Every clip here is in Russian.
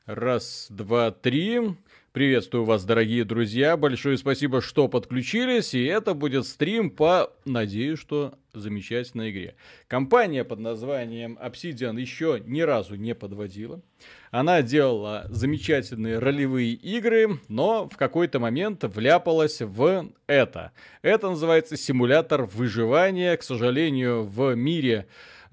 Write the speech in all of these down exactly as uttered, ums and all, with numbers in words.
Раз, два, три. Приветствую вас, дорогие друзья. Большое спасибо, что подключились. И это будет стрим по, надеюсь, что замечательной игре. Компания под названием Obsidian еще ни разу не подводила. Она делала замечательные ролевые игры, но в какой-то момент вляпалась в это. Это называется симулятор выживания. К сожалению, в мире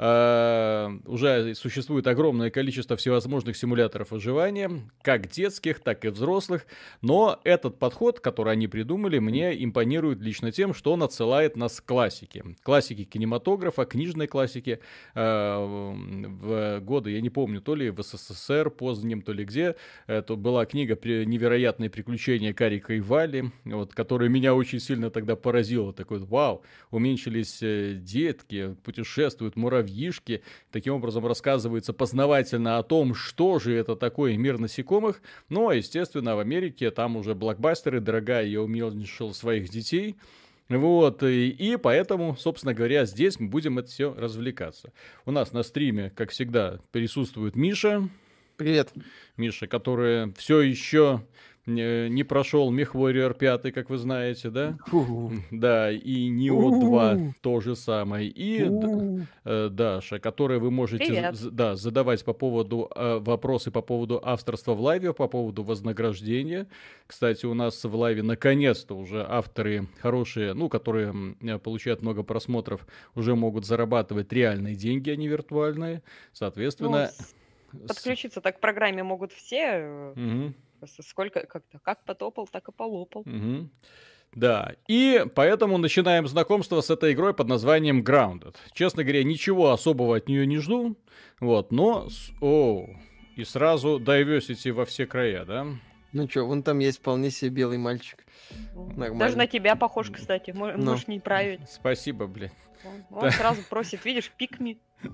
Uh, уже существует огромное количество всевозможных симуляторов выживания, как детских, так и взрослых, но этот подход, который они придумали, мне импонирует лично тем, что он отсылает нас к классике. Классике кинематографа, книжной классике uh, в годы, я не помню, то ли в СССР позднем, то ли где. Это была книга «Невероятные приключения Карика и Вали», вот, которая меня очень сильно тогда поразила. Такой, вау, уменьшились детки, путешествуют муравьи, Ишки. Таким образом рассказывается познавательно о том, что же это такое мир насекомых. Ну, а естественно, в Америке там уже блокбастеры, дорогая, я уменьшил своих детей. Вот, и, и поэтому, собственно говоря, здесь мы будем это все развлекаться. У нас на стриме, как всегда, присутствует Миша. Привет. Миша, который все еще не, не прошел MechWarrior пять, как вы знаете, да? У-у. Да, и нио два то же самое. И э, Даша, которой вы можете з- да, задавать по поводу э, вопросы по поводу авторства в лайве, по поводу вознаграждения. Кстати, у нас в лайве наконец-то уже авторы хорошие, ну, которые э, получают много просмотров, уже могут зарабатывать реальные деньги, а не виртуальные. Соответственно... Ну, подключиться так к программе могут все. Угу. Сколько, как-то, как потопал, так и полопал. Угу. Да, и поэтому начинаем знакомство с этой игрой под названием Grounded. Честно говоря, ничего особого от нее не жду, вот, но... О, и сразу diversity во все края, да? Ну чё, вон там есть вполне себе белый мальчик. Нормально. Даже на тебя похож, кстати, можешь Но. не править. Спасибо, блин. Он, он сразу просит, видишь, пикми.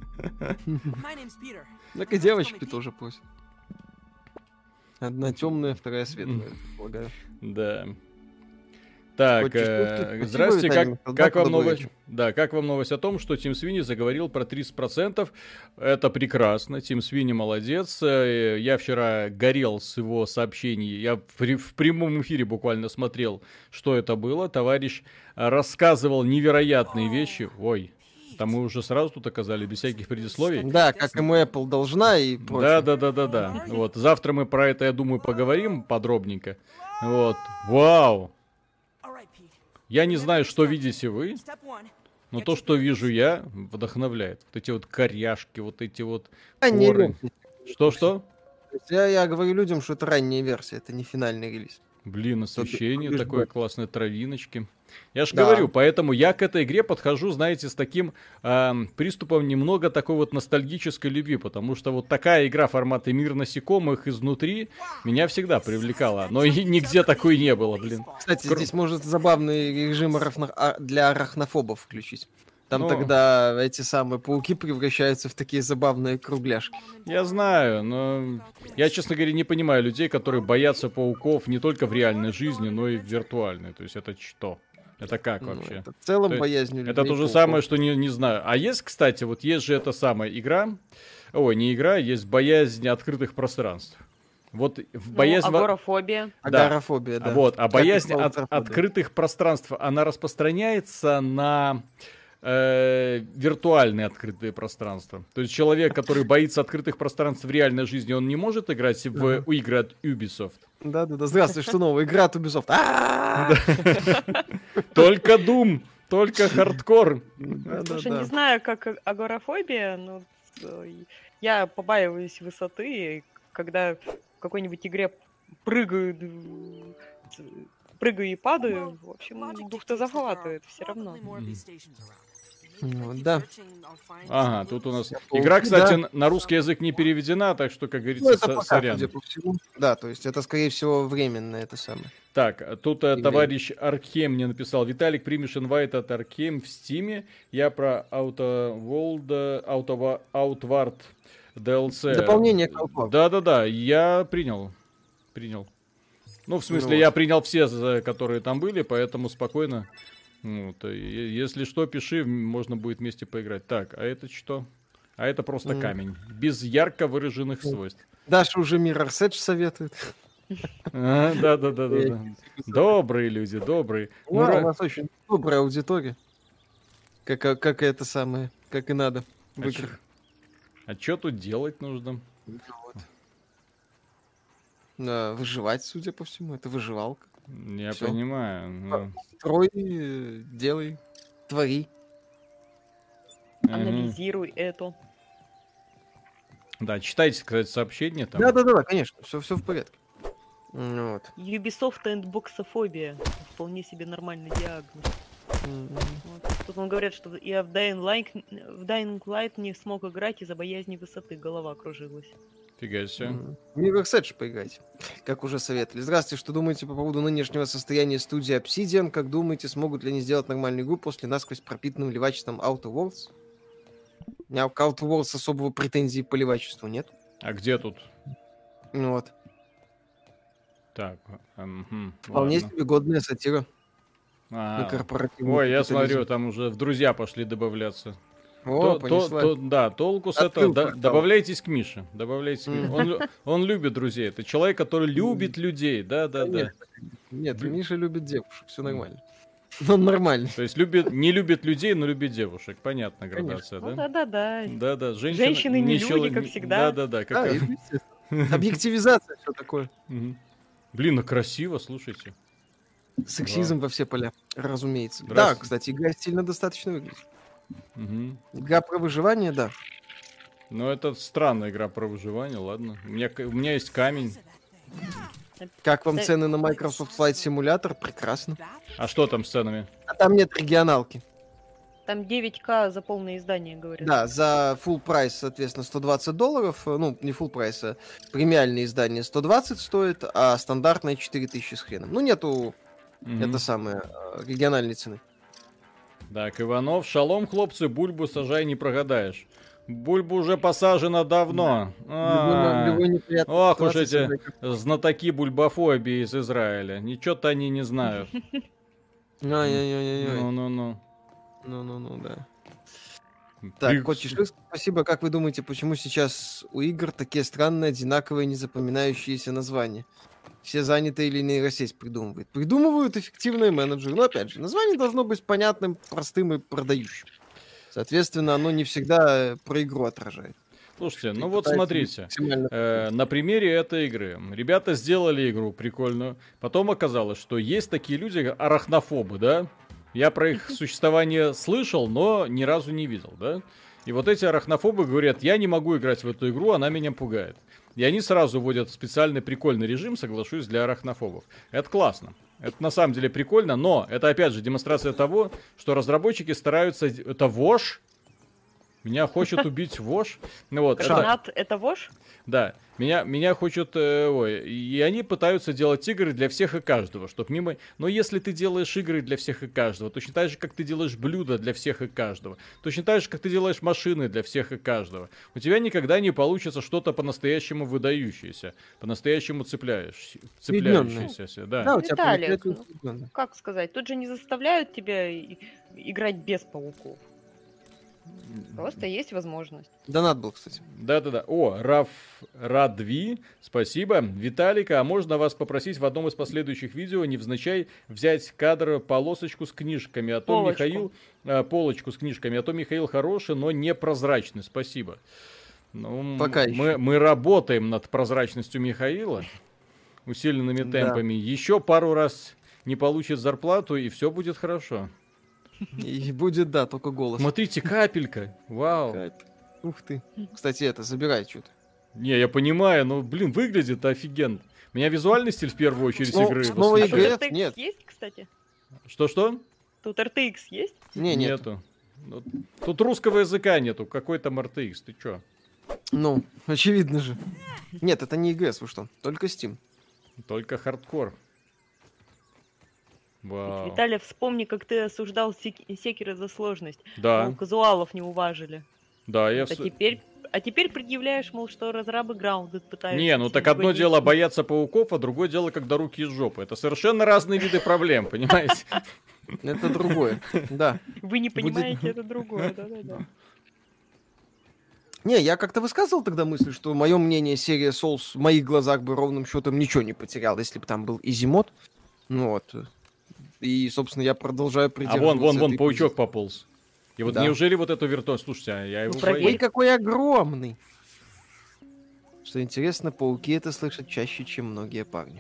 Так и девочки тоже просят. Одна темная, вторая светлая, полагаю. Да. Так, э, Хоть здрасте, чуть-чуть, как, да, как вам добрый новость? вечер. Да, как вам новость о том, что Тим Свини заговорил про тридцать процентов? Это прекрасно, Тим Свини молодец. Э, Я вчера горел с его сообщений, я в, при- в прямом эфире буквально смотрел, что это было. Товарищ рассказывал невероятные вещи. Ой, там мы уже сразу тут оказались, без всяких предисловий. Да, как ему Apple должна и прочее. Да, да, да, да, да. Вот, завтра мы про это, я думаю, поговорим подробненько. Вот, вау! Я не знаю, что видите вы, но то, что вижу я, вдохновляет. Вот эти вот коряшки, вот эти вот Ранняя коры. версия. Что-что? Я, я говорю людям, что это ранняя версия, это не финальный релиз. Блин, освещение Тут- такое классное, травиночки. Я ж Да. говорю, поэтому я к этой игре подхожу, знаете, с таким эм, приступом немного такой вот ностальгической любви, потому что вот такая игра формата «Мир насекомых» изнутри меня всегда привлекала, но и нигде такой не было, блин. Кстати, Кр- здесь может забавный режим арахно- а- для арахнофобов включить. Там Ну. тогда эти самые пауки превращаются в такие забавные кругляшки. Я знаю, но я, честно говоря, не понимаю людей, которые боятся пауков не только в реальной жизни, но и в виртуальной. То есть это что? Это как Ну, вообще? это в целом То есть боязнь Это то же самое, что не, не знаю. А есть, кстати, вот есть же эта самая игра. Ой, не игра, есть боязнь открытых пространств. Вот в боязнь... Ну, во- агорафобия. Да. Агорафобия, да. Вот, а Как и боязнь от клаустрофобия. открытых пространств, она распространяется на э, виртуальные открытые пространства. То есть человек, который боится открытых пространств в реальной жизни, он не может играть в в игры от Ubisoft. Да-да-да, здравствуй, что новое? Игра от Ubisoft. А-а-а! Только Doom, только хардкор. Слушай, не Да-да-да. знаю, как а- агорафобия, но э, я побаиваюсь высоты, и когда в какой-нибудь игре прыгаю, д- прыгаю и падаю, в общем, дух-то захватывает все равно. Ну, да. Ага, тут у нас... Пауки, Игра, кстати, да. н- на русский язык не переведена, так что, как Ну, говорится, это со- пока, сорян. судя по всему. Да, то есть это, скорее всего, временно это самое. Так, тут э, Игры. товарищ Аркхем мне написал: Виталик, примешь инвайт от Аркхем в Стиме. Я про Auto World, э, Auto Outward ди эл си. Дополнение к Outward. Да-да-да, я принял. Принял. Ну, в смысле, Ну я вот. принял все, за- которые там были, поэтому спокойно. Вот, и если что, пиши, можно будет вместе поиграть. Так, а это что? А это просто М. камень. Без ярко выраженных М. свойств. Даша уже Mirror's Edge советует. А, Да-да-да-да. Добрые люди, добрые. Ну, Мы а ра- у вас очень добрая аудитория. Как, а- как и это самое, как и надо в А играх. А что тут делать нужно? Ну вот. А, выживать, судя по всему, это выживалка. Я Всё. понимаю. ну, Строй, э, делай, твори. мгм. Анализируй это. Да, читайте, кстати, сообщения там. Да-да-да, конечно, все, все в порядке. Ну вот. Ubisoft эндбоксофобия. Вполне себе нормальный диагноз. М, Вот. Тут он говорит, что я в Dying Light, в Dying Light не смог играть из-за боязни высоты. Голова кружилась. Фига себе. м. Mirror's Edge поиграйте, как уже советовали. Здравствуйте, что думаете по поводу нынешнего состояния студии Obsidian? Как думаете, смогут ли они сделать нормальную игру после насквозь пропитанным ливачеством Outer Worlds? У меня к Outer Worlds особого претензии по ливачеству нет. А где тут? Ну вот. Так, мгм, Вполне ладно. себе годная сатира на А, корпоративный Ой, я капитализм. смотрю, там уже в друзья пошли добавляться. О, То- то- понесла. то- да, толку с Открыл этого. Да- портал. добавляйтесь к Мише. Добавляйтесь к Мише. Мгм. Он, лю- он любит друзей. Это человек, который любит людей. Да, да, да. Конечно. Нет, Блин. Миша любит девушек, все нормально. Он нормальный. То есть любит, не любит людей, но любит девушек. Понятно, Конечно. градация, Ну да? да-да-да. Да, да. Женщина, Женщины не люди, как всегда. Да, да, да. Да, и, естественно. Объективизация, все такое. Блин, ну красиво, слушайте. Сексизм во все поля, разумеется. Да, Здрасте. кстати, игра стильно достаточно выглядит. Мгм. Игра про выживание, да. Ну, это странная игра про выживание, ладно. У меня, к- у меня есть камень. Как вам Да. цены на Microsoft Flight Simulator? Прекрасно. А что там с ценами? А там нет регионалки. Там девять ка за полное издание, говорят. Да, за full прайс, соответственно, сто двадцать долларов. э, Ну, не full прайс, а премиальное издание сто двадцать стоит, а стандартное четыре тысячи с хреном. Ну, нету, Мгм. это самое, э, региональной цены. Так, Иванов, шалом, хлопцы, бульбу сажай, не прогадаешь. Бульба уже посажена давно. А, Любой неприятной Ох уж ситуации эти создать- знатоки бульбофобии из Израиля. Ничего-то они не знают. Ай-яй-яй-яй-яй. Ну-ну-ну. Ну-ну-ну, да. Так, При- Кот Чешир, спасибо. Как вы думаете, почему сейчас у игр такие странные, одинаковые, незапоминающиеся названия? Все заняты или нейросеть придумывает? Придумывают эффективные менеджеры. Но опять же, название должно быть понятным, простым и продающим. Соответственно, оно не всегда э, про игру отражает. Слушайте, Ты ну вот пытаешься быть смотрите. максимально- Э, на примере этой игры. Ребята сделали игру прикольную. Потом оказалось, что есть такие люди, арахнофобы, да? Я про их существование слышал, но ни разу не видел, да? И вот эти арахнофобы говорят, я не могу играть в эту игру, она меня пугает. И они сразу вводят специальный прикольный режим, соглашусь, для арахнофобов. Это классно. Это на самом деле прикольно, но это опять же демонстрация того, что разработчики стараются... Это ВОЖ? Меня хочет убить ВОЖ? Ну вот, это- Гранат это вож? да, меня, меня хочет, э, ой, и они пытаются делать игры для всех и каждого, чтоб мимо... Но если ты делаешь игры для всех и каждого, точно так же, как ты делаешь блюда для всех и каждого, точно так же, как ты делаешь машины для всех и каждого, у тебя никогда не получится что-то по-настоящему выдающееся, по-настоящему цепляешь, цепляющееся, да. Да, у тебя Виталик, получается ну, удивленно. Как сказать? Тут же не заставляют тебя и- играть без пауков. Просто есть возможность. Донат был, кстати. Да-да-да. О, Раф Радви, спасибо. Виталика, а можно вас попросить в одном из последующих видео невзначай взять кадр полосочку с книжками, а то Полочку. Михаил... э, полочку с книжками, а то Михаил хороший, но непрозрачный. Спасибо. Ну, м, Пока мы, еще. мы работаем над прозрачностью Михаила усиленными Да. темпами. Еще пару раз не получит зарплату, и все будет хорошо. И будет, да, только голос. Смотрите, капелька. Вау. Кайф. Ух ты. Кстати, это, забирай что-то. Не, я понимаю, но, блин, выглядит офигенно. У меня визуальный стиль в первую очередь Снова- игры. снова А восхищает. тут игры? эр ти экс Нет. есть, кстати? Что-что? Тут эр ти экс есть? Не, нет. Нету. Ну, тут русского языка нету. Какой там эр ти экс? Ты чё? Ну, очевидно же. Нет, это не и джи эс, вы что? Только Steam. Только хардкор. Вау. Виталий, вспомни, как ты осуждал Сек- Секиро за сложность. Да, Мол, казуалов не уважили. да, я... А вс- теперь, а теперь предъявляешь, мол, что разрабы Grounded пытаются... Не, ну всем так одно угодить. дело бояться пауков, а другое дело, когда руки из жопы. Это совершенно разные виды проблем, понимаете? Это другое. Да. Вы не Будет- понимаете, это другое, да-да-да. Не, я как-то высказывал тогда мысль, что мое мнение, серия Souls в моих глазах бы ровным счетом ничего не потеряла, если бы там был изимод. Ну вот. И, собственно, я продолжаю А придерживаться вон, вон, вон, этой паучок позиции. пополз. И вот Да. неужели вот эту виртуальность... Слушайте, а я его Ну, боюсь. проверь. Ой, какой огромный! Что интересно, пауки это слышат чаще, чем многие парни.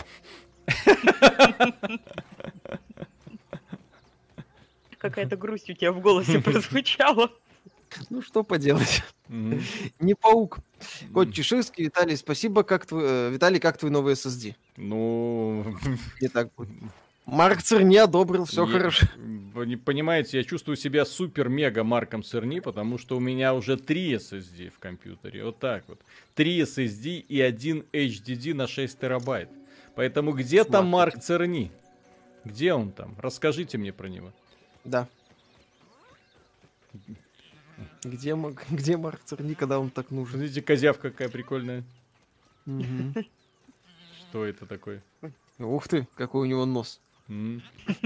Какая-то грусть у тебя в голосе прозвучала. Ну, что поделать. Мгм. Не паук. Кот Чеширский, Виталий, спасибо. Как твой, э, Виталий, как твой новый эс эс ди? Ну... Не так будет. Марк Церни одобрил, все Я- хорошо. Вы не понимаете, я чувствую себя супер-мега Марком Церни, потому что у меня уже три эс эс ди в компьютере. Вот так вот. три эс эс ди и один эйч ди ди на шесть терабайт. Поэтому где там Смотрите. Марк Церни? Где он там? Расскажите мне про него. Да. Где, Ма- где Марк Церни, когда он так нужен? Смотрите, козявка какая прикольная. Мгм. Что это такое? Ух ты, какой у него нос. М.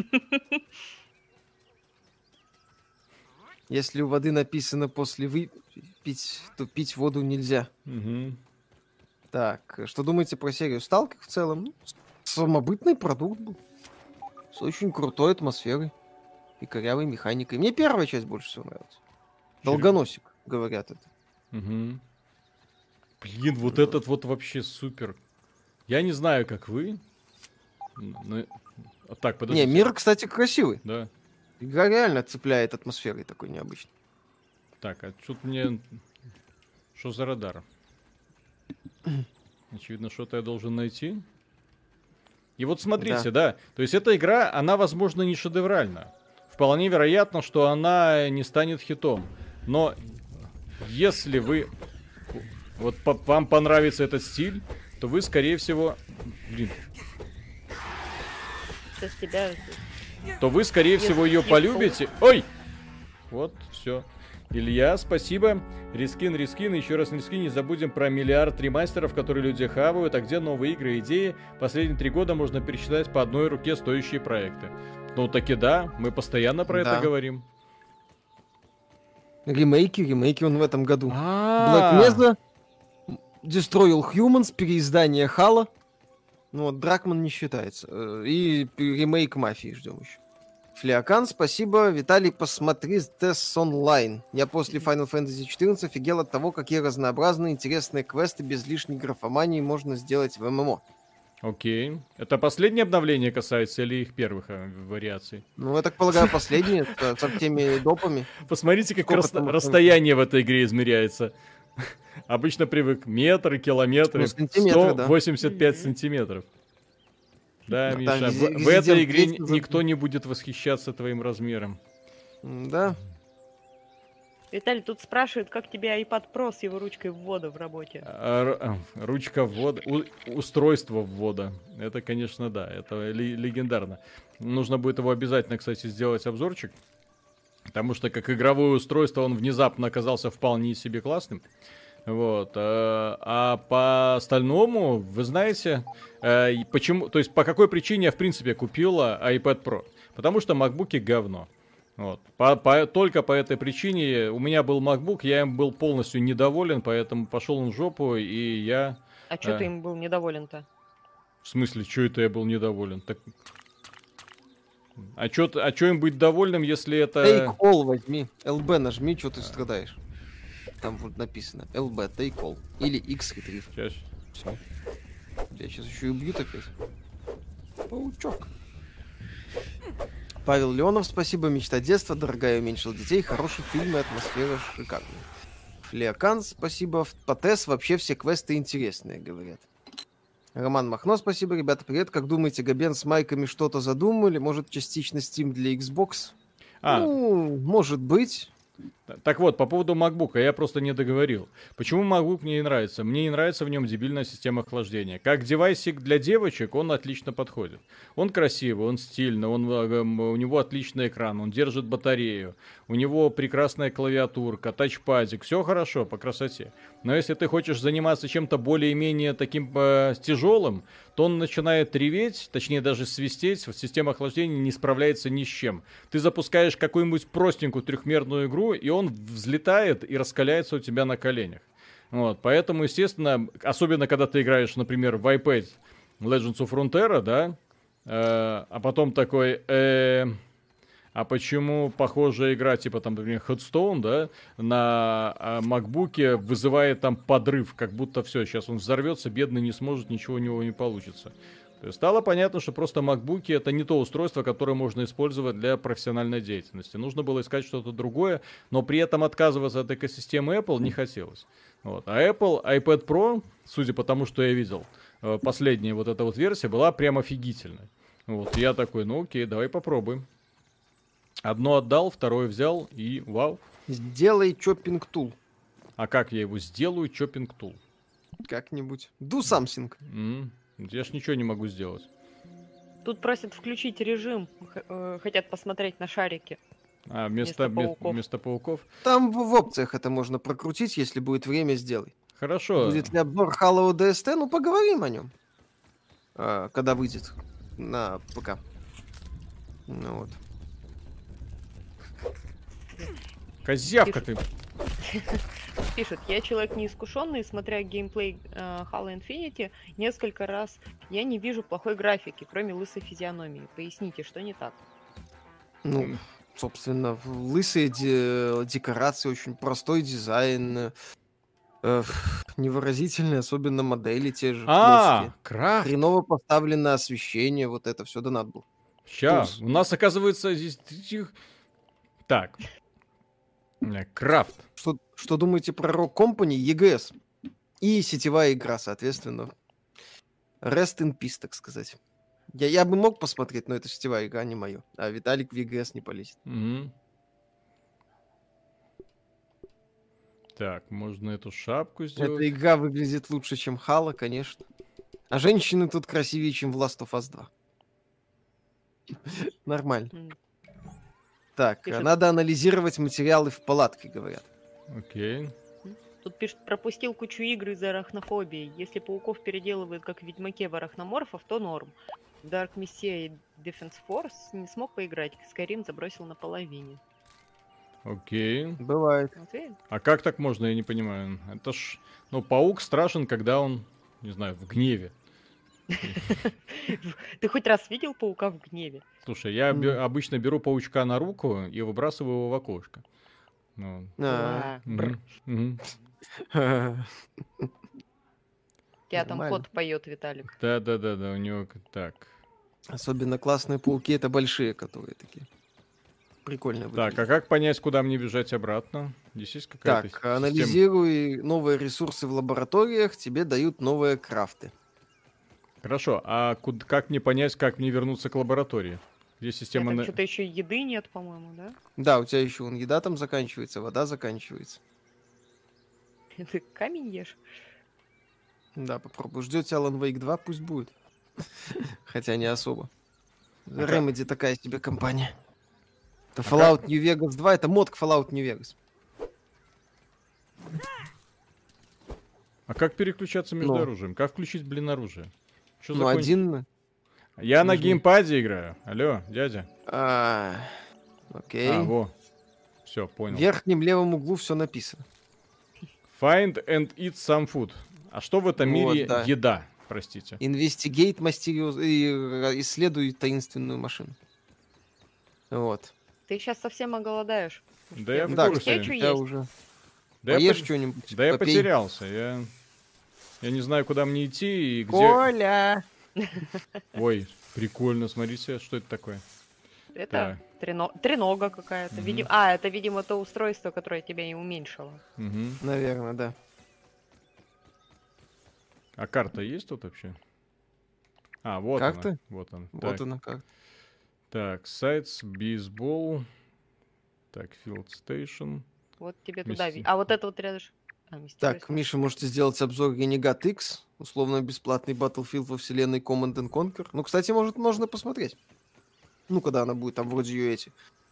Если у воды написано после выпить, то пить воду нельзя. Мгм. Так, что думаете про серию Сталкер в целом? Ну, с- самобытный продукт был. С очень крутой атмосферой и корявой механикой. Мне первая часть больше всего нравится. Долгоносик, говорят это. Мгм. Блин, вот этот вот вообще супер. Я не знаю, как вы. но- А, Так, Не, подождите. мир, кстати, красивый. Да. Игра реально цепляет атмосферой такой необычной. Так, а что-то мне... Что за радар? Очевидно, что-то я должен найти. И вот смотрите, да. То есть эта игра, она, возможно, не шедевральна. Вполне вероятно, что она не станет хитом. Но если вы... Вот по- вам понравится этот стиль, то вы, скорее всего... Блин. Сейчас тебя... То вы, скорее Если всего, ее есть полюбите. Ой! Вот, все. Илья, спасибо. Рискин, Рискин, еще раз Рискин, не забудем про миллиард ремастеров, которые люди хавают, а где новые игры и идеи. Последние три года можно пересчитать по одной руке стоящие проекты. Ну таки да, мы постоянно про Да. это говорим. Ремейки, ремейки он в этом году. Black А, Mesa, Destroy All Humans, переиздание Хала. Ну вот, Дракман не считается. Э, И п- ремейк Мафии ждем еще. Флеокан, спасибо. Виталий, посмотри тест онлайн. Я после Final Fantasy четырнадцать офигел от того, какие разнообразные интересные квесты без лишней графомании можно сделать в эм эм о. окей. Это последнее обновление касается или их первых э, вариаций? Ну, я так полагаю, последнее, со со всеми допами. Посмотрите, как Сколько рас- там- расстояние в этой игре измеряется. Обычно привык метры, километры, Ну, сантиметры, да. сто восемьдесят пять сантиметров. Да, Да, Миша, вези- в, в этой Resident игре Evil ни- за- никто не будет восхищаться твоим размером. М, Да. Виталий, тут спрашивают, как тебе iPad Pro с его ручкой ввода в работе. А, р- а, ручка ввода, у- устройство ввода. Это, конечно, да, это ле- легендарно. Нужно будет его обязательно, кстати, сделать обзорчик. Потому что как игровое устройство он внезапно оказался вполне себе классным. Вот. э, А по остальному, вы знаете, э, и почему, то есть по какой причине я в принципе купила iPad Pro? Потому что макбуки говно. Вот. По- по- только по этой причине у меня был MacBook, я им был полностью недоволен, поэтому пошел он в жопу, и я... А что А. ты им был недоволен-то? В смысле, что это я был недоволен? Так... А чё, а чё им быть довольным, если это... Take all возьми. эл би нажми, что ты страдаешь. Там вот написано. эл би, take all. Или X retrieve. Сейчас. Все. Я сейчас еще и убьют опять. Паучок. Павел Леонов, спасибо. Мечта детства, дорогая, уменьшил детей. Хороший фильм и атмосфера шикарная. Флеокан, спасибо. В Патес вообще все квесты интересные, говорят. Роман Махно, спасибо. Ребята, привет. Как думаете, Габен с майками что-то задумали? Может, частично Steam для Xbox? А, Ну, может быть. так вот, по поводу MacBook, я просто не договорил. Почему MacBook мне не нравится? Мне не нравится в нем дебильная система охлаждения. Как девайсик для девочек он отлично подходит. Он красивый, он стильный, он, э, у него отличный экран, он держит батарею. у него прекрасная клавиатурка, тачпадик, все хорошо, по красоте. Но если ты хочешь заниматься чем-то более-менее таким э, тяжелым, то он начинает реветь, точнее даже свистеть, система охлаждения не справляется ни с чем. Ты запускаешь какую-нибудь простенькую трехмерную игру, и он взлетает и раскаляется у тебя на коленях. Вот, поэтому, естественно, особенно когда ты играешь, например, в iPad Legends of Frontera, да, э, а потом такой, э, а почему похожая игра, типа там, например, Headstone, да, на э, MacBook'е вызывает там подрыв, как будто все, сейчас он взорвется, бедный не сможет, ничего у него не получится. То есть стало понятно, что просто MacBook'и это не то устройство, которое можно использовать для профессиональной деятельности. Нужно было искать что-то другое, но при этом отказываться от экосистемы Apple не хотелось. Вот. А Apple iPad Pro, судя по тому, что я видел, последняя вот эта вот версия была прям офигительная. Вот, я такой, ну окей, давай попробуем. Одно отдал, второе взял и вау. Сделай чоппинг тул. А как я его сделаю, чоппинг тул? Как-нибудь. Do something. М-м, я ж ничего не могу сделать. Тут просят включить режим, х- э, хотят посмотреть на шарики. А, вместо, Вместо пауков. вместо пауков? Там в, в опциях это можно прокрутить, если будет время, сделай. Хорошо. Будет ли обзор Halo ди эс ти? Ну, поговорим о нем. А, когда выйдет на ПК. Ну вот. Козявка ты. Пишет, я человек неискушенный, смотря геймплей э, Halo Infinity несколько раз, я не вижу плохой графики, кроме лысой физиономии. Поясните, что не так? Ну, собственно, в- лысые де- декорации, очень простой дизайн. э, невыразительные, особенно модели те же. А, плоские. крафт. Хреново поставленное освещение, вот это все да надо было. Ща, Туз. у нас оказывается здесь... тих- Так. Э, Крафт. Что, что думаете про Rock Company, и джи эс? И сетевая игра, соответственно. Rest in peace, так сказать. Я, я бы мог посмотреть, но это сетевая игра, не мое. А Виталик в и джи эс не полезет. Мгм. Так, можно эту шапку сделать. Эта игра выглядит лучше, чем Halo, конечно. А женщины тут красивее, чем в Last of Us два. Нормально. М. Так, Пишет- надо анализировать материалы в палатке, говорят. Окей. Тут пишет, пропустил кучу игр из-за арахнофобии. Если пауков переделывают как в Ведьмаке в арахноморфов, то норм. В Dark Messiah и Defense Force не смог поиграть, Skyrim забросил на половине. Окей. Бывает. Вот видишь? А как так можно, я не понимаю. Это ж... Ну, паук страшен, когда он, не знаю, в гневе. Ты хоть раз видел паука в гневе? Слушай, я бе- Мгм. обычно беру паучка на руку и выбрасываю его в окошко. Ну, А, А, бр. мгм, мгм. Тебя там Нормально. кот поет, Виталик. Да-да-да-да, у него к- так. Особенно классные пауки, это большие, которые такие. Прикольно Так, выглядят. а как понять, куда мне бежать обратно? Здесь есть какая-то Так, система? анализируй новые ресурсы в лабораториях, тебе дают новые крафты. Хорошо, а куд- как мне понять, как мне вернуться к лаборатории? Где система... Там на- что-то еще еды нет, по-моему, да? Да, у тебя еще вон еда там заканчивается, вода заканчивается. Ты камень ешь? Да, попробуй. Ждете Alan Wake два, пусть будет. Хотя не особо. А как? Remedy такая себе компания. Это Fallout New Vegas два, это мод к Fallout New Vegas. А как переключаться между Ну. оружием? Как включить, блин, оружие? Чё за Ну, конь- один... Я на нужно- геймпаде играю. Алло, дядя. а, Окей. А, во. Все, В понял. верхнем левом углу все написано. Find and eat some food. А что в этом Вот, мире да. еда? Простите. Investigate Mysterious... и э, исследуй таинственную машину. Вот. Ты сейчас совсем оголодаешь. Да я в Да, курсе. кстати, чё Я есть? уже... Да я, Поешь по- что-нибудь? да я попей. потерялся. Я... я не знаю, куда мне идти и где... Коля! Ой, прикольно, смотрите, что это такое. Это трено- тренога какая-то. Мгм. Видимо... А, это, видимо, то устройство, которое тебя и уменьшило. Мгм. Наверное, да. А карта есть тут вообще? А, вот Как она. ты? Вот она. Вот так, она как. так, сайтс, бейсбол. Так, Field Station. Вот тебе туда... Вместе. ви- А вот это вот рядышком... А, Так, мистерио. Миша, можете сделать обзор Renegade X, условно бесплатный Battlefield во вселенной Command and Conquer. Ну, кстати, может, можно посмотреть. Ну, когда она будет, там вроде ее эти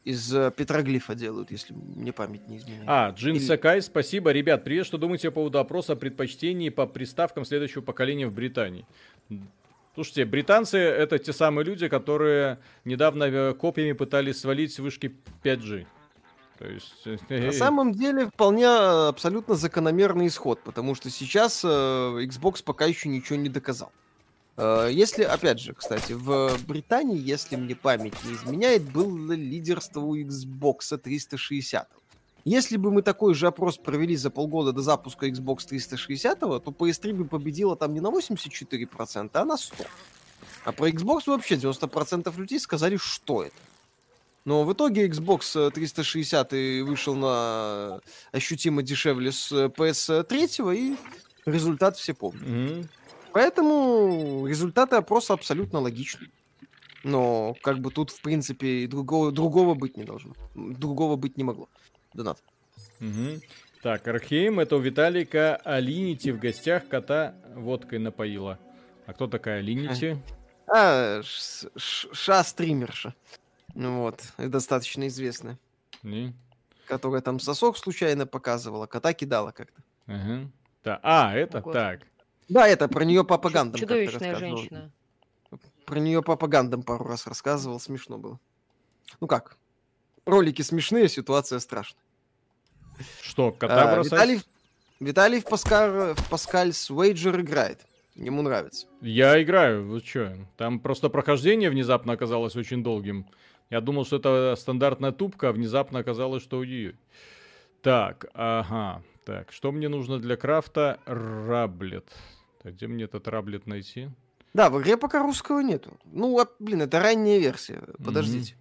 Из э, петроглифа делают, если мне память не изменяет. А, Джин Или- Сакай, спасибо. Ребят, привет, что думаете по поводу опроса о предпочтении по приставкам следующего поколения в Британии? Слушайте, британцы — это те самые люди, которые недавно э, копьями пытались свалить с вышки пять джи. То есть... На самом деле, вполне э, абсолютно закономерный исход, потому что сейчас э, Xbox пока еще ничего не доказал. Э, Если, опять же, кстати, в Британии, если мне память не изменяет, было лидерство у Xbox триста шестьдесят. Если бы мы такой же опрос провели за полгода до запуска Xbox триста шестьдесят, то пи эс три бы победила там не на восемьдесят четыре процента, а на сто процентов. А про Xbox вообще девяносто процентов людей сказали, что это. Но в итоге Xbox триста шестьдесят и вышел на ощутимо дешевле с пи эс три, и результат все помнят. Мгм. Поэтому результаты опроса абсолютно логичны. Но как бы тут, в принципе, и другого, другого быть не должно. Другого быть не могло. Донат. Мгм. Так, Архейм, это у Виталика Алинити в гостях кота водкой напоила. А кто такая Алинити? А, ш- ш- ша-стримерша. Ну вот, и достаточно известная. Не? Которая там сосок случайно показывала, кота кидала как-то. Ага. Да. А, это Ого. так. Да, это про нее папа Чу- Гандам как-то Чудовищная рассказывал. женщина. Про нее папа Гандам пару раз рассказывал, смешно было. Ну как? Ролики смешные, ситуация страшная. Что, кота А, бросать? Виталий, Виталий в, Паскар, в Паскальс Wager играет. Ему нравится. Я играю, вы чё? Там просто прохождение внезапно оказалось очень долгим. Я думал, что это стандартная тупка, а внезапно оказалось, что ой-ой. Так, ага. Так, что мне нужно для крафта? Раблет. Так, где мне этот раблет найти? Да, в игре пока русского нету. Ну, а, блин, это ранняя версия. Подождите.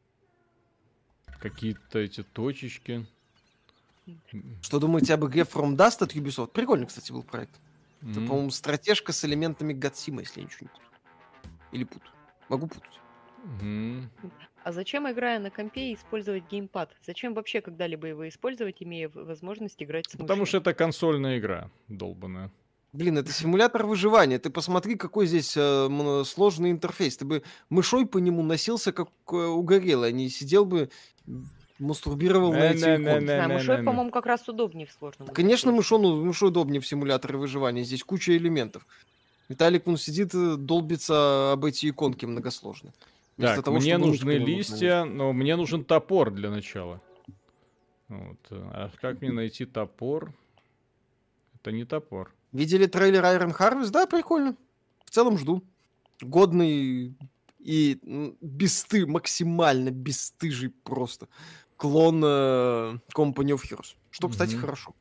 Какие-то эти точечки. Что думаете об игре From Dust от Ubisoft? Прикольный, кстати, был проект. Это, М. по-моему, стратежка с элементами Гатсима, если я ничего не путаю. Или путаю. Могу путать. Мгм. А зачем, играя на компе, использовать геймпад? Зачем вообще когда-либо его использовать, имея в- возможность играть с Потому мышью? что это консольная игра, долбаная. Блин, это симулятор выживания. Ты посмотри, какой здесь э, м, сложный интерфейс. Ты бы мышой по нему носился, как э, угорелый, а не сидел бы, м, мастурбировал на эти иконки. Не знаю, мышой, Не-не-не-не-не. по-моему, как раз удобнее в сложном. Конечно, интерфейсе. мышой, мышой удобнее в симуляторе выживания. Здесь куча элементов. Виталик, он сидит, э, долбится об эти иконки многосложно. Вместо Так, того, мне чтобы нужны мышкой на них листья, но мне нужен топор для начала. Вот. А как мне найти топор? Это не топор. Видели трейлер Iron Harvest? Да, прикольно. В целом жду. Годный и м, бесты, максимально бесстыжий просто клон э, Company of Heroes. Что, кстати, Мгм. хорошо.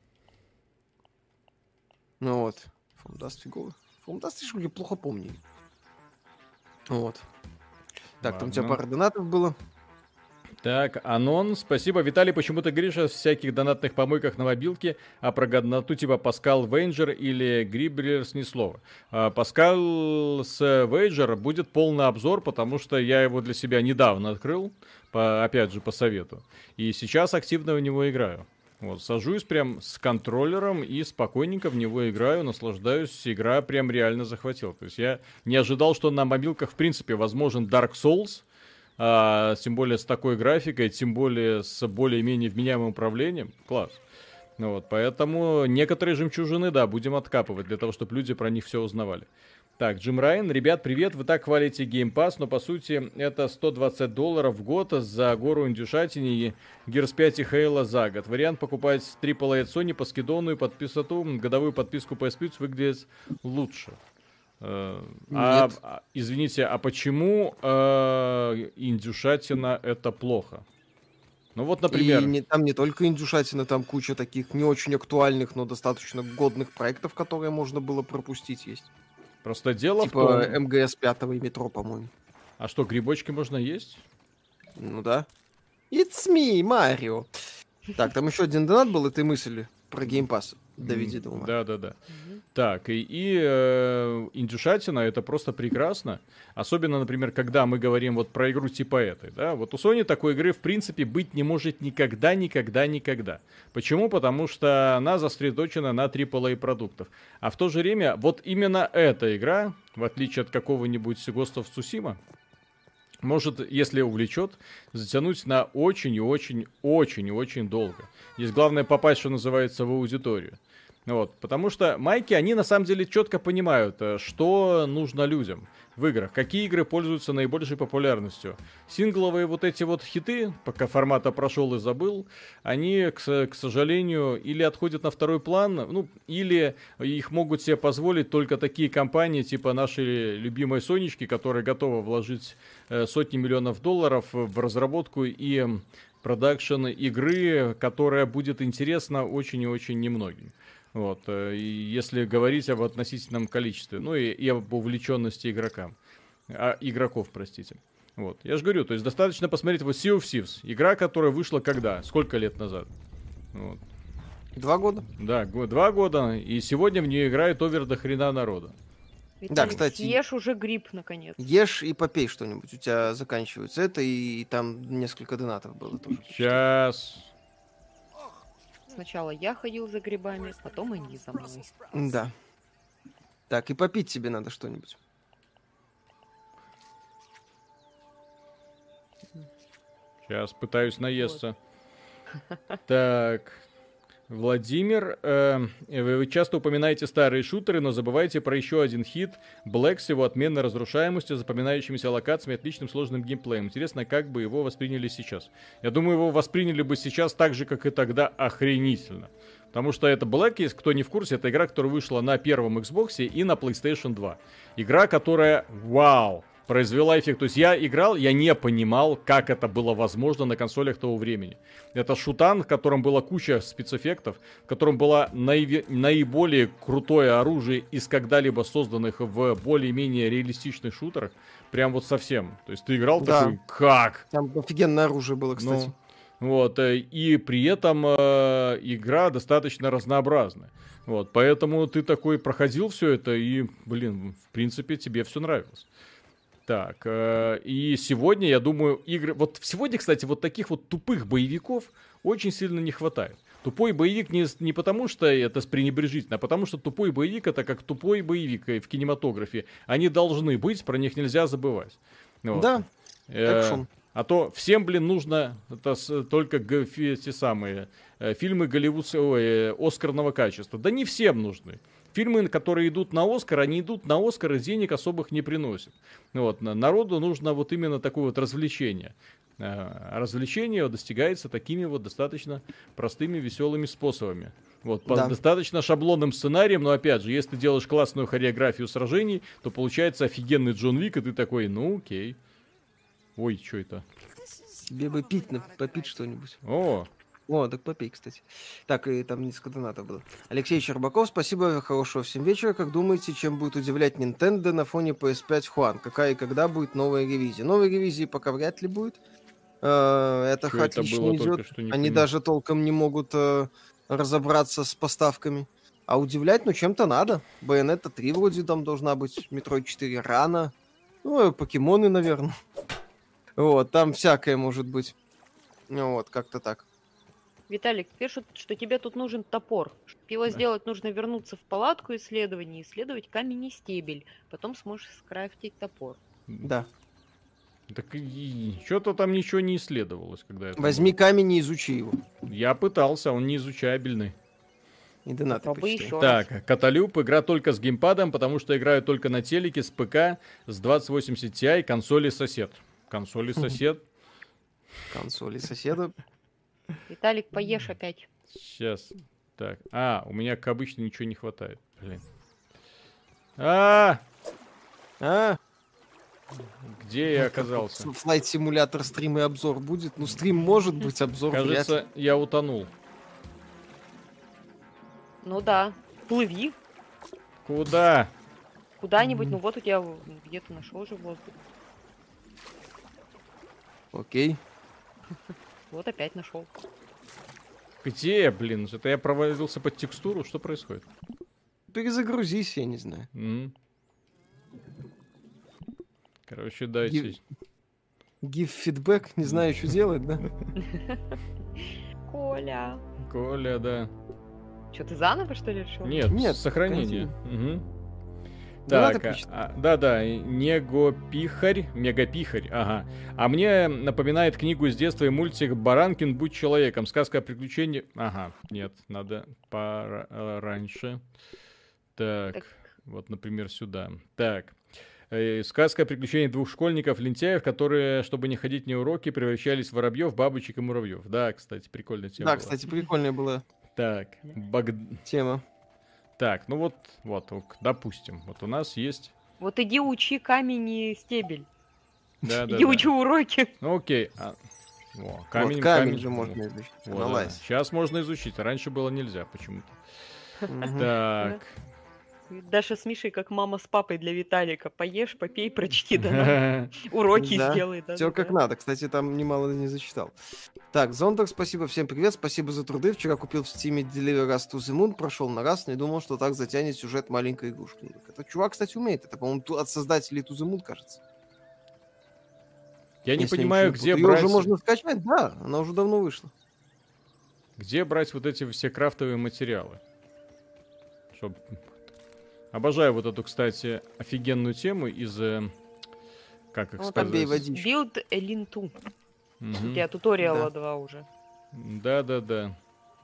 Ну вот. From Dust фиговый. From Dust я плохо помню. Вот. Так, там у тебя Ладно. пара донатов было. Так, Анон, спасибо. Виталий, почему ты говоришь о всяких донатных помойках на мобилке, а про годноту типа Паскал Вейнджер или Грибблерс ни слова. А, Паскал с Вейнджер будет полный обзор, потому что я его для себя недавно открыл, по, опять же, по совету. И сейчас активно в него играю. Вот, сажусь прям с контроллером и спокойненько в него играю, наслаждаюсь. Игра прям реально захватила. То есть я не ожидал, что на мобилках в принципе возможен Dark Souls, а, тем более с такой графикой, тем более с более-менее вменяемым управлением. Класс. Ну вот, поэтому некоторые жемчужины, да, будем откапывать, для того, чтобы люди про них все узнавали. Так, Джим Райан, ребят, привет, вы так хвалите Game Pass, но по сути это сто двадцать долларов в год за гору индюшатини и Gears пять и Halo за год. Вариант покупать трипл эй от Sony по скидону и подписату, годовую подписку пи эс Plus выглядит лучше. Э, А, Нет. а, извините, а почему э, индюшатина это плохо? Ну вот, например... И не- там не только индюшатина, там куча таких не очень актуальных, но достаточно годных проектов, которые можно было пропустить, есть. Просто дело в Типа том... эм гэ эс пять и метро, по-моему. А что, грибочки можно есть? Ну да. It's me, Марио. Так, там еще один донат был, этой мысли про геймпас. Доведи до ума. Да, да, да. Мгм. Так, и, и э, индюшатина это просто прекрасно. Особенно, например, когда мы говорим вот про игру типа этой, да. Вот у Sony такой игры в принципе быть не может никогда, никогда, никогда. Почему? Потому что она сосредоточена на трипл эй продуктов. А в то же время вот именно эта игра, в отличие от какого-нибудь Ghost of Tsushima, может, если увлечет, затянуть на очень и очень, очень и очень долго. Здесь главное попасть, что называется, в аудиторию. Вот, потому что майки, они на самом деле четко понимают, что нужно людям в играх, какие игры пользуются наибольшей популярностью. Сингловые вот эти вот хиты, пока формата прошел и забыл, они, к, к сожалению, или отходят на второй план, ну, или их могут себе позволить только такие компании, типа нашей любимой Сонечки, которая готова вложить э, сотни миллионов долларов в разработку и продакшн игры, которая будет интересна очень и очень немногим. Вот, и если говорить об относительном количестве, ну и, и об увлеченности игрокам, а, игроков, простите. Вот, я же говорю, то есть достаточно посмотреть вот Sea of Thieves, игра, которая вышла когда, сколько лет назад? Вот. Два года. Да, го- два года, и сегодня в нее играет овер до хрена народа. Виталик, Да, кстати. съешь уже гриб, наконец. Ешь и попей что-нибудь, у тебя заканчивается это, и там несколько донатов было тоже. Сейчас. Сначала я ходил за грибами, потом они за мной. Да. Так, и попить тебе надо что-нибудь. Сейчас пытаюсь наесться. Так. Владимир, э, вы часто упоминаете старые шутеры, но забываете про еще один хит. Black с его отменной разрушаемостью, запоминающимися локациями, отличным сложным геймплеем. Интересно, как бы его восприняли сейчас. Я думаю, его восприняли бы сейчас так же, как и тогда, охренительно. Потому что это Black, если кто не в курсе, это игра, которая вышла на первом Xbox и на PlayStation два. Игра, которая, вау, произвела эффект. То есть я играл, я не понимал, как это было возможно на консолях того времени. Это шутан, в котором была куча спецэффектов, в котором было наиве- наиболее крутое оружие из когда-либо созданных в более-менее реалистичных шутерах. Прям вот совсем. То есть ты играл Да. такой, как? Там офигенное оружие было, кстати. Ну, вот, э, и при этом э, игра достаточно разнообразная. Вот, поэтому ты такой проходил все это, и, блин, в принципе, тебе все нравилось. Так, э, и сегодня, я думаю, игры... Вот сегодня, кстати, вот таких вот тупых боевиков очень сильно не хватает. Тупой боевик не, не потому, что это пренебрежительно, а потому, что тупой боевик — это как тупой боевик в кинематографе. Они должны быть, про них нельзя забывать. Вот. Да, Э, как шум. А то всем, блин, нужно это с- только г- фи- те самые э, фильмы голливудского, ой, э, оскарного качества. Да не всем нужны. Фильмы, которые идут на Оскар, они идут на Оскар и денег особых не приносят. Вот, на- народу нужно вот именно такое вот развлечение. А развлечение достигается такими вот достаточно простыми, веселыми способами. Вот, по Да. достаточно шаблонным сценарием, но опять же, если ты делаешь классную хореографию сражений, то получается офигенный Джон Уик, и ты такой, ну окей. Ой, что это? Тебе бы пить, на- попить что-нибудь. О, О, так попей, кстати. Так, и там несколько донатов было. Алексей Щербаков, спасибо, хорошего всем вечера. Как думаете, чем будет удивлять Nintendo на фоне пи эс пять Хуан? Какая и когда будет новая ревизия? Новой ревизии пока вряд ли будет. Э, Это Чё это отлично было только идет. что, не Они понимаю. даже толком не могут э, разобраться с поставками. А удивлять, ну, чем-то надо. Bayonetta три вроде там должна быть, Metroid четыре рано. Ну, и покемоны, наверное. Вот, там всякое может быть. Ну, вот, как-то так. Виталик, пишут, что тебе тут нужен топор. Чтобы его Да. сделать, нужно вернуться в палатку исследований, исследовать камень и стебель. Потом сможешь скрафтить топор. Да. Так что-то там ничего не исследовалось, когда это Возьми камень и изучи его. было. Я пытался, он не изучабельный. И донаты Попробуй почитай. еще раз. Так, Каталюб, игра только с геймпадом, потому что играю только на телеке, с ПК, с двадцать восемьдесят Ti, консоли сосед. Консоли сосед. Консоли соседа. Виталик, поешь опять. Сейчас. Так. А, у меня, как обычно, ничего не хватает. Блин. А, А, где я оказался? Flight Simulator стрим и обзор будет? Ну, стрим может быть, обзор вряд ли. Кажется, я утонул. Ну да, плыви Куда? куда-нибудь. Ну вот у тебя в- где-то нашел же воздух. Окей. Вот опять нашел. Где, блин? Это я провалился под текстуру? Что происходит? Перезагрузись, я не знаю. М. Короче, дайте. Give feedback, не знаю, что делать, да? Коля. Коля, да. Что, ты заново, что ли, решил? Нет, Нет, сохранение. Мгм. Донаты Так, а, прочитай. а, да-да, Негопихарь, Мегапихарь, ага. А мне напоминает книгу из детства и мультик «Баранкин, будь человеком». Сказка о приключении... Ага, нет, надо пораньше. Так, Так. вот, например, сюда. Так. Э, Сказка о приключении двух школьников-лентяев, которые, чтобы не ходить на уроки, превращались в воробьев, бабочек и муравьев. Да, кстати, прикольная тема Да, была. кстати, прикольная была Так, Баг... тема. так, ну вот, вот, ок, допустим, вот у нас есть... Вот иди учи камень и стебель. Да, да, Иди да. учи уроки. Ну окей. А... О, камень, Вот камень камень же можно изучить. Вот, Налазь. Сейчас можно изучить, а раньше было нельзя почему-то. Мгм. Так. Даша с Мишей, как мама с папой для Виталика. Поешь, попей, прочти, да. Уроки Да, сделай, да. все да, как да. надо. Кстати, там немало не зачитал. Так, Зондер, спасибо, всем привет, спасибо за труды. Вчера купил в Steam Deliver Us to the Moon, прошел на раз, не думал, что так затянет сюжет маленькой игрушки. Это чувак, кстати, умеет. Это, по-моему, ту- от создателей To the Moon, кажется. Я не Если понимаю, ничего не где путаю. Её брать, уже можно скачать, да, она уже давно вышла. где брать вот эти все крафтовые материалы. Чтоб... Обожаю вот эту, кстати, офигенную тему из... э, Как их Вот сказать? Побей водичку. Build Элинту. Мгм. Я туториала Да. два уже. Да-да-да.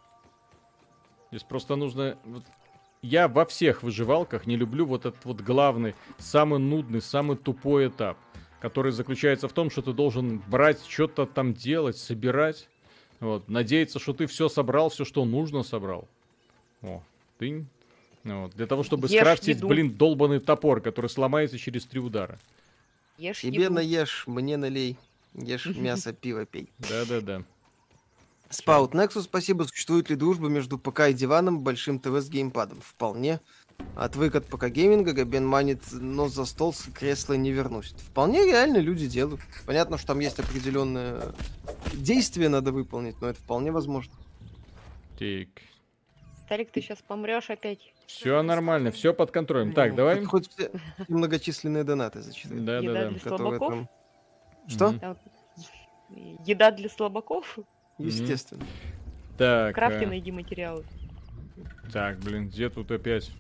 Здесь просто нужно... вот Я во всех выживалках не люблю вот этот вот главный, самый нудный, самый тупой этап, который заключается в том, что ты должен брать, что-то там делать, собирать. Вот, надеяться, что ты все собрал, все, что нужно, собрал. О, ты... Вот, для того, чтобы Ешь скрафтить, еду. блин, долбанный топор, который сломается через три удара. Ешь Тебе еду. наешь, мне налей. Ешь мясо, пиво пей. Да-да-да. Спаут Nexus, спасибо. Существует ли дружба между ПК и диваном, большим ТВ с геймпадом? Вполне. Отвык от ПК гейминга, Габен манит нос за стол, с кресла не вернусь. Вполне реально люди делают. Понятно, что там есть определенное действие надо выполнить, но это вполне возможно. Так. Старик, ты сейчас помрешь опять. Все нормально, все под контролем. Так, давай. Хоть, хоть все многочисленные донаты зачитаю. Еда Да-да-да. для которые слабаков? там- Что? Мгм. Там Еда для слабаков? Естественно. Так, Крафти э, найди материалы. так, блин, где тут опять?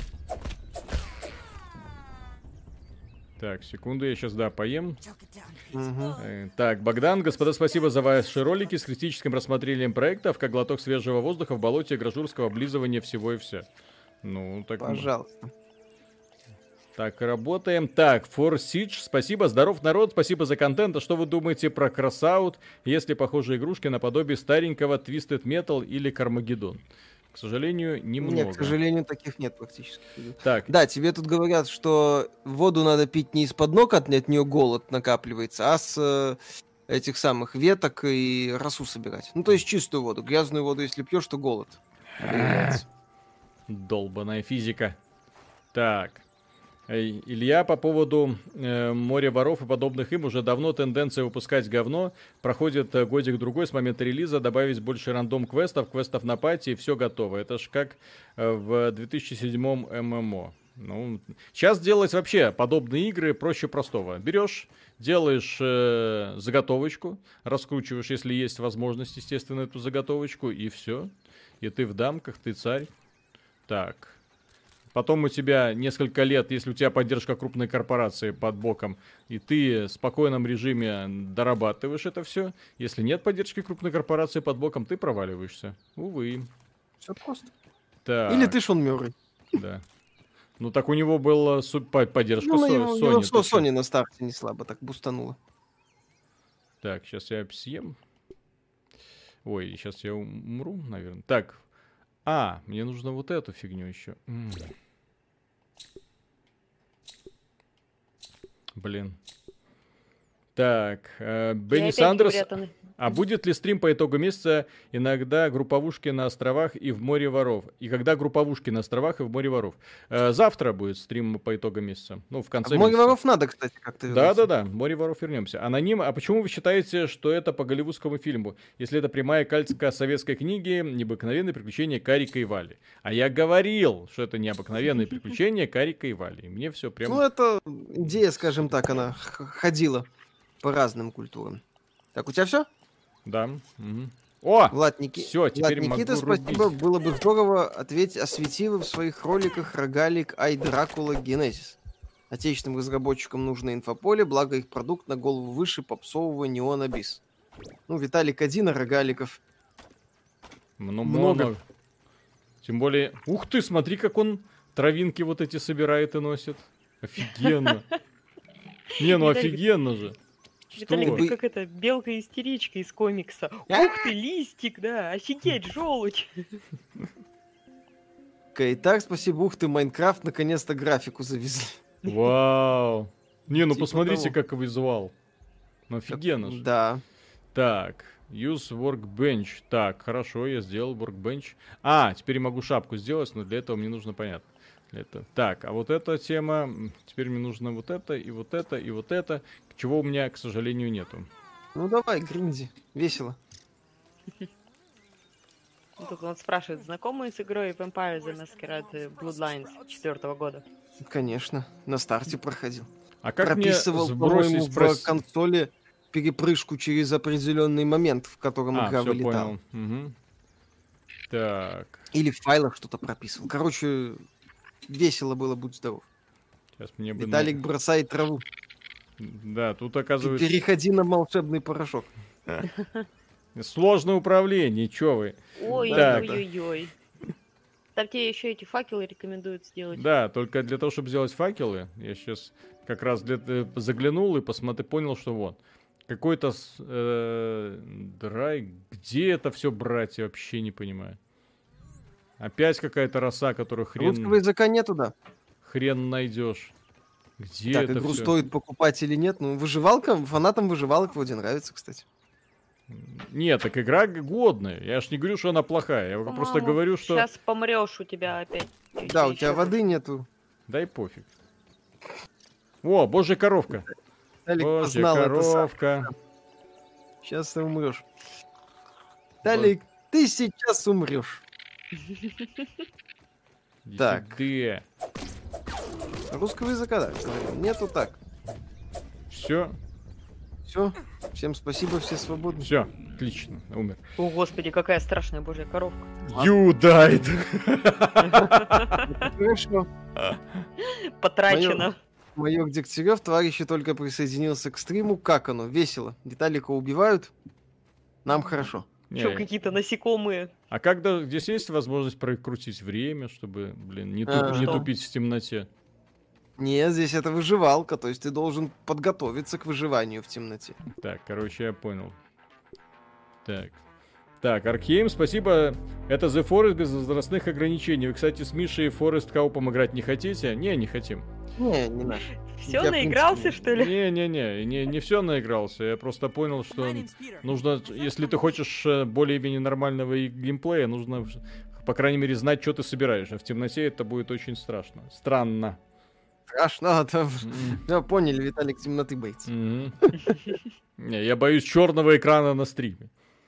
Так, секунду, я сейчас, да, поем. Мгм. Э, Так, Богдан, господа, спасибо за ваши ролики с критическим рассмотрением проектов, как глоток свежего воздуха в болоте гражурского облизывания всего и вся. Ну, так, Пожалуйста. так работаем. Так, For Siege, спасибо, здоров народ, спасибо за контент. А что вы думаете про Crossout, если похожие игрушки наподобие старенького Twisted Metal или Carmageddon? К сожалению, немного. Нет, к сожалению, таких нет практически. Так, Да, тебе тут говорят, что воду надо пить не из-под ног, от, от нее голод накапливается, а с э, этих самых веток и росу собирать. Ну, то есть чистую воду. Грязную воду, если пьешь, то голод появляется. долбаная физика. Так. Эй, Илья, по поводу э, моря воров и подобных им, уже давно тенденция выпускать говно. Проходит э, годик-другой с момента релиза, добавить больше рандом-квестов, квестов на пати, и все готово. Это ж как э, в две тысячи седьмом ММО. Ну, сейчас делать вообще подобные игры проще простого. Берешь, делаешь э, заготовочку, раскручиваешь, если есть возможность, естественно, эту заготовочку, и все. И ты в дамках, ты царь. Так. Потом у тебя несколько лет, если у тебя поддержка крупной корпорации под боком, и ты в спокойном режиме дорабатываешь это все. Если нет поддержки крупной корпорации под боком, ты проваливаешься. Увы. Все просто. Так, Или ты Шон Мюррей. да. Ну так у него была су- по- поддержка Ну, на Со- его, Sony. его ты Со- чё? Sony на старте не слабо так бустануло. Так, сейчас я съем. Ой, сейчас я умру, наверное. Так. А, мне нужно вот эту фигню еще. М. Блин. Так, э, Бенни опять Сандерс. спрятаны. А будет ли стрим по итогу месяца иногда групповушки на островах и в море воров? И когда групповушки на островах и в море воров? Э, завтра будет стрим по итогу месяца. Ну, в А конце в Море месяца. воров надо, кстати, как-то вернуться. Да-да-да, море воров вернемся. Аноним, а почему вы считаете, что это по голливудскому фильму? Если это прямая калька советской книги «Необыкновенные приключения Карика и Вали». А я говорил, что это необыкновенные приключения Карика и Вали. И мне все прям... Ну, это идея, скажем так, она х- ходила по разным культурам. Так, у тебя все? Да. Мгм. О! Влад, Ники... Всё, Влад теперь Никита, могу спасибо. рубить. Было бы здорово ответить, освети вы в своих роликах рогалик Ай Дракула Генезис. Отечественным разработчикам нужно инфополе, благо их продукт на голову выше попсового Неона Бис. Ну, Виталик один, а рогаликов Ну, много. моно. Тем более... Ух ты, смотри, как он травинки вот эти собирает и носит. Офигенно. Не, ну Виталик- офигенно же. Виталик, Что? ты как это, белка-истеричка из комикса. Ух ты, листик, да, офигеть, желудь. Кайтар, спасибо. Ух ты, Майнкрафт, наконец-то графику завезли. Вау. Не, ну Типа посмотрите, того. как визуал. Ну офигенно же. Да. Так, use workbench. Так, хорошо, я сделал workbench. А, теперь я могу шапку сделать, но для этого мне нужно, понятно. Для этого. Так, а вот эта тема, м, теперь мне нужно вот это, и вот это, и вот это, чего у меня, к сожалению, нету. Ну давай, гринди. Весело. Тут он спрашивает, знакомы с игрой Vampire the Masquerade Bloodlines четвертого года? Конечно. На старте проходил. А как Прописывал, мне по-моему, сбросить в прос- консоли перепрыжку через определенный момент, в котором А, игра все вылетала. понял. Мгм. Так, Или в файлах что-то прописывал. Короче, весело было, будь здоров. сейчас мне бы... на- Виталик бросает траву. Да, тут Ты оказывается переходи на волшебный порошок. сложное управление, чё вы. Ой-ой-ой-ой. Там тебе еще эти факелы рекомендуют сделать. Да, только для того, чтобы сделать факелы, я сейчас как раз для- э, заглянул и посмотрел, понял, что вот. Какой-то с- э, драй, где это все брать, я вообще не понимаю. Опять какая-то роса, которую Русского хрен, языка нету, да. хрен найдешь. Где Так, это игру всё? стоит покупать или нет? Ну, выживалкам, фанатам выживалок вроде нравится, кстати. Нет, так игра годная. Я ж не говорю, что она плохая. Я просто говорю, что... Сейчас помрешь у тебя опять. Да, у Ещё- тебя ещё воды нету. Дай пофиг. О, божья коровка. Виталик Божья познал это сам. коровка. Сейчас ты умрешь. Виталик, ты сейчас умрешь. Иди Так. сюда. Русского языка, да, говорю, нету так. Все, Все, всем спасибо, все свободны. все, отлично, умер. О, господи, какая страшная божья коровка. You died. Хорошо. Потрачено. Майор Дегтярев, товарищи, только присоединился к стриму. Как оно? Весело. Виталика убивают. Нам хорошо. Не, Что, какие-то насекомые? а когда здесь есть возможность прокрутить время, чтобы, блин, не, туп- А, не что? тупить в темноте? Нет, здесь это выживалка, то есть ты должен подготовиться к выживанию в темноте. Так, короче, я понял. Так. Так, Аркхейм, спасибо. Это The Forest без возрастных ограничений. Вы, кстати, с Мишей Форест Каупом играть не хотите? Не, не хотим. Не, не наш. Все, Я, в наигрался, принципе, что ли? Не-не-не, не, не все наигрался. Я просто понял, что нужно, если ты хочешь э, более-менее нормального и- геймплея, нужно, по крайней мере, знать, что ты собираешь. А в темноте это будет очень страшно. Странно. Страшно, а там... М. Да, поняли, Виталик темноты боится. Мгм. Не, я боюсь черного экрана на стриме.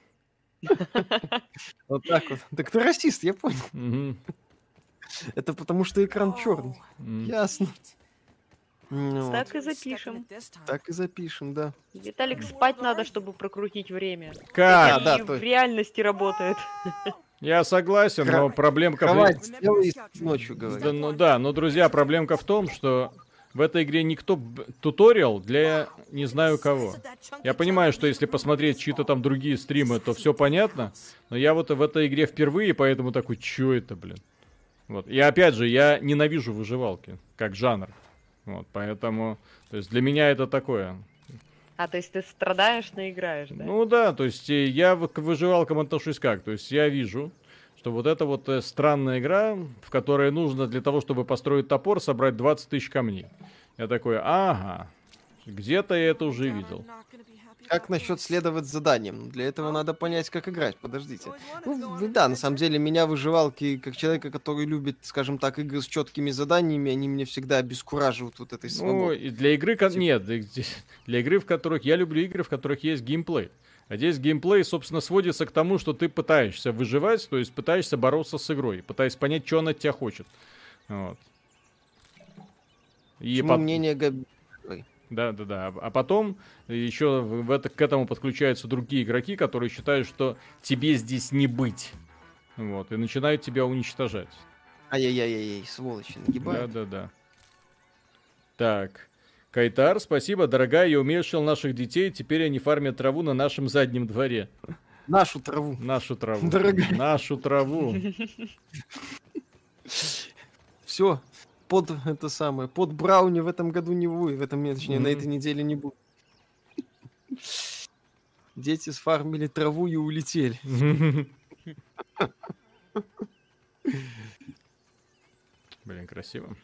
Вот так вот. Так ты расист, я понял. Мгм. Это потому что экран черный. М. Ясно. Ну вот. Так и запишем. Так и запишем, да. Виталик, спать надо, чтобы прокрутить время. Как? А, да, И то- в реальности работает. Я согласен, Кра- но проблемка... в- Кровать сделай и ночью, говорит. Да, ну да, но, друзья, проблемка в том, что в этой игре никто... б- Туториал для не знаю кого. Я понимаю, что если посмотреть чьи-то там другие стримы, то все понятно, но я вот в этой игре впервые, поэтому такой, чё это, блин? Вот. И опять же, я ненавижу выживалки, как жанр. Вот, поэтому... То есть для меня это такое... А, то есть ты страдаешь, но играешь, да? Ну да, то есть э, я в- к выживалкам отношусь как? То есть я вижу, что вот эта вот э, странная игра, в которой нужно для того, чтобы построить топор, собрать двадцать тысяч камней. Я такой, ага, где-то я это уже видел. Как насчет следовать заданиям? Для этого надо понять, как играть. Подождите. Ну, вы- да, на самом деле, меня выживалки, как человека, который любит, скажем так, игры с четкими заданиями, они мне всегда обескураживают вот этой Ну, свободой. и для игры, ко- Типа- нет, да, здесь- для игры, в которых, я люблю игры, в которых есть геймплей. А здесь геймплей, собственно, сводится к тому, что ты пытаешься выживать, то есть пытаешься бороться с игрой, пытаясь понять, что она от тебя хочет. Вот. И Почему пот- мнение Габи... Ой. Да, да, да. А потом еще в это, к этому подключаются другие игроки, которые считают, что тебе здесь не быть. Вот, и начинают тебя уничтожать. Ай-яй-яй-яй, сволочи, нагибают. Да, да, да. Так. Кайтар, спасибо, дорогая, я умешал наших детей, теперь они фармят траву на нашем заднем дворе. Нашу траву. Нашу траву. Дорогая. Нашу траву. Все. Под это самое. Под Брауни в этом году не будет. В этом, точнее, Мгм. на этой неделе не будет. Дети сфармили траву и улетели. Блин, красиво.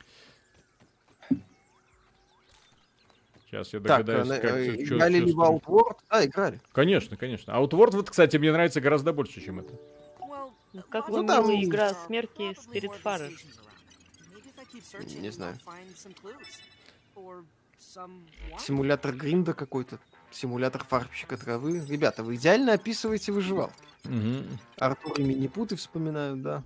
Сейчас я Так, догадаюсь, э, как э, чё- чё- играли чё либо строить. Outward? Да, играли. Конечно, конечно. Outward, вот, кстати, мне нравится гораздо больше, чем это. Ну, как Ну, вам там- милая игра смерти Spiritfarer? Не знаю. Симулятор гринда какой-то. Симулятор фармщика травы. Ребята, вы идеально описываете выживал. Мгм. Артур и Минипуты вспоминают, да.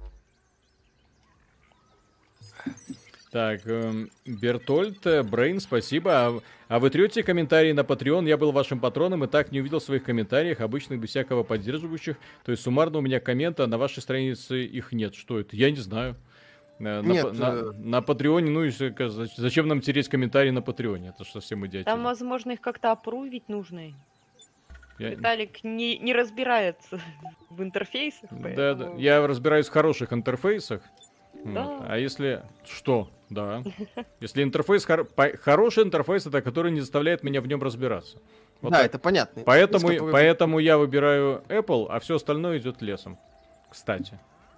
Так, эм, Бертольд, э, Брейн, спасибо. А, а вы трете комментарии на Patreon? Я был вашим патроном и так не увидел в своих комментариях, обычных без всякого поддерживающих. То есть суммарно у меня коммента, а на вашей странице их нет. Что это? Я не знаю. Э, На, Нет, па- на, э, на Патреоне, ну и с- ка- зач- зачем нам тереть комментарии на Патреоне? Это что, совсем идиотизм. Там, возможно, их как-то опрувить нужно. Я- Виталик не, не разбирается в интерфейсах, Да, поэтому... да, я разбираюсь в хороших интерфейсах. Вот. Да. А если... Что? Да. Если интерфейс... хор- по- Хороший интерфейс, это который не заставляет меня в нем разбираться. Вот да, так. это понятно. Поэтому, Интерфейс, который- поэтому я выбираю Apple, а все остальное идет лесом. Кстати.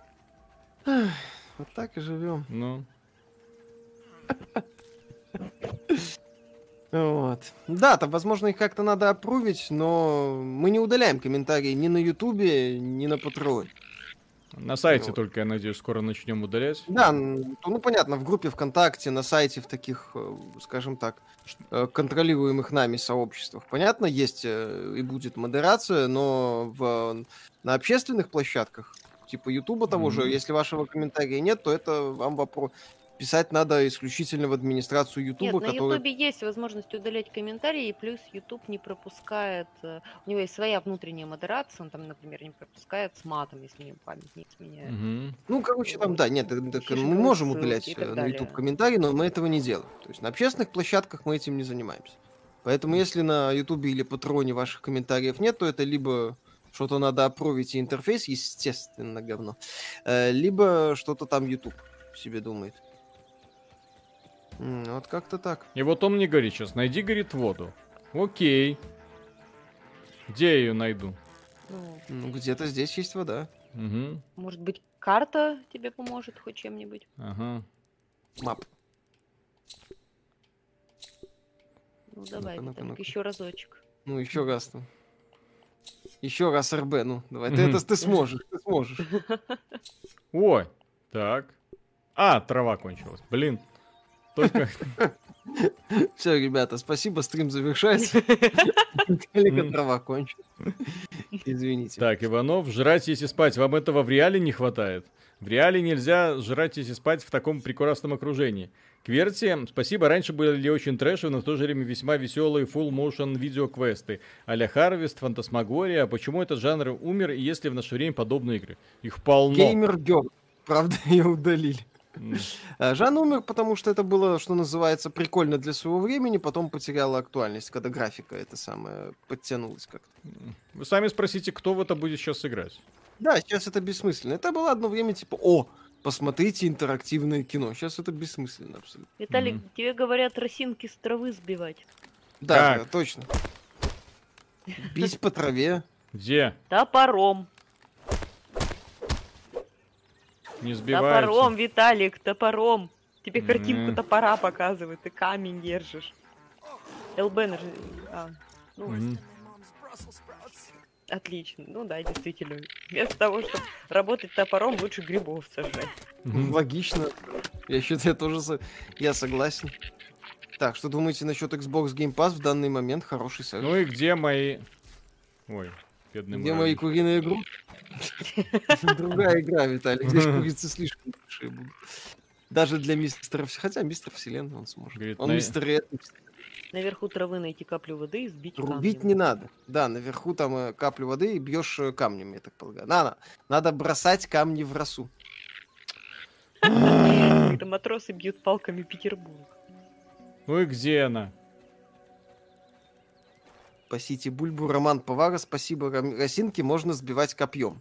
Вот так и живем. Ну. Вот. Да, там, возможно, их как-то надо опрувить, но мы не удаляем комментарии ни на Ютубе, ни на Патреоне. На сайте Вот. только, я надеюсь, скоро начнем удалять. Да, н- ну понятно, в группе ВКонтакте, на сайте, в таких, э, скажем так, э, контролируемых нами сообществах. Понятно, есть э, и будет модерация, но в, на общественных площадках, типа Ютуба того же, Мгм. если вашего комментария нет, то это вам вопрос. Писать надо исключительно в администрацию Нет, Ютуба, на которая... Ютубе есть возможность удалять комментарии, и плюс Ютуб не пропускает... э, У него есть своя внутренняя модерация, он там, например, не пропускает с матом, если мне память не изменяет. Мгм. Ну, короче, там, да, нет, э, так, мы Фишинговые можем ссылки удалять и э, так на далее. YouTube комментарии, но мы этого не делаем. То есть на общественных площадках мы этим не занимаемся. Поэтому если на YouTube или Патреоне ваших комментариев нет, то это либо что-то надо опровить, и интерфейс, естественно, говно, э, либо что-то там YouTube себе думает. М, Вот как-то так. И вот он мне говорит сейчас, найди, говорит, воду. Окей. Где я ее найду? Ну, Ну, где-то здесь есть вода. Угу. может быть, карта тебе поможет хоть чем-нибудь? Ага. Мап. Ну, давай, ну-ка, Виталик, ну-ка. еще разочек. Ну, еще раз там. Еще раз РБ, ну, давай. Ты Мгм. это ты сможешь, ты сможешь. Ой. Так. А, трава кончилась. Блин. Только... Все, ребята, спасибо, стрим завершается. Виталика Мгм. трава кончилась. Извините. Так, Иванов, жрать, если спать. Вам этого в реале не хватает? В реале нельзя жрать, если спать в таком прекрасном окружении. Кверти, спасибо. Раньше были очень трэшевые, но в то же время весьма веселые full motion видеоквесты. А-ля Harvest, Фантасмагория. Почему этот жанр умер, и есть ли в наше время подобные игры? Их полно. Геймер Гёрл. Правда, ее удалили. М. А, Жан умер, потому что это было, что называется, прикольно для своего времени, потом потеряла актуальность, когда графика это самое подтянулась как-то. Вы сами спросите, кто в это будет сейчас играть. Да, сейчас это бессмысленно. Это было одно время типа, о, посмотрите интерактивное кино. Сейчас это бессмысленно абсолютно. Виталик, Мгм. тебе говорят росинки с травы сбивать. Да, Как? да, точно. Бить по траве. Где? Топором. Не сбиваются. Топором, Виталик, топором. Тебе М. картинку топора показывают, ты камень держишь. ЛБ нажи... А, ну, Мгм. отлично. Ну да, действительно. Вместо того, чтобы работать топором, лучше грибов сажать. Мгм. Логично. Я считаю, я тоже со- я согласен. Так, что думаете насчет Xbox Game Pass в данный момент? Хороший сервис. Ну и где мои... Ой, бедный Где мои муравей. куриные грудки? Другая игра, Виталик. Здесь курицы слишком большие будут. Даже для мистера... Вс- Хотя мистер Вселенной он сможет. Говорит, Он на- мистер Редкин. Наверху травы найти каплю воды и сбить Рубить камнем. не надо. Да, наверху там э, каплю воды и бьешь э, камнем, я так полагаю. Надо, надо бросать камни в росу. Когда матросы бьют палками Петербург. Ну и где она? Спасите бульбу, Роман Повара, спасибо. Ром- Росинки можно сбивать копьем.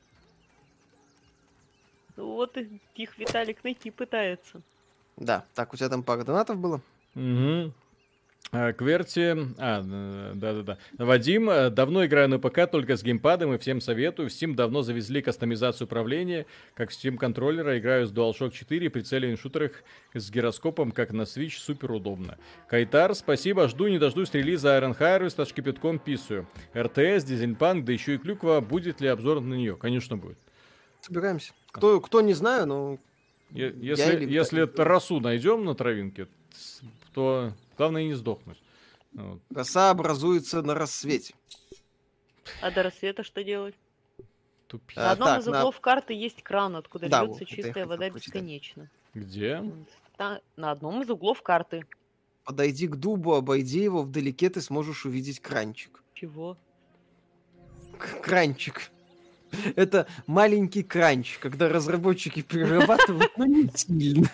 Ну вот и- их Виталик найти пытается. Да, так, у тебя там пара донатов было? Угу. А, Кверти, а, да-да-да. Вадим, э, давно играю на ПК только с геймпадом и всем советую. В Steam давно завезли кастомизацию управления, как в Steam контроллера. Играю с DualShock четыре, прицеливаем в шутерах с гироскопом, как на Switch, супер удобно. Кайтар, спасибо, жду не дождусь релиза Iron Harvest, аж кипятком писаю. эр тэ эс, Дизельпанк, да еще и Клюква, будет ли обзор на нее? Конечно будет. Собираемся. Кто, кто не знаю, но... Е- Я Если, или если Виталий. это росу найдем на травинке, с- то главное не сдохнуть. Вот. Роса образуется на рассвете. А до рассвета что делать? Тупик. На А, одном так, из на- углов карты есть кран, откуда Да, льется вот, это я чистая хотел вода прочитать. бесконечно. Где? Та- На одном из углов карты. Подойди к дубу, обойди его, вдалеке ты сможешь увидеть кранчик. Чего? К- Кранчик. Это маленький кранч, когда разработчики перерабатывают, но не сильно.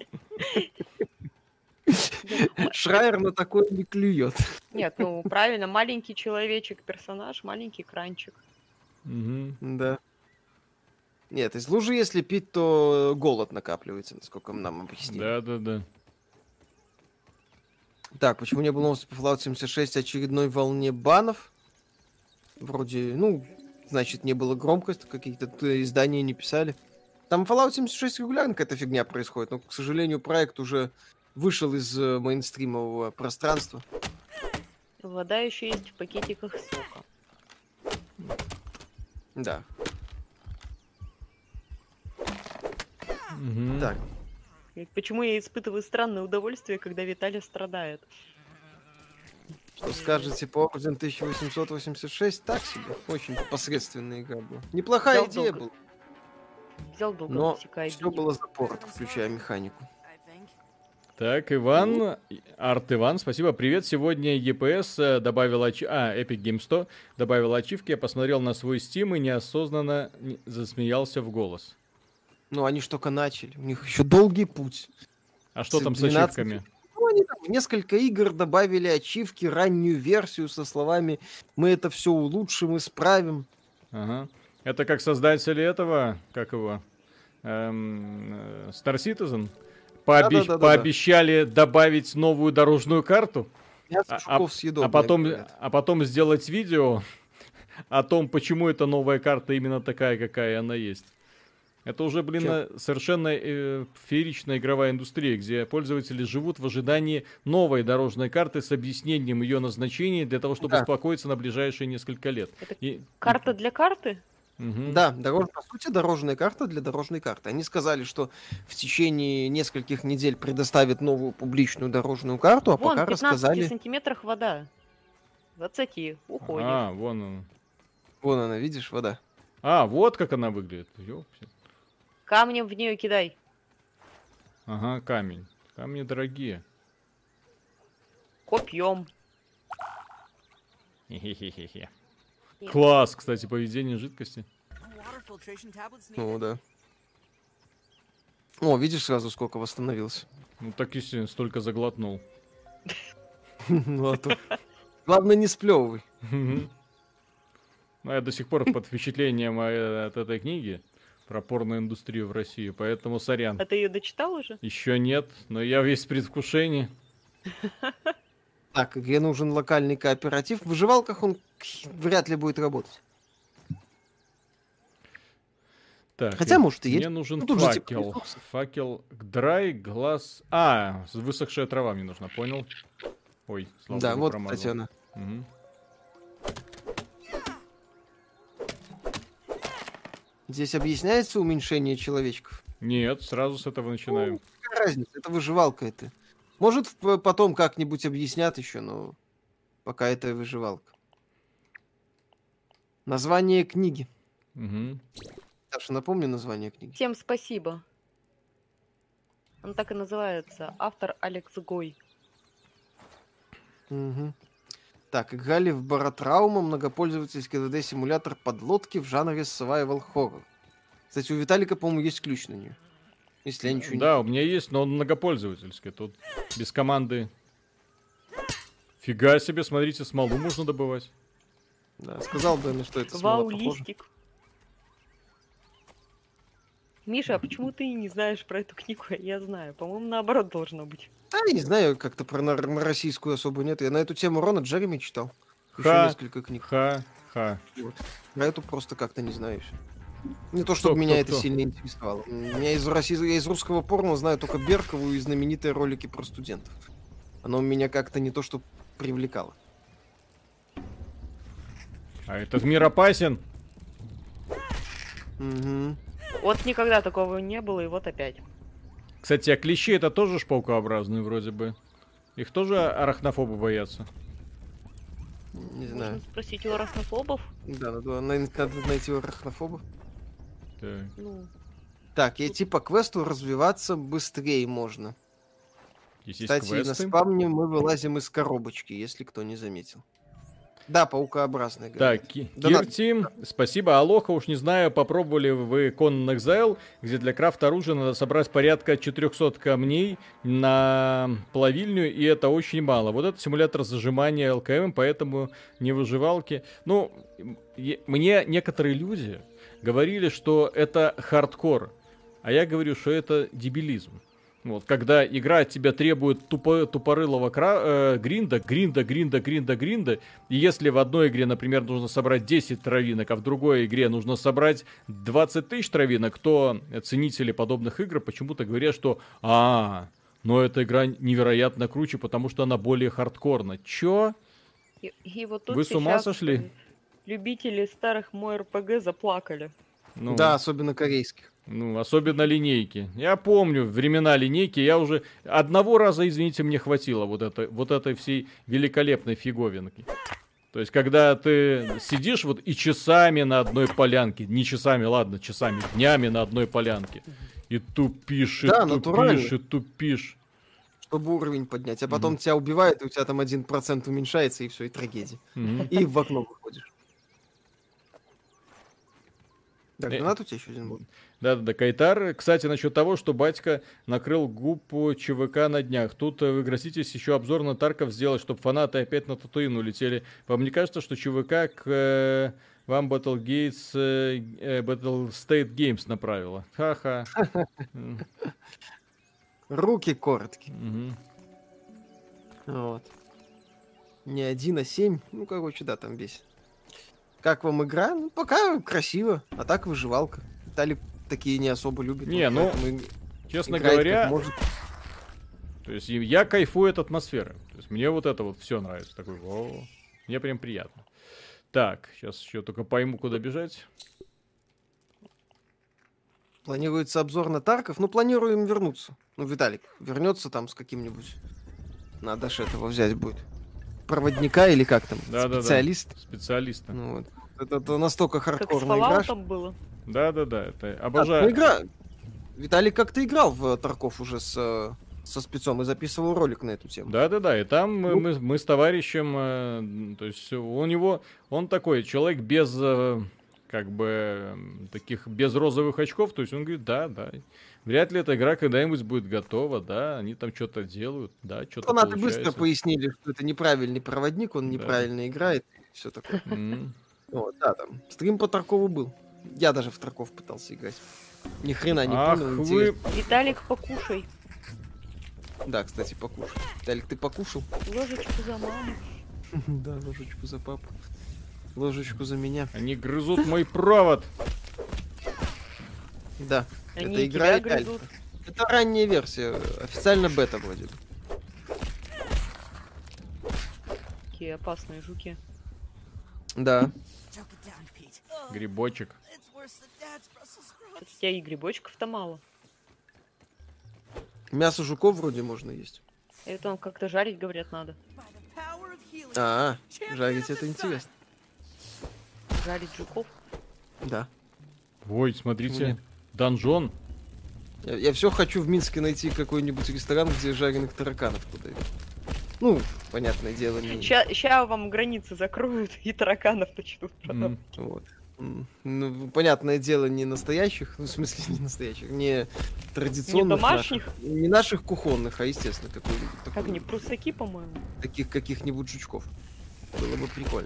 Шрайер на такое не клюет. Нет, ну правильно, маленький человечек, персонаж, маленький кранчик. Мгм. Да. Нет, из лужи, если пить, то голод накапливается, насколько нам объяснили. Да-да-да. Так, почему не было новости по Fallout семьдесят шесть очередной волне банов? Вроде, ну, значит, не было громкости, какие-то т- издания не писали. Там Fallout семьдесят шесть регулярно какая-то фигня происходит, но, к сожалению, проект уже вышел из э, мейнстримового пространства. Вода еще есть в пакетиках сока. Да. Мгм. Так, И почему я испытываю странное удовольствие, когда Виталий страдает? что скажете по Орден тысяча восемьсот восемьдесят шесть? Так себе. Очень посредственная игра была. Неплохая Взял идея долго. была, Взял долго но высекая все бить. было запорото, включая механику. Так, Иван, Арт Иван, спасибо, привет. Сегодня и пи эс э, добавил ачи... А, Epic Games сто добавил ачивки. Я посмотрел на свой Steam и неосознанно не- засмеялся в голос. Ну, они ж только начали. У них еще долгий путь. А что там с двенадцать ачивками? Ну, они там в несколько игр добавили ачивки, раннюю версию со словами «Мы это все улучшим, исправим». Ага. Это как создатели этого, как его, эм, э, Star Citizen, Пообещ- Да-да-да-да-да. пообещали добавить новую дорожную карту, Мясо а, а- жуков съедобное, а потом, говорят. а потом сделать видео о том, почему эта новая карта именно такая, какая она есть. Это уже, блин, Чё? э, совершенно э, фееричная игровая индустрия, где пользователи живут в ожидании новой дорожной карты с объяснением ее назначения для того, чтобы Да. успокоиться на ближайшие несколько лет. Это И- Карта для карты? Мгм. Да, дорож... по сути, дорожная карта для дорожной карты. Они сказали, что в течение нескольких недель предоставят новую публичную дорожную карту, а Вон, пока в пятнадцати рассказали... сантиметрах вода. двадцати. Уходит. А, вон он. Вон она, видишь, вода. А, вот как она выглядит. Ёпсель. Камнем в нее кидай. Ага, камень. Камни дорогие. Копьем. Хе-хе-хе-хе. Нет. Класс, кстати, поведение жидкости. Ну да. О, видишь сразу, сколько восстановился. Ну так если столько заглотнул. Ну а то... Главное, не сплевывай. Мгм. Ну, я до сих пор под впечатлением э, от этой книги про порноиндустрию в России, поэтому сорян. А ты ее дочитал уже? Еще нет, но я весь в предвкушении. Так, игре нужен локальный кооператив. В выживалках он вряд ли будет работать. Так, Хотя, и может, и есть. Мне нужен Ну, тут же типа факел. ресурсы. Факел, драй, глаз... А, высохшая трава мне нужна, понял? Ой, слава Да, богу, вот, промазал. кстати, она. Мгм. Здесь объясняется уменьшение человечков. Нет, сразу с этого начинаем. Какая разница? Это выживалка это. Может, в- потом как-нибудь объяснят еще, но пока это выживалка. Название книги. Мгм. Саша, напомни название книги. Всем спасибо. Он так и называется. Автор Алекс Гой. Угу. Так, играли в Баратраума, многопользовательский ди ди-симулятор подлодки в жанре survival horror. Кстати, у Виталика, по-моему, есть ключ на нее. Если я ничего не... Да, у меня есть, но он многопользовательский. Тут без команды. Фига себе, смотрите, смолу можно добывать. Да, сказал бы, на что это смола похожа. Вау-листик. Миша, а почему ты не знаешь про эту книгу? Я знаю. По-моему, наоборот должно быть. А, я не знаю, как-то про на, на российскую особо нет. Я на эту тему Рона Джереми читал. Еще Ха, несколько книг. ха-ха. Вот. Про эту просто как-то не знаю всё. Не то, Кто, чтобы кто, меня кто? это сильно интересовало. Меня из, России, я из русского порно знаю только Беркову и знаменитые ролики про студентов. Оно меня как-то не то, что привлекало. А этот мир опасен. Угу. Вот никогда такого не было, и вот опять. Кстати, а клещи это тоже ж паукообразные вроде бы. Их тоже арахнофобы боятся. Не знаю. Можно спросить у арахнофобов? Да, надо, надо найти арахнофоба. Так. Ну, Так, и идти по квесту развиваться быстрее можно. Здесь есть Кстати, на квесты. спамне мы вылазим из коробочки, если кто не заметил. Да, паукообразный. говорит. Так, Ки- Да ладно. Кирти, спасибо. Алоха, уж не знаю, попробовали вы Conan Exile, где для крафта оружия надо собрать порядка четырехсот камней на плавильню, и это очень мало. Вот это симулятор зажимания ЛКМ, поэтому не выживалки. Ну, е- мне некоторые люди говорили, что это хардкор, а я говорю, что это дебилизм. Вот, когда игра от тебя требует тупо, тупорылого кра- э, гринда, гринда, гринда, гринда, гринда, и если в одной игре, например, нужно собрать десять травинок, а в другой игре нужно собрать двадцать тысяч травинок, то ценители подобных игр почему-то говорят, что а, но эта игра невероятно круче, потому что она более хардкорна. Чё? и, и вот тут Вы с ума сейчас сошли? любители старых МО-РПГ заплакали. Ну, Да, особенно корейских. Ну, особенно линейки. Я помню времена линейки, я уже одного раза, извините, мне хватило вот, это, вот этой всей великолепной фиговинки. То есть, когда ты сидишь вот и часами на одной полянке, не часами, ладно, часами, днями на одной полянке, и тупишь, и Да, тупишь, натурально. и тупишь. Чтобы уровень поднять. А потом Мгм. тебя убивают, и у тебя там один процент уменьшается, и все, и трагедия. Мгм. И в окно выходишь. Так, Э. гранат у тебя еще один был? Да-да-да, Кайтар. Кстати, насчет того, что батька накрыл группу ЧВК на днях. Тут э, вы грозитесь еще обзор на Тарков сделать, чтобы фанаты опять на Татуин улетели. Вам не кажется, что ЧВК к э, вам Battlegates, э, э, Battle State Games направила? Ха-ха. М, Руки короткие. мгм. Вот. Не один, а семь. Ну, короче, да, там весь. Как вам игра? Ну, пока красиво. А так выживалка. Виталик такие не особо любит. Не, вот ну, поэтому и Честно играет как говоря, может. то есть и я кайфую от атмосферы. То есть мне вот это вот все нравится. Такой, о, мне прям приятно. Так, сейчас еще только пойму, куда бежать. Планируется обзор на Тарков. Ну, планируем вернуться. Ну, Виталик вернется там с каким-нибудь. Надо ж этого взять будет. Проводника или как там? Да-да-да. Специалист. Специалиста. Ну, вот. Это, это настолько Как с хардкорная игра. что- Fallout'ом было. Да-да-да, это Да, обожаю. ну, игра. Виталик как-то играл в Тарков уже с, э, со спецом и записывал ролик на эту тему. Да-да-да, и там мы, Ну. мы, мы с товарищем, э, то есть у него, он такой человек без, э, как бы, э, таких, без розовых очков, то есть он говорит, да, да, вряд ли эта игра когда-нибудь будет готова, да, они там что-то делают, да, что-то Фанаты получается. быстро пояснили, что это неправильный проводник, он Да. неправильно играет, все такое. М. Вот, да, там. Стрим по Таркову был. Я даже в Тарков пытался играть. Ни хрена не Ах понял. вы, интересно. Виталик, покушай. Да, кстати, покушал. Виталик, ты покушал? Ложечку за маму. Да, ложечку за папу. Ложечку за меня. они грызут мой провод. Да. Они Это и игра тебя и грызут. Это ранняя версия. Официально бета вроде бы. Такие опасные жуки. Да. Грибочек. Тут у тебя и грибочков-то мало. Мясо жуков вроде можно есть. Это он как-то жарить, говорят, надо. А, жарить это интересно. Жарить жуков. Да. Ой, смотрите, Нет. донжон. Я, я все хочу в Минске найти какой-нибудь ресторан, где жареных тараканов подают. Ну, понятное дело, не... Сейчас вам границы закроют и тараканов начнут продавать. М. Вот. М, Ну, понятное дело, не настоящих, ну, в смысле, не настоящих, не традиционных Не домашних? наших, не наших кухонных, а, естественно, какой-нибудь Как такой, они, прусаки, по-моему? таких каких-нибудь жучков. Было бы прикольно.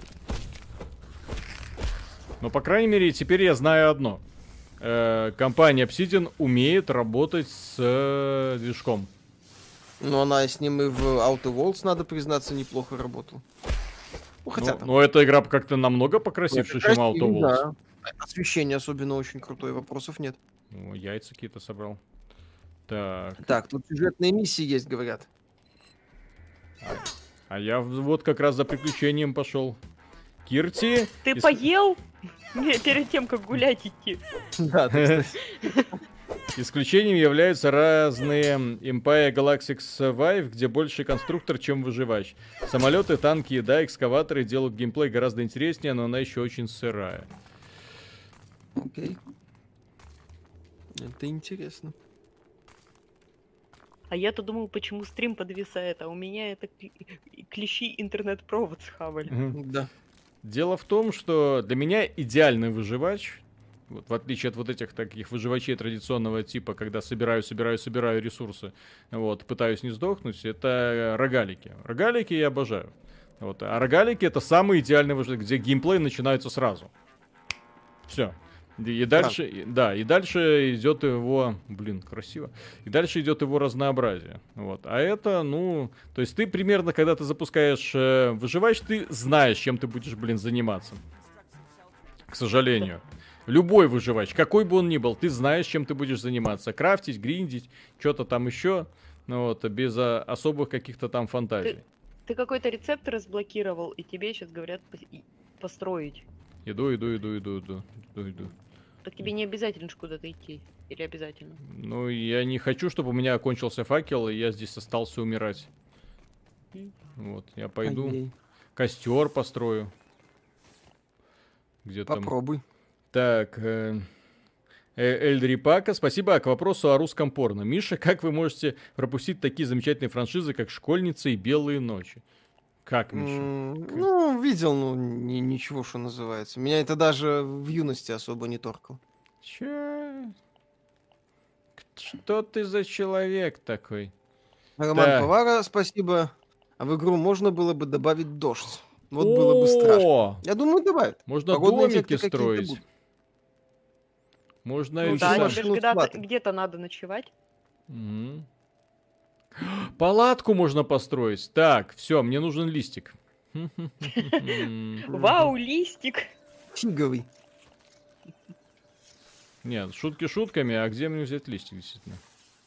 Но, по крайней мере, теперь я знаю одно. Э, компания Obsidian умеет работать с э, движком. Но она с ним и в Outer Worlds, надо признаться, неплохо работала. Ну, хотя Ну, там... но эта игра как-то намного покрасивше, Это чем Outer красиво, Worlds. да. Освещение особенно очень крутое, вопросов нет. О, яйца какие-то собрал. Так. Так, тут сюжетные миссии есть, говорят. А я в- вот как раз за приключением пошел. Кирти. Ты ис- поел? Не, перед тем, как гулять идти. Да, так сказать. Исключением являются разные Empire Galactic Survive, где больше конструктор, чем выживач. Самолеты, танки, еда, экскаваторы делают геймплей гораздо интереснее, но она еще очень сырая. Окей. Это интересно. А я-то думал, почему стрим подвисает, а у меня это кли- клещи интернет-провод схавали. Мгм. Да. Дело в том, что для меня идеальный выживач, вот, в отличие от вот этих таких выживачей традиционного типа, когда собираю, собираю, собираю ресурсы, вот, пытаюсь не сдохнуть, это рогалики. Рогалики я обожаю. Вот, а рогалики это самый идеальный выживач, где геймплей начинается сразу. Все. И дальше, и- да, и дальше идет его, блин, красиво. И дальше идет его разнообразие. Вот. А это, ну, то есть ты примерно, когда ты запускаешь э, выживач, ты знаешь, чем ты будешь, блин, заниматься. К сожалению. Любой выживач, какой бы он ни был, ты знаешь, чем ты будешь заниматься. Крафтить, гриндить, что-то там еще. Ну вот, без а, особых каких-то там фантазий. Ты какой-то рецепт разблокировал, и тебе сейчас говорят пос- и- построить. Иду, иду, иду, иду, иду, иду, иду. Так тебе не обязательно ж куда-то идти. Или обязательно? Ну, я не хочу, чтобы у меня окончился факел, и я здесь остался умирать. М. Вот, я пойду, Ай-яй. костер построю. Где там? Попробуй. Так, э, э, Эльдрипака, спасибо. А к вопросу о русском порно. Миша, как вы можете пропустить такие замечательные франшизы, как «Школьница» и «Белые ночи»? Как, Миша? М, Ну, видел, ну, ни- ничего, что называется. Меня это даже в юности особо не торкало. Чё? Что ты за человек такой? Роман Так. Повара, спасибо. А в игру можно было бы добавить дождь. Вот было бы страшно. О! Я думаю, добавят. Можно Погодные домики эффекты какие-то строить. будут. Можно Ну и да, рисовать. тебе сам- ж Ну, когда-то- ладно. где-то надо ночевать. Мгм. Палатку можно построить. Так, все, мне нужен листик. М. Вау, листик! Фиговый. Нет, шутки шутками, а где мне взять листик, действительно?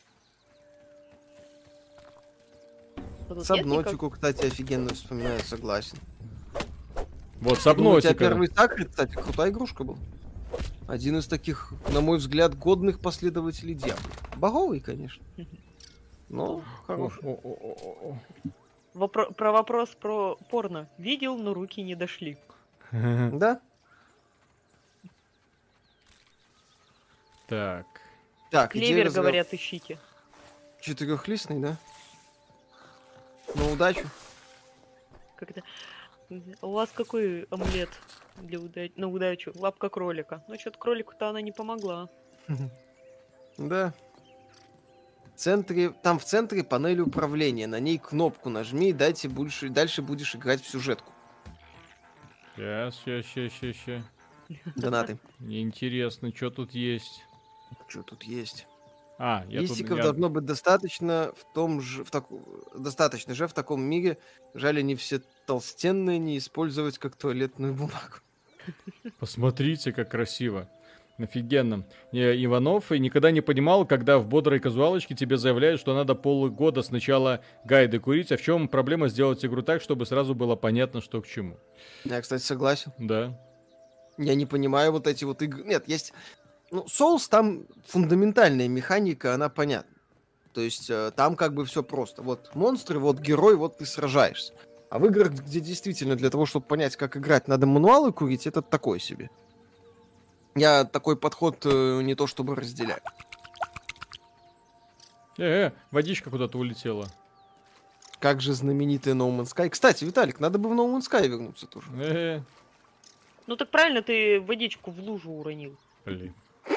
Вот тут нет Сабнотику, кстати, офигенно вспоминаю, согласен. Вот, Я думаю, у тебя сабнотика. первый Сакрит, кстати, крутая игрушка был. Один из таких, на мой взгляд, годных последователей Диабло. Боговый, конечно. Но хороший. О, о, о, о, о. Вопро- про вопрос про порно. Видел, но руки не дошли. о. Да? Так. Так, идея Клевер, разра- говорят, ищите. Четырехлистный, да? На удачу. Как это? У вас какой омлет для уда- на удачу? Лапка кролика. Ну, что-то кролику-то она не помогла. Да. В центре, там в центре панель управления. На ней кнопку нажми, и дайте больше, дальше будешь играть в сюжетку. Сейчас, сейчас, сейчас, сейчас, сейчас. Донаты. Мне интересно, что тут есть. Что тут есть? А, я тут... Листиков я- должно быть достаточно в том же, в таку- достаточно же в таком мире. Жаль, они все толстенные, не использовать как туалетную бумагу. Посмотрите, как красиво. Офигенно. Не, Иванов и никогда не понимал, когда в бодрой казуалочке тебе заявляют, что надо полгода сначала гайды курить, а в чем проблема сделать игру так, чтобы сразу было понятно, что к чему. Я, кстати, согласен. Да. Я не понимаю вот эти вот игры. Нет, есть... Ну, Souls, там фундаментальная механика, она понятна. То есть э, там как бы все просто. Вот монстры, вот герой, вот ты сражаешься. А в играх, где действительно для того, чтобы понять, как играть, надо мануалы курить, это такой себе. Я такой подход э, не то чтобы разделяю. Э, водичка куда-то улетела. Как же знаменитый No Man's Sky. Кстати, Виталик, надо бы в No Man's Sky вернуться тоже. Э, Ну так правильно, ты водичку в лужу уронил. блин.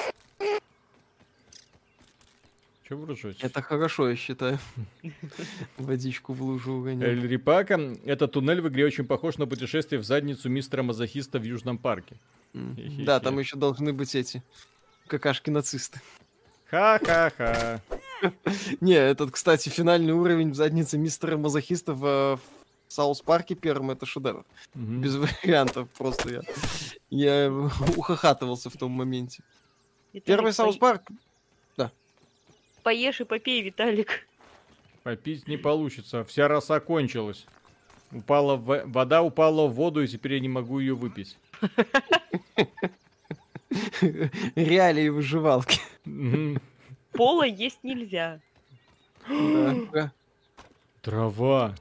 Че вы ржете? Это хорошо, я считаю. Водичку в лужу уронил. Эль Рипака. Этот туннель в игре очень похож на путешествие в задницу мистера Мазохиста в Южном парке. М. Хе-хе-хе. Да, там еще должны быть эти какашки-нацисты. Ха-ха-ха. Не, этот, кстати, финальный уровень в заднице мистера Мазохиста в, э, в Саус Парке первом — это шедевр. Мгм. Без вариантов просто я. Я ухахатывался в том моменте. Виталик, Первый Саус по- Парк. Поешь и попей, Виталик. Попить не получится. Вся роса кончилась. Упала в... Вода упала в воду, и теперь я не могу ее выпить. Реалии выживалки. Мгм. Пола есть нельзя. Да. Трава.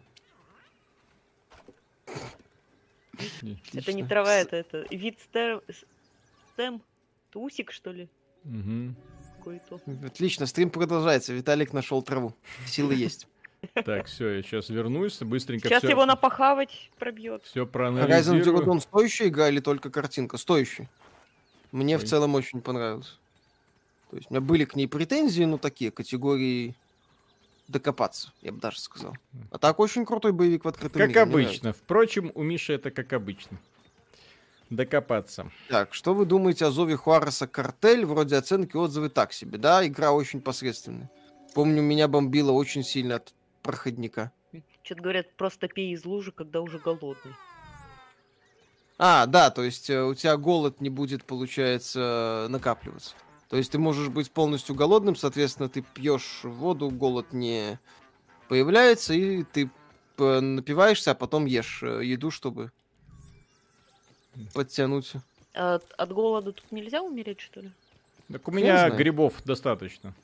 Это не Отлично. трава, С- это, это вид стер... с- стем. Тусик, что ли? Мгм. Какой-то. Отлично, стрим продолжается. Виталик нашел траву. Силы есть. Так, все, я сейчас вернусь, быстренько Сейчас все, его напахавать пробьет. все Horizon Zero проанализирую. Dawn стоящая игра или только картинка? Стоящая. Мне в Ой. целом очень понравилось. То есть у меня были к ней претензии, ну такие категории докопаться, я бы даже сказал. А так очень крутой боевик в открытом Как мире. мне нравится. обычно. Впрочем, у Миши это как обычно. Докопаться. Так, что вы думаете о Зове Хуареса Картель? Вроде оценки, отзывы так себе. Да, игра очень посредственная. Помню, меня бомбило очень сильно от проходника. Что-то говорят, просто пей из лужи, когда уже голодный. А, да, то есть э, у тебя голод не будет, получается, накапливаться. То есть ты можешь быть полностью голодным, соответственно, ты пьешь воду, голод не появляется, и ты п- напиваешься, а потом ешь э, еду, чтобы подтянуть. А от, от голода тут нельзя умереть, что ли? Так у Хрен меня знает. грибов достаточно.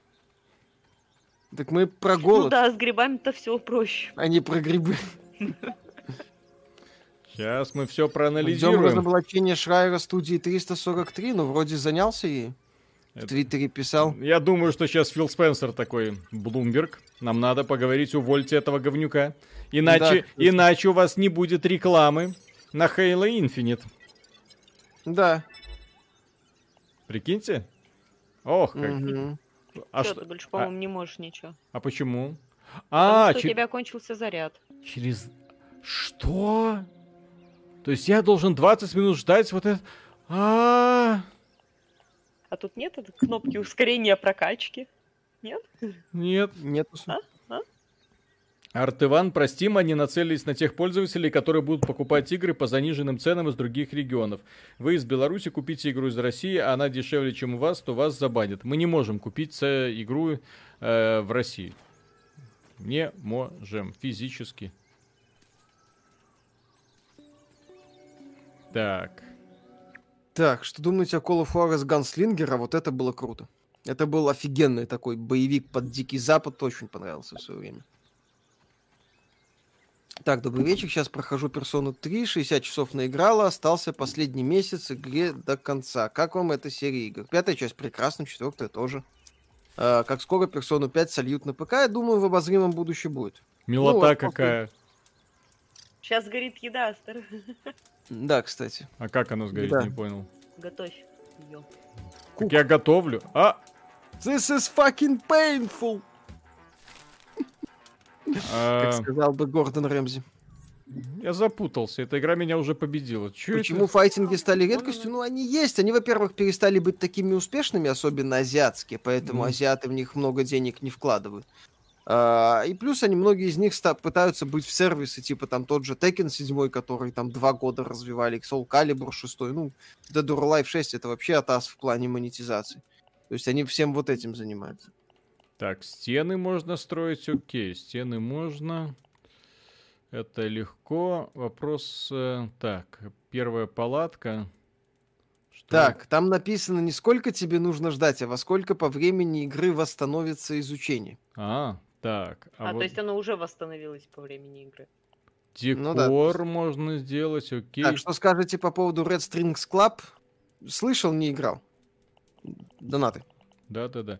Так мы про Ну голод, да, с грибами-то все проще. а не про грибы. Сейчас мы все Ждем проанализируем. разоблачения Шрайера студии триста сорок три, но вроде занялся и в Это- Твиттере писал. Я думаю, что сейчас Фил Спенсер такой, Блумберг, нам надо поговорить, увольте этого говнюка. Иначе, Да. иначе у вас не будет рекламы на Halo Infinite. Да. Прикиньте? Ох, как. Мгм. А, Всё, что- ты больше, по-моему, не можешь ничего. а почему? Потому А, что че- у тебя кончился заряд. через... Что? То есть я должен двадцать минут ждать вот это... А, А тут нет этой кнопки ускорения прокачки? Нет? нет. Нету. А? Артыван, прости, мы не нацелились на тех пользователей, которые будут покупать игры по заниженным ценам из других регионов. Вы из Беларуси купите игру из России, а она дешевле, чем у вас, то вас забанят. Мы не можем купить э, игру э, в России. Не можем. Физически. Так. Так, что думаете о Call of Juarez Gunslingera? Вот это было круто. Это был офигенный такой боевик под Дикий Запад. Очень понравился в свое время. Так, добрый вечер. Сейчас прохожу Персону три. шестьдесят часов наиграла. Остался последний месяц игре до конца. Как вам эта серия игр? Пятая часть прекрасна, четвертая тоже. А, как скоро Персону пять сольют на ПК? Я думаю, в обозримом будущем будет. Милота Ну, вот какая. Сейчас горит еда, Астер. Да, кстати. А как оно сгорит, Да. не понял. Готовь ее. Так я готовлю. А, This is fucking painful, а, как сказал бы Гордон Рэмзи. я запутался. Эта игра меня уже победила. Чё Почему это? файтинги стали редкостью? Ну, они есть. Они, во-первых, перестали быть такими успешными, особенно азиатские, поэтому Мгм. азиаты в них много денег не вкладывают. А, и плюс они, многие из них ста- пытаются быть в сервисы, типа там тот же Tekken семь, который там два года развивали, Soul Calibur шесть, ну, Dead or Alive шесть — это вообще атас в плане монетизации. То есть они всем вот этим занимаются. Так, стены можно строить, окей. Стены можно. Это легко. Вопрос... э, Так, первая палатка. Что? Так, там написано не сколько тебе нужно ждать, а во сколько по времени игры восстановится изучение. А, так. А, А, вот то есть оно уже восстановилось по времени игры. декор ну да. можно сделать, окей. Так, что скажете по поводу Red Strings Club? Слышал, не играл. Донаты. Да-да-да.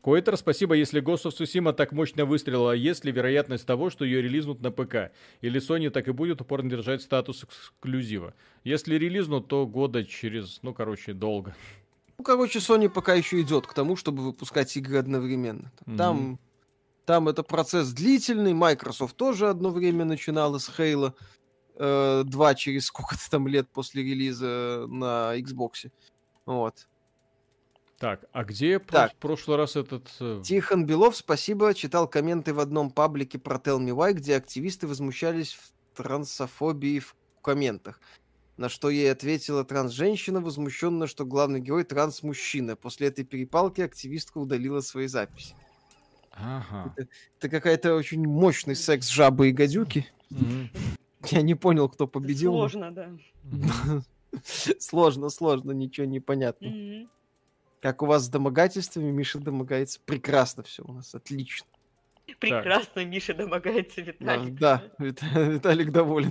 Койтер, спасибо, если Ghost of Tsushima так мощно выстрелила, есть ли вероятность того, что ее релизнут на ПК? Или Sony так и будет упорно держать статус эксклюзива? Если релизнут, то года через, ну, короче, долго. Ну, короче, Sony пока еще идет к тому, чтобы выпускать игры одновременно. Там, mm-hmm. там это процесс длительный, Microsoft тоже одно время начинала с Halo э, два через сколько-то там лет после релиза на Xbox. Вот. Так, а где так. в прошлый раз этот... Тихон Белов, спасибо, читал комменты в одном паблике про Tell Me Why, где активисты возмущались в трансофобии в комментах. На что ей ответила транс-женщина, возмущенно, что главный герой транс-мужчина. После этой перепалки активистка удалила свои записи. Ага. Это, это какая-то очень мощный секс жабы и гадюки. Mm-hmm. Я не понял, кто победил. Сложно, да. Сложно, сложно, ничего не понятно. Как у вас с домогательствами? Миша домогается. Прекрасно все у нас, отлично. Прекрасно так. Миша домогается, Виталик. Да, да, Виталик доволен.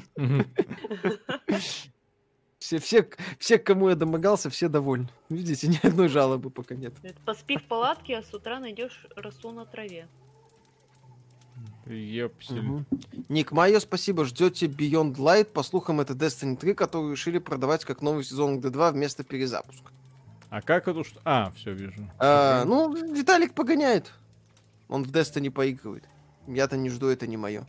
Все, все, все, к кому я домогался, все довольны. Видите, ни одной жалобы пока нет. Поспи в палатке, а с утра найдешь росу на траве. Угу. Ник Майо, спасибо. Ждете Beyond Light? По слухам, это Destiny три, которую решили продавать как новый сезон ди два вместо перезапуска. А как это? А, все вижу. А, ну, Виталик погоняет. Он в Destiny поигрывает. Я-то не жду, это не мое.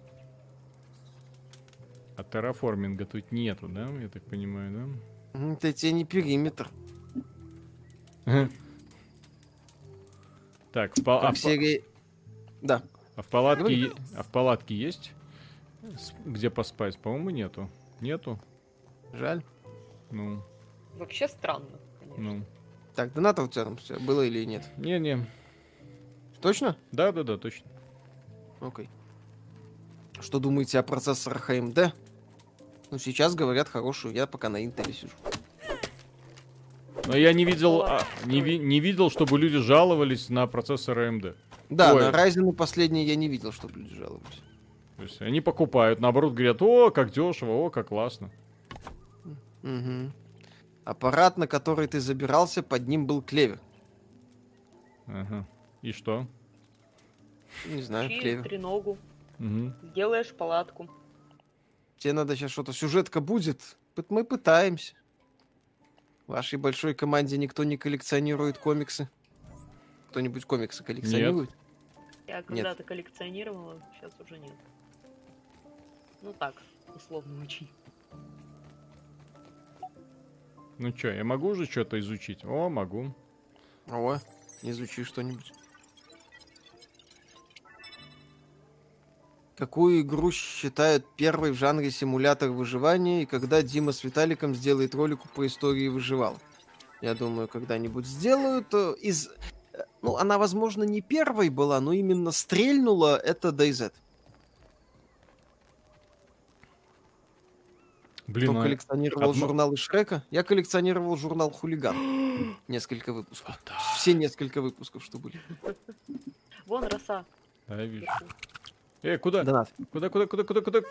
А терраформинга тут нету, да? Я так понимаю, да? Это тебе не периметр. Так, в пал... а, серии... да. а в палатке, а в палатке есть? Где поспать? По-моему, нету. Нету? Жаль. Ну. Вообще странно, конечно. Ну. Так, донатов у тебя там было или нет? Не-не. Точно? Да-да-да, точно. Окей. Что думаете о процессорах эй эм ди? Ну, сейчас говорят хорошую, я пока на Intel сижу. Но я не видел, а, не, ви, не видел, чтобы люди жаловались на процессор эй эм ди. Да, Ой. На Ryzen последние я не видел, чтобы люди жаловались. То есть они покупают, наоборот, говорят, о, как дешево, о, как классно. Угу. Аппарат, на который ты забирался, под ним был клевер. Ага. И что? Не знаю, Чи, клевер. треногу. Угу. Делаешь палатку. Тебе надо сейчас что-то, сюжетка будет. Мы пытаемся. В вашей большой команде никто не коллекционирует комиксы? Кто-нибудь комиксы коллекционирует? Нет. Я когда-то коллекционировала, сейчас уже нет. Ну так, условно очень. Ну чё, я могу уже что-то изучить? О, могу. О, изучи что-нибудь. Какую игру считают первой в жанре симулятор выживания, и когда Дима с Виталиком сделает ролик по истории выживал? Я думаю, когда-нибудь сделают. Из... Ну, она, возможно, не первой была, но именно стрельнула, это DayZ. Блин, Кто а... коллекционировал Одно... журналы Шрека? Я коллекционировал журнал «Хулиган». Несколько выпусков. Да. Все несколько выпусков, что были. Вон роса. Да, я вижу. Э, куда? Донат. Куда, куда, куда, куда, куда?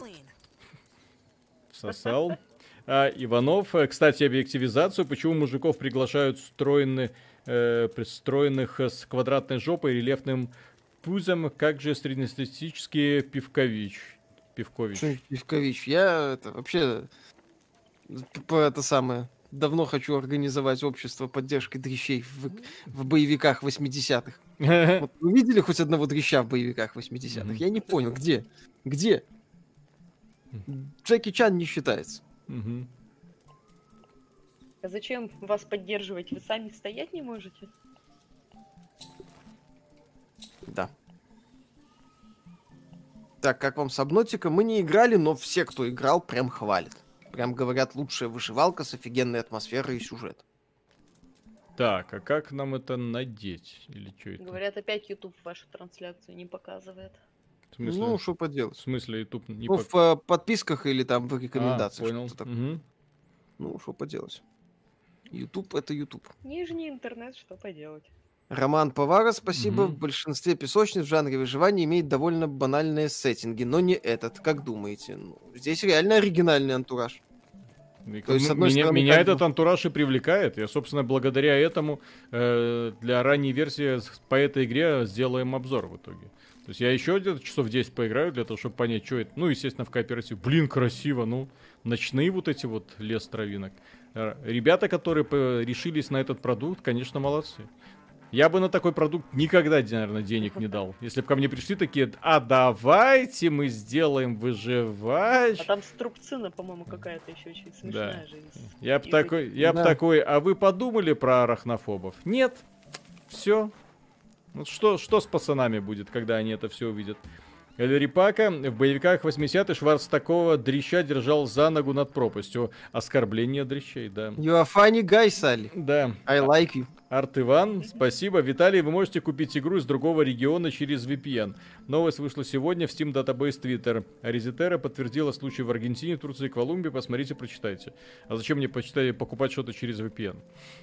Сосал. А, Иванов, кстати, объективизацию. Почему мужиков приглашают стройны, э, пристроенных с квадратной жопой и рельефным пузом? Как же среднестатистические пивкович? Пивкович. Что Пивкович? Я это вообще это самое. Давно хочу организовать общество поддержки дрищей в, в боевиках восьмидесятых. Вот вы видели хоть одного дрища в боевиках восьмидесятых? Mm-hmm. Я не понял, где? Где? Джеки Чан не считается. Mm-hmm. А зачем вас поддерживать? Вы сами стоять не можете? Да. Так, как вам Сабнотика? Мы не играли, но все, кто играл, прям хвалят. Прям говорят, лучшая вышивалка с офигенной атмосферой и сюжет. Так, а как нам это надеть? Или что это? Говорят, опять YouTube вашу трансляцию не показывает. В смысле? Ну, что поделать. В смысле YouTube не Ну, пок... в uh, подписках или там в рекомендациях. А, понял. Угу. Ну, что поделать. YouTube — это YouTube. Нижний интернет, что поделать. Роман Повара, спасибо. Угу. В большинстве песочниц в жанре выживания имеет довольно банальные сеттинги, но не этот. Как думаете? Ну, здесь реально оригинальный антураж. То есть, с одной меня стороны, меня как этот бы- антураж и привлекает. Я, собственно, благодаря этому э, для ранней версии с- по этой игре сделаем обзор в итоге. То есть я еще где-то часов десять поиграю для того, чтобы понять, что это. Ну, естественно, в кооперативе. Блин, красиво, ну. Ночные вот эти вот лес травинок. Э, Ребята, которые по- решились на этот продукт, конечно, молодцы. Я бы на такой продукт никогда, наверное, денег не дал. Если бы ко мне пришли такие, а давайте мы сделаем А выживач. там струбцина, по-моему, какая-то еще очень смешная же. из- Я бы из такой, этих- я б Да. такой, а вы подумали про арахнофобов? Нет. Все. Вот что, что с пацанами будет, когда они это все увидят? Эльрипака в боевиках восьмидесятых Шварц такого дрища держал за ногу над пропастью. Оскорбление дрищей, да. You are funny guy, Sally. Да. I like you. Арт Иван, спасибо. Виталий, вы можете купить игру из другого региона через ви пи эн. Новость вышла сегодня в Steam Database Twitter. Резетера подтвердила случай в Аргентине, Турции и Колумбии. Посмотрите, прочитайте. А зачем мне почитать, покупать что-то через ви пи эн?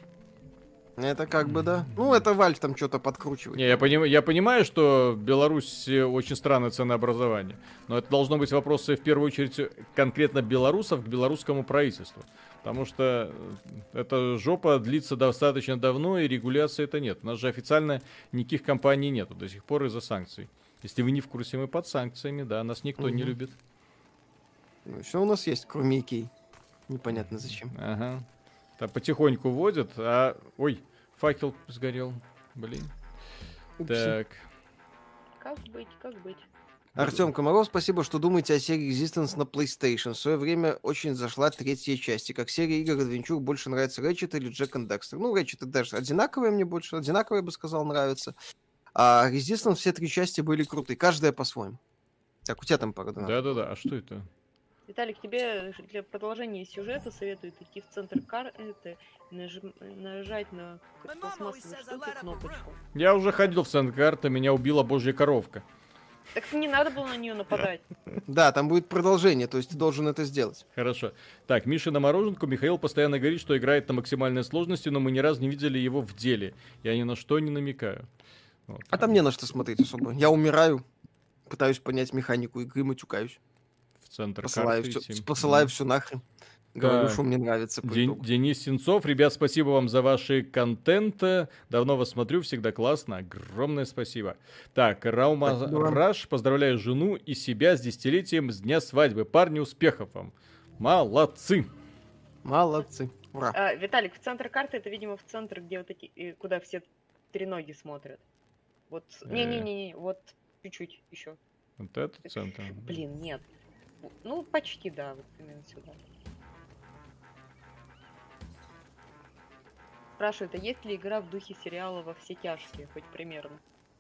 Это как бы, да. Ну, это Valve там что-то подкручивает. Не, я, поним, я понимаю, что Беларусь э, очень странное ценообразование. Но это должно быть вопросы в первую очередь конкретно белорусов к белорусскому правительству. Потому что эта жопа длится достаточно давно, и регуляции это нет. У нас же официально никаких компаний нету до сих пор из-за санкций. Если вы не в курсе, мы под санкциями, да, нас никто не Мгм. любит. Ну, что у нас есть, кроме Икей? Непонятно зачем. Ага. Там потихоньку водят, а... Ой, факел сгорел. Блин. Упси. Так. Как быть, как быть? Артем Комаров, спасибо, что думаете о серии Existence на PlayStation. В свое время очень зашла третья часть. И как серия игр Adventure больше нравится Ratchet или Jack and Dexter? Ну, Ratchet даже одинаковые мне больше, одинаковые, я бы сказал, нравятся. А Resistance все три части были крутые, каждая по-своему. Так, у тебя там пара донатов. Да-да-да, а что это? Виталик, тебе для продолжения сюжета советуют идти в центр карты, нажим- нажать на пластмассовую штуку кнопочку. Я уже ходил в центр карты, меня убила божья коровка. Так не надо было на нее нападать. Да, там будет продолжение, то есть ты должен это сделать. Хорошо. Так, Миша на мороженку. Михаил постоянно говорит, что играет на максимальной сложности, но мы ни разу не видели его в деле. Я ни на что не намекаю. Вот. А там не на что смотреть особо. Я умираю, пытаюсь понять механику игры, матюкаюсь. В центр Посылаю карты все, идти. посылаю Мгм. все нахрен. Говорю, Да. что мне нравится. по Ден- итогу. Денис Сенцов. Ребят, спасибо вам за ваши контенты. Давно вас смотрю, всегда классно. Огромное спасибо. Так, Раума Спасибо вам. Раш. Поздравляю жену и себя с десятилетием с дня свадьбы. Парни, успехов вам. Молодцы. Молодцы. Ура. А, Виталик, в центр карты это, видимо, в центр, где вот эти, э, куда все треноги смотрят. Вот. Э. Не-не-не, вот чуть-чуть еще. Вот это центр. Блин, нет. Ну, почти, да, вот именно сюда. Спрашивают, а есть ли игра в духе сериала «Во все тяжкие», хоть примерно?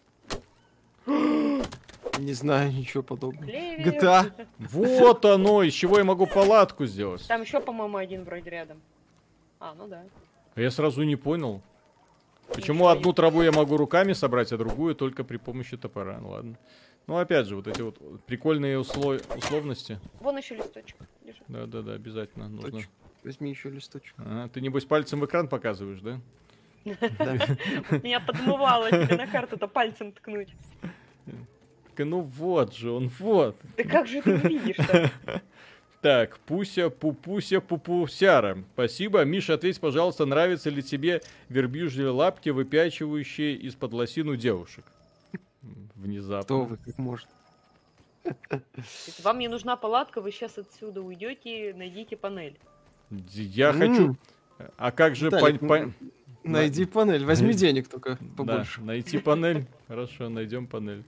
Не знаю ничего подобного. Клевер. джи ти эй? Вот оно, из чего я могу палатку сделать. Там еще, по-моему, один вроде рядом. А, ну да. А я сразу не понял. Почему что, одну и- траву я могу руками собрать, а другую только при помощи топора? Ну ладно. Ну опять же, вот эти вот прикольные услов... условности. Вон еще листочек лежит. Да-да-да, обязательно нужно. Точно. Возьми еще листочек. Ага, ты небось пальцем в экран показываешь, да? Меня подмывало тебе на карту-то пальцем ткнуть. Так, ну вот же он, вот. Да как же ты не видишь-то? Так, Пуся, Пупуся, Пупусяра. Спасибо. Миша, ответь, пожалуйста, нравятся ли тебе верблюжьи лапки, выпячивающие из-под лосину девушек? Внезапно. Кто вы, как может. Если вам не нужна палатка, вы сейчас отсюда уйдете, найдите панель. Я хочу... М, А как же... Виталик, пон- пон- Найди панель, возьми денег только Да, побольше. найти панель. Хорошо, найдем панель.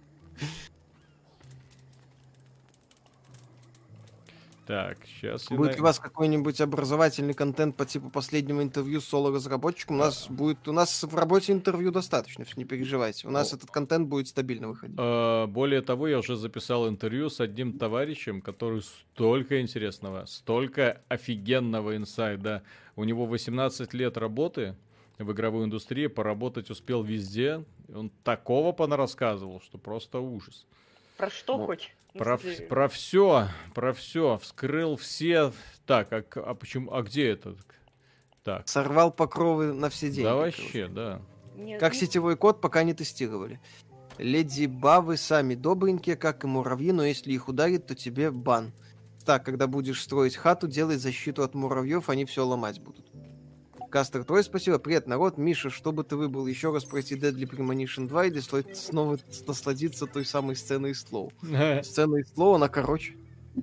Так, сейчас... Будет у вас какой-нибудь образовательный контент по типу последнего интервью с соло-разработчиком, у нас будет, у нас в работе интервью достаточно, не переживайте. У нас О. этот контент будет стабильно выходить. Э, Более того, я уже записал интервью с одним товарищем, который столько интересного, столько офигенного инсайда. У него восемнадцать лет работы в игровой индустрии, поработать успел везде. Он такого понарассказывал, что просто ужас. Про что Ну, хоть? Ну, Про, в смысле, про все, про все. Вскрыл все. Так, а, к- а почему? А где это? Так, Сорвал покровы на все деньги. да короче. вообще, да. не- Как не- сетевой код пока не тестировали. Леди Бавы сами добренькие, как и муравьи, но если их ударит, то тебе бан. Так, когда будешь строить хату, делай защиту от муравьев, они все ломать будут. Кастер Трой, спасибо. Привет, народ. Миша, что бы ты выбрал? Еще раз пройти Deadly Premonition два или стоит снова насладиться той самой сценой из Слоу? Сцена из Слоу, она короче.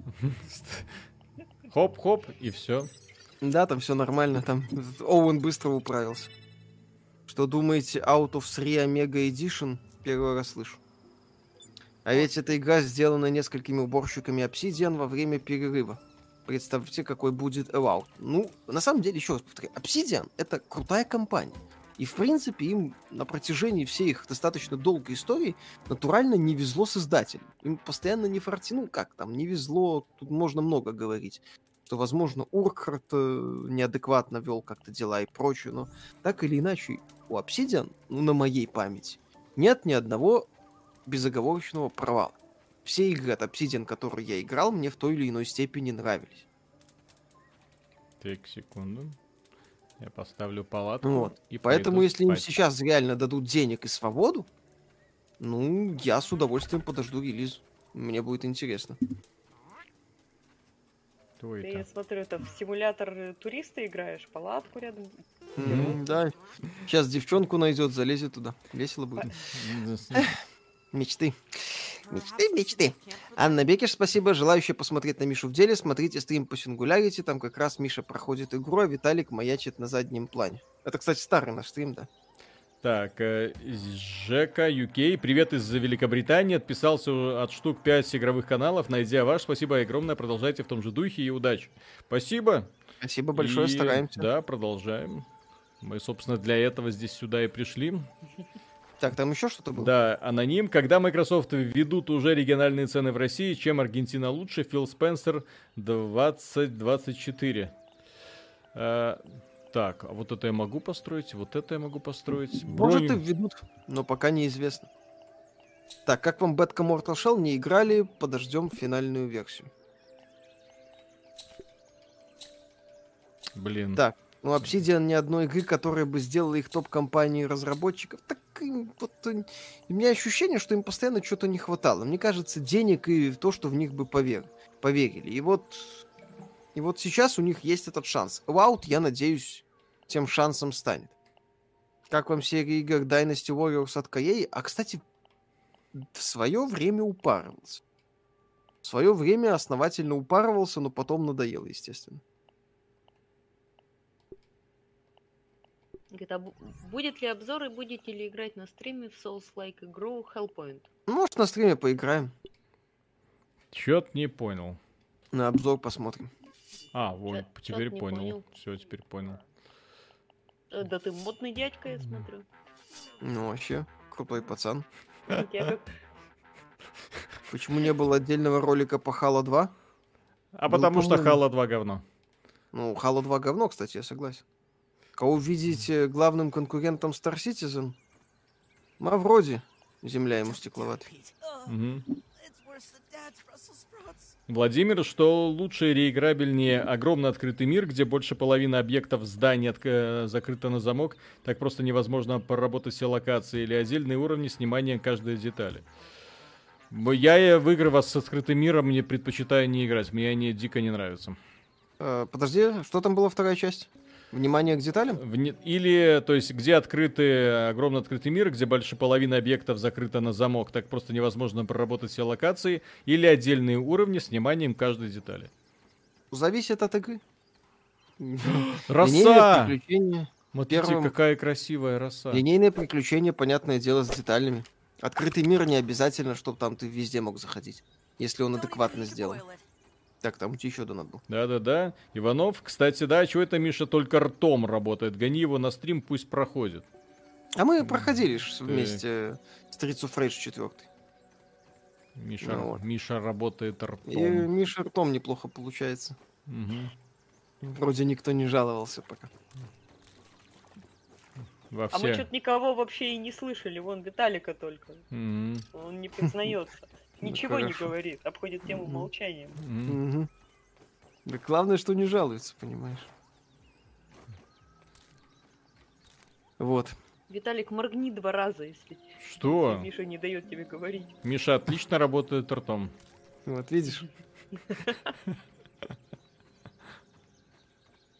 Хоп-хоп, и все. Да, там все нормально. Там Оуэн быстро управился. Что думаете, Out of три Omega Edition? Первый раз слышу. А ведь эта игра сделана несколькими уборщиками Obsidian во время перерыва. Представьте, какой будет Fallout. Ну, на самом деле, еще раз повторяю, Obsidian — это крутая компания. И, в принципе, им на протяжении всей их достаточно долгой истории натурально не везло с издателем. Им постоянно не форти... Ну, как там, не везло, тут можно много говорить. Что, возможно, Уркхарт э, неадекватно вел как-то дела и прочее, но так или иначе, у Obsidian, ну, на моей памяти, нет ни одного безоговорочного провала. Все игры от Obsidian, которые я играл, мне в той или иной степени нравились. Так, секунду. Я поставлю палатку. Вот. И поэтому, если им спать. сейчас реально дадут денег и свободу, ну, я с удовольствием подожду релиз. Мне будет интересно. Кто Ты, это? я смотрю, это в симулятор туриста играешь, палатку рядом. М, Да. Сейчас девчонку найдет, залезет туда. Весело будет. Мечты. Мечты, мечты. Анна Бекеш, спасибо. Желающие посмотреть на Мишу в деле, смотрите стрим по Singularity. Там как раз Миша проходит игру, а Виталик маячит на заднем плане. Это, кстати, старый наш стрим, да? Так, э, Жека ю кей, привет из Великобритании. Отписался от штук пять игровых каналов. Найдя ваш, спасибо огромное. Продолжайте в том же духе и удачи. Спасибо. Спасибо большое, И, стараемся. Да, продолжаем. Мы, собственно, для этого здесь сюда и пришли. Так, там еще что-то было? Да, аноним. Когда Microsoft введут уже региональные цены в России, чем Аргентина лучше? Фил Спенсер двадцать двадцать четыре. А, так, а вот это я могу построить, вот это я могу построить. Может, Броню- и введут, но пока неизвестно. Так, как вам Бэтка Mortal Shell? Не играли, подождем финальную версию. Блин. Так, ну Obsidian ни одной игры, которая бы сделала их топ-компанией разработчиков. Так и вот э, у меня ощущение, что им постоянно что-то не хватало. Мне кажется, денег и в то, что в них бы повер... поверили. И вот, и вот сейчас у них есть этот шанс. Fallout, я надеюсь, тем шансом станет. Как вам серия игр Dynasty Warriors от Кей? А, кстати, в свое время упарывался. В свое время основательно упарывался, но потом надоело, естественно. Говорит, а бу- будет ли обзор и будете ли играть на стриме в Souls-like игру Hellpoint? Ну, может, на стриме поиграем. Чё-то не понял. На обзор посмотрим. А, вот, Чё- теперь чё-то не понял. понял. Все, теперь понял. Э, Да ты модный дядька, я смотрю. Ну, вообще, крутой пацан. У тебя как- Почему не было отдельного ролика по Halo два? А Ну, потому что по-моему. Halo два говно. Ну, Halo два говно, кстати, я согласен. Кого видите главным конкурентом Star Citizen? Мавроди. Земля ему стекловатая. Мгм. Владимир, что лучше и реиграбельнее огромный открытый мир, где больше половины объектов зданий отк- э, закрыто на замок, так просто невозможно проработать все локации, или отдельные уровни с вниманием каждой детали. Б- Я э, в игры вас с открытым миром не предпочитаю не играть, мне они дико не нравятся. Э, подожди, что там была вторая часть? Внимание к деталям? Вне- Или, то есть, где открытый, огромный открытый мир, где больше половины объектов закрыто на замок, так просто невозможно проработать все локации, или отдельные уровни с вниманием каждой детали. Зависит от игры. Роса! Линейное приключение. Смотрите, первым- какая красивая роса. Линейное приключение, понятное дело, с деталями. Открытый мир не обязательно, чтобы там ты везде мог заходить. Если он адекватно сделан. Так, там у тебя еще донат был. Да-да-да. Иванов, кстати, да, чего это Миша только ртом работает? Гони его на стрим, пусть проходит. А мы проходили ж вместе Streets of Rage четыре. Миша, Ну вот. Миша работает И ртом. Миша ртом неплохо получается. Мгм. Вроде никто не жаловался пока. Во А мы все. что-то никого вообще и не слышали. Вон Виталика только. Мгм. Он не признается. Ничего не хорошо. говорит. Обходит тему Мгм. молчанием. Мгм. Мгм. Да главное, что не жалуется, понимаешь. Вот. Виталик, моргни два раза, если Что? Миша не дает тебе говорить. Миша отлично работает ртом. Вот, видишь?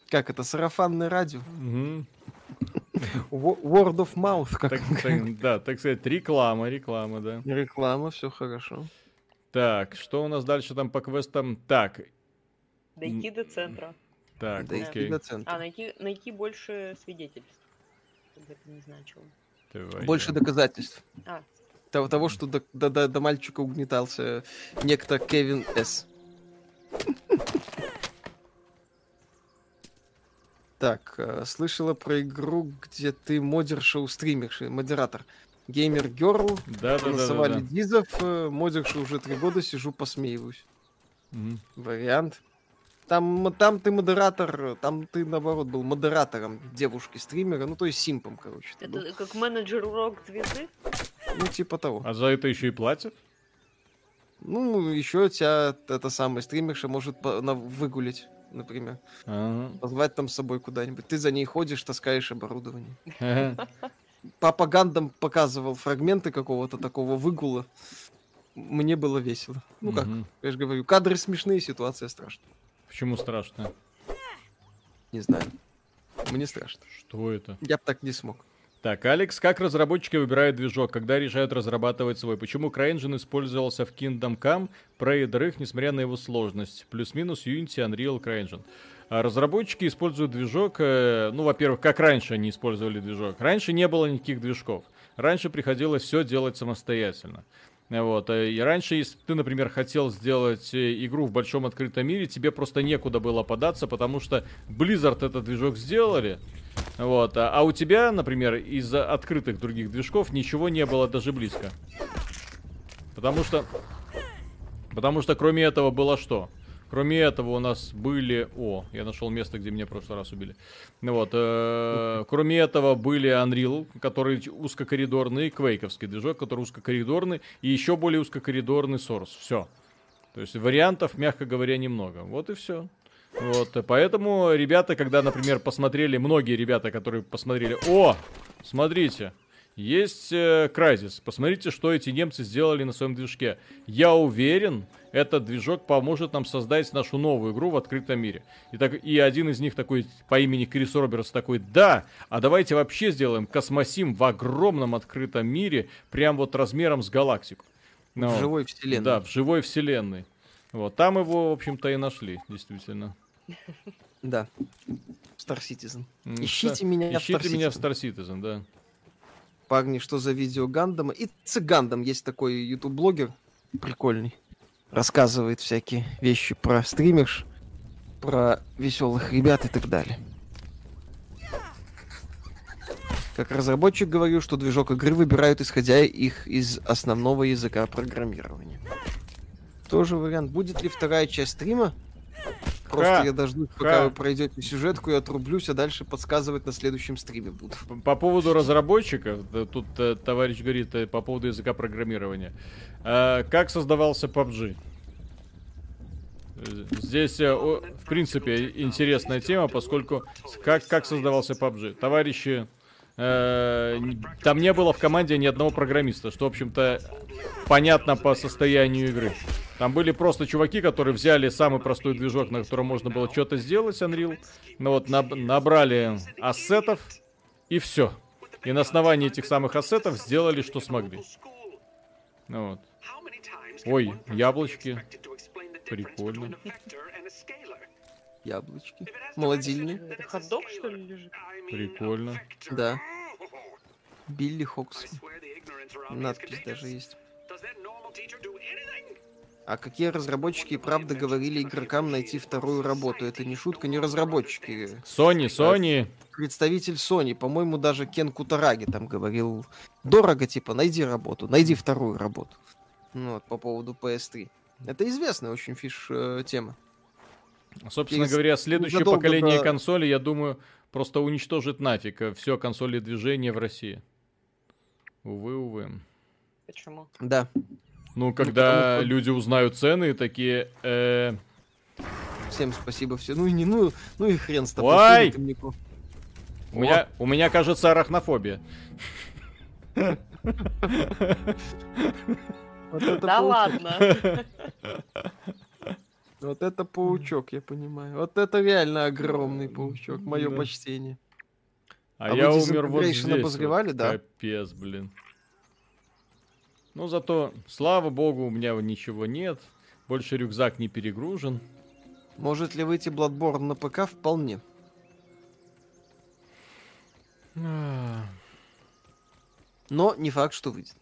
Как это, сарафанное радио? Мгм. Wo- Word of mouth, как Так- так- Да, так сказать, реклама, реклама, да. реклама, все хорошо. Так, что у нас дальше там по квестам? Так, Дойти до центра. так, Дойти окей. до центра. А, найти, найти больше свидетельств. Чтобы это не значило. Давай, Больше да. доказательств А, того, того, что до, до- до- до мальчика угнетался некто Кевин С. Так, э, слышала про игру, где ты модерша у стримерши, модератор. Геймер Герл, Да, да, да, да, насовали да. дизов, э, модерша уже три года сижу, посмеиваюсь. Мгм. Вариант. Там, м- там ты модератор, там ты, наоборот, был модератором девушки-стримера, ну, то есть симпом, короче. ты был. это как менеджер рок-звезды? Ну, типа того. А за это еще и платят? Ну, еще тебя эта самая стримерша может по- на- выгулить, например. Ага. Позвать там с собой куда-нибудь. Ты за ней ходишь, таскаешь оборудование. Ага. Папа Гандам показывал фрагменты какого-то такого выгула. Мне было весело. Ну как, Мгм. я же говорю, кадры смешные, ситуация страшная. Почему страшно? Не знаю. Мне страшно. Что это? Я бы так не смог. Так, Алекс, как разработчики выбирают движок, когда решают разрабатывать свой? Почему CryEngine использовался в Kingdom Come, Prey и Drake, несмотря на его сложность? Плюс-минус Unity, Unreal, CryEngine. А разработчики используют движок, э, ну, во-первых, как раньше они использовали движок. Раньше не было никаких движков. Раньше приходилось все делать самостоятельно. Вот. э, И раньше, если ты, например, хотел сделать э, игру в большом открытом мире, тебе просто некуда было податься, потому что Blizzard этот движок сделали. Вот. А, а у тебя, например, из открытых других движков ничего не было даже близко. Потому что... Потому что кроме этого было что? Кроме этого у нас были... О, я нашел место, где меня в прошлый раз убили. Ну вот. э, Кроме этого были Unreal, который узкокоридорный, квейковский движок, который узкокоридорный, и еще более узкокоридорный Source. Все. То есть вариантов, мягко говоря, немного. Вот и все. Вот, и поэтому ребята, когда, например, посмотрели, многие ребята, которые посмотрели, о, смотрите, есть э, Crysis, посмотрите, что эти немцы сделали на своем движке. Я уверен, этот движок поможет нам создать нашу новую игру в открытом мире. И, так, и один из них такой, по имени Крис Робертс, такой, да, а давайте вообще сделаем космосим в огромном открытом мире, прям вот размером с галактику. Ну, В живой вселенной. Да, в живой вселенной. Вот, там его, в общем-то, и нашли, действительно. Да. Star Citizen. М, Ищите Ста- меня в Ищите Star меня в Citizen. Star Citizen, да. Парни, что за видео Гандама? И Гандам есть такой ютуб-блогер прикольный. Рассказывает всякие вещи про стримерш, про веселых ребят и так далее. Как разработчик говорю, что движок игры выбирают, исходя их из основного языка программирования. Тоже вариант. Будет ли вторая часть стрима? Просто Ха, я дождусь, пока ха. вы пройдете сюжетку и отрублюсь, а дальше подсказывать на следующем стриме буду. По- По поводу разработчиков, да, тут э, товарищ говорит э, по поводу языка программирования. Э, как создавался пабг? Э, Здесь, э, о, в принципе, интересная тема, поскольку с- как, как создавался пабг? Товарищи, э, н- там не было в команде ни одного программиста, что, в общем-то, понятно по состоянию игры. Там были просто чуваки, которые взяли самый простой движок, на котором можно было что-то сделать, Unreal. Ну вот, наб- набрали ассетов, и все. И на основании этих самых ассетов сделали, что смогли. Ну вот. Ой, яблочки. Прикольно. Яблочки. Молодильные. Это хот-дог, что ли, лежит? Прикольно. Да. Билли Хокс. Надпись даже есть. А какие разработчики и правда говорили игрокам найти вторую работу? Это не шутка, не разработчики. Sony, Sony. Представитель Sony, по-моему, даже Кен Кутараги там говорил, дорого, типа, найди работу, найди вторую работу. Ну, вот, по поводу пи эс три. Это известная очень фиш э, тема. Собственно Через- говоря, следующее незадолго поколение до- консолей, я думаю, просто уничтожит нафиг все консоли движения в России. Увы, увы. Почему? Да. Ну, когда потому что- люди узнают цены, такие... э, Всем спасибо, все. Ну и не, ну, ну и хрен с тобой. Ой! Sony, ты мне ко- У меня, у меня, кажется, арахнофобия. Вот это Да получается. ладно. Вот это паучок, я понимаю. Вот это реально огромный паучок. Мое Да. почтение. А, А я вы умер вот Disintegration здесь. обозревали, вот. да? Капец, блин. Ну, зато, слава богу, у меня ничего нет. Больше рюкзак не перегружен. Может ли выйти Bloodborne на ПК? Вполне. А, Но не факт, что выйдет.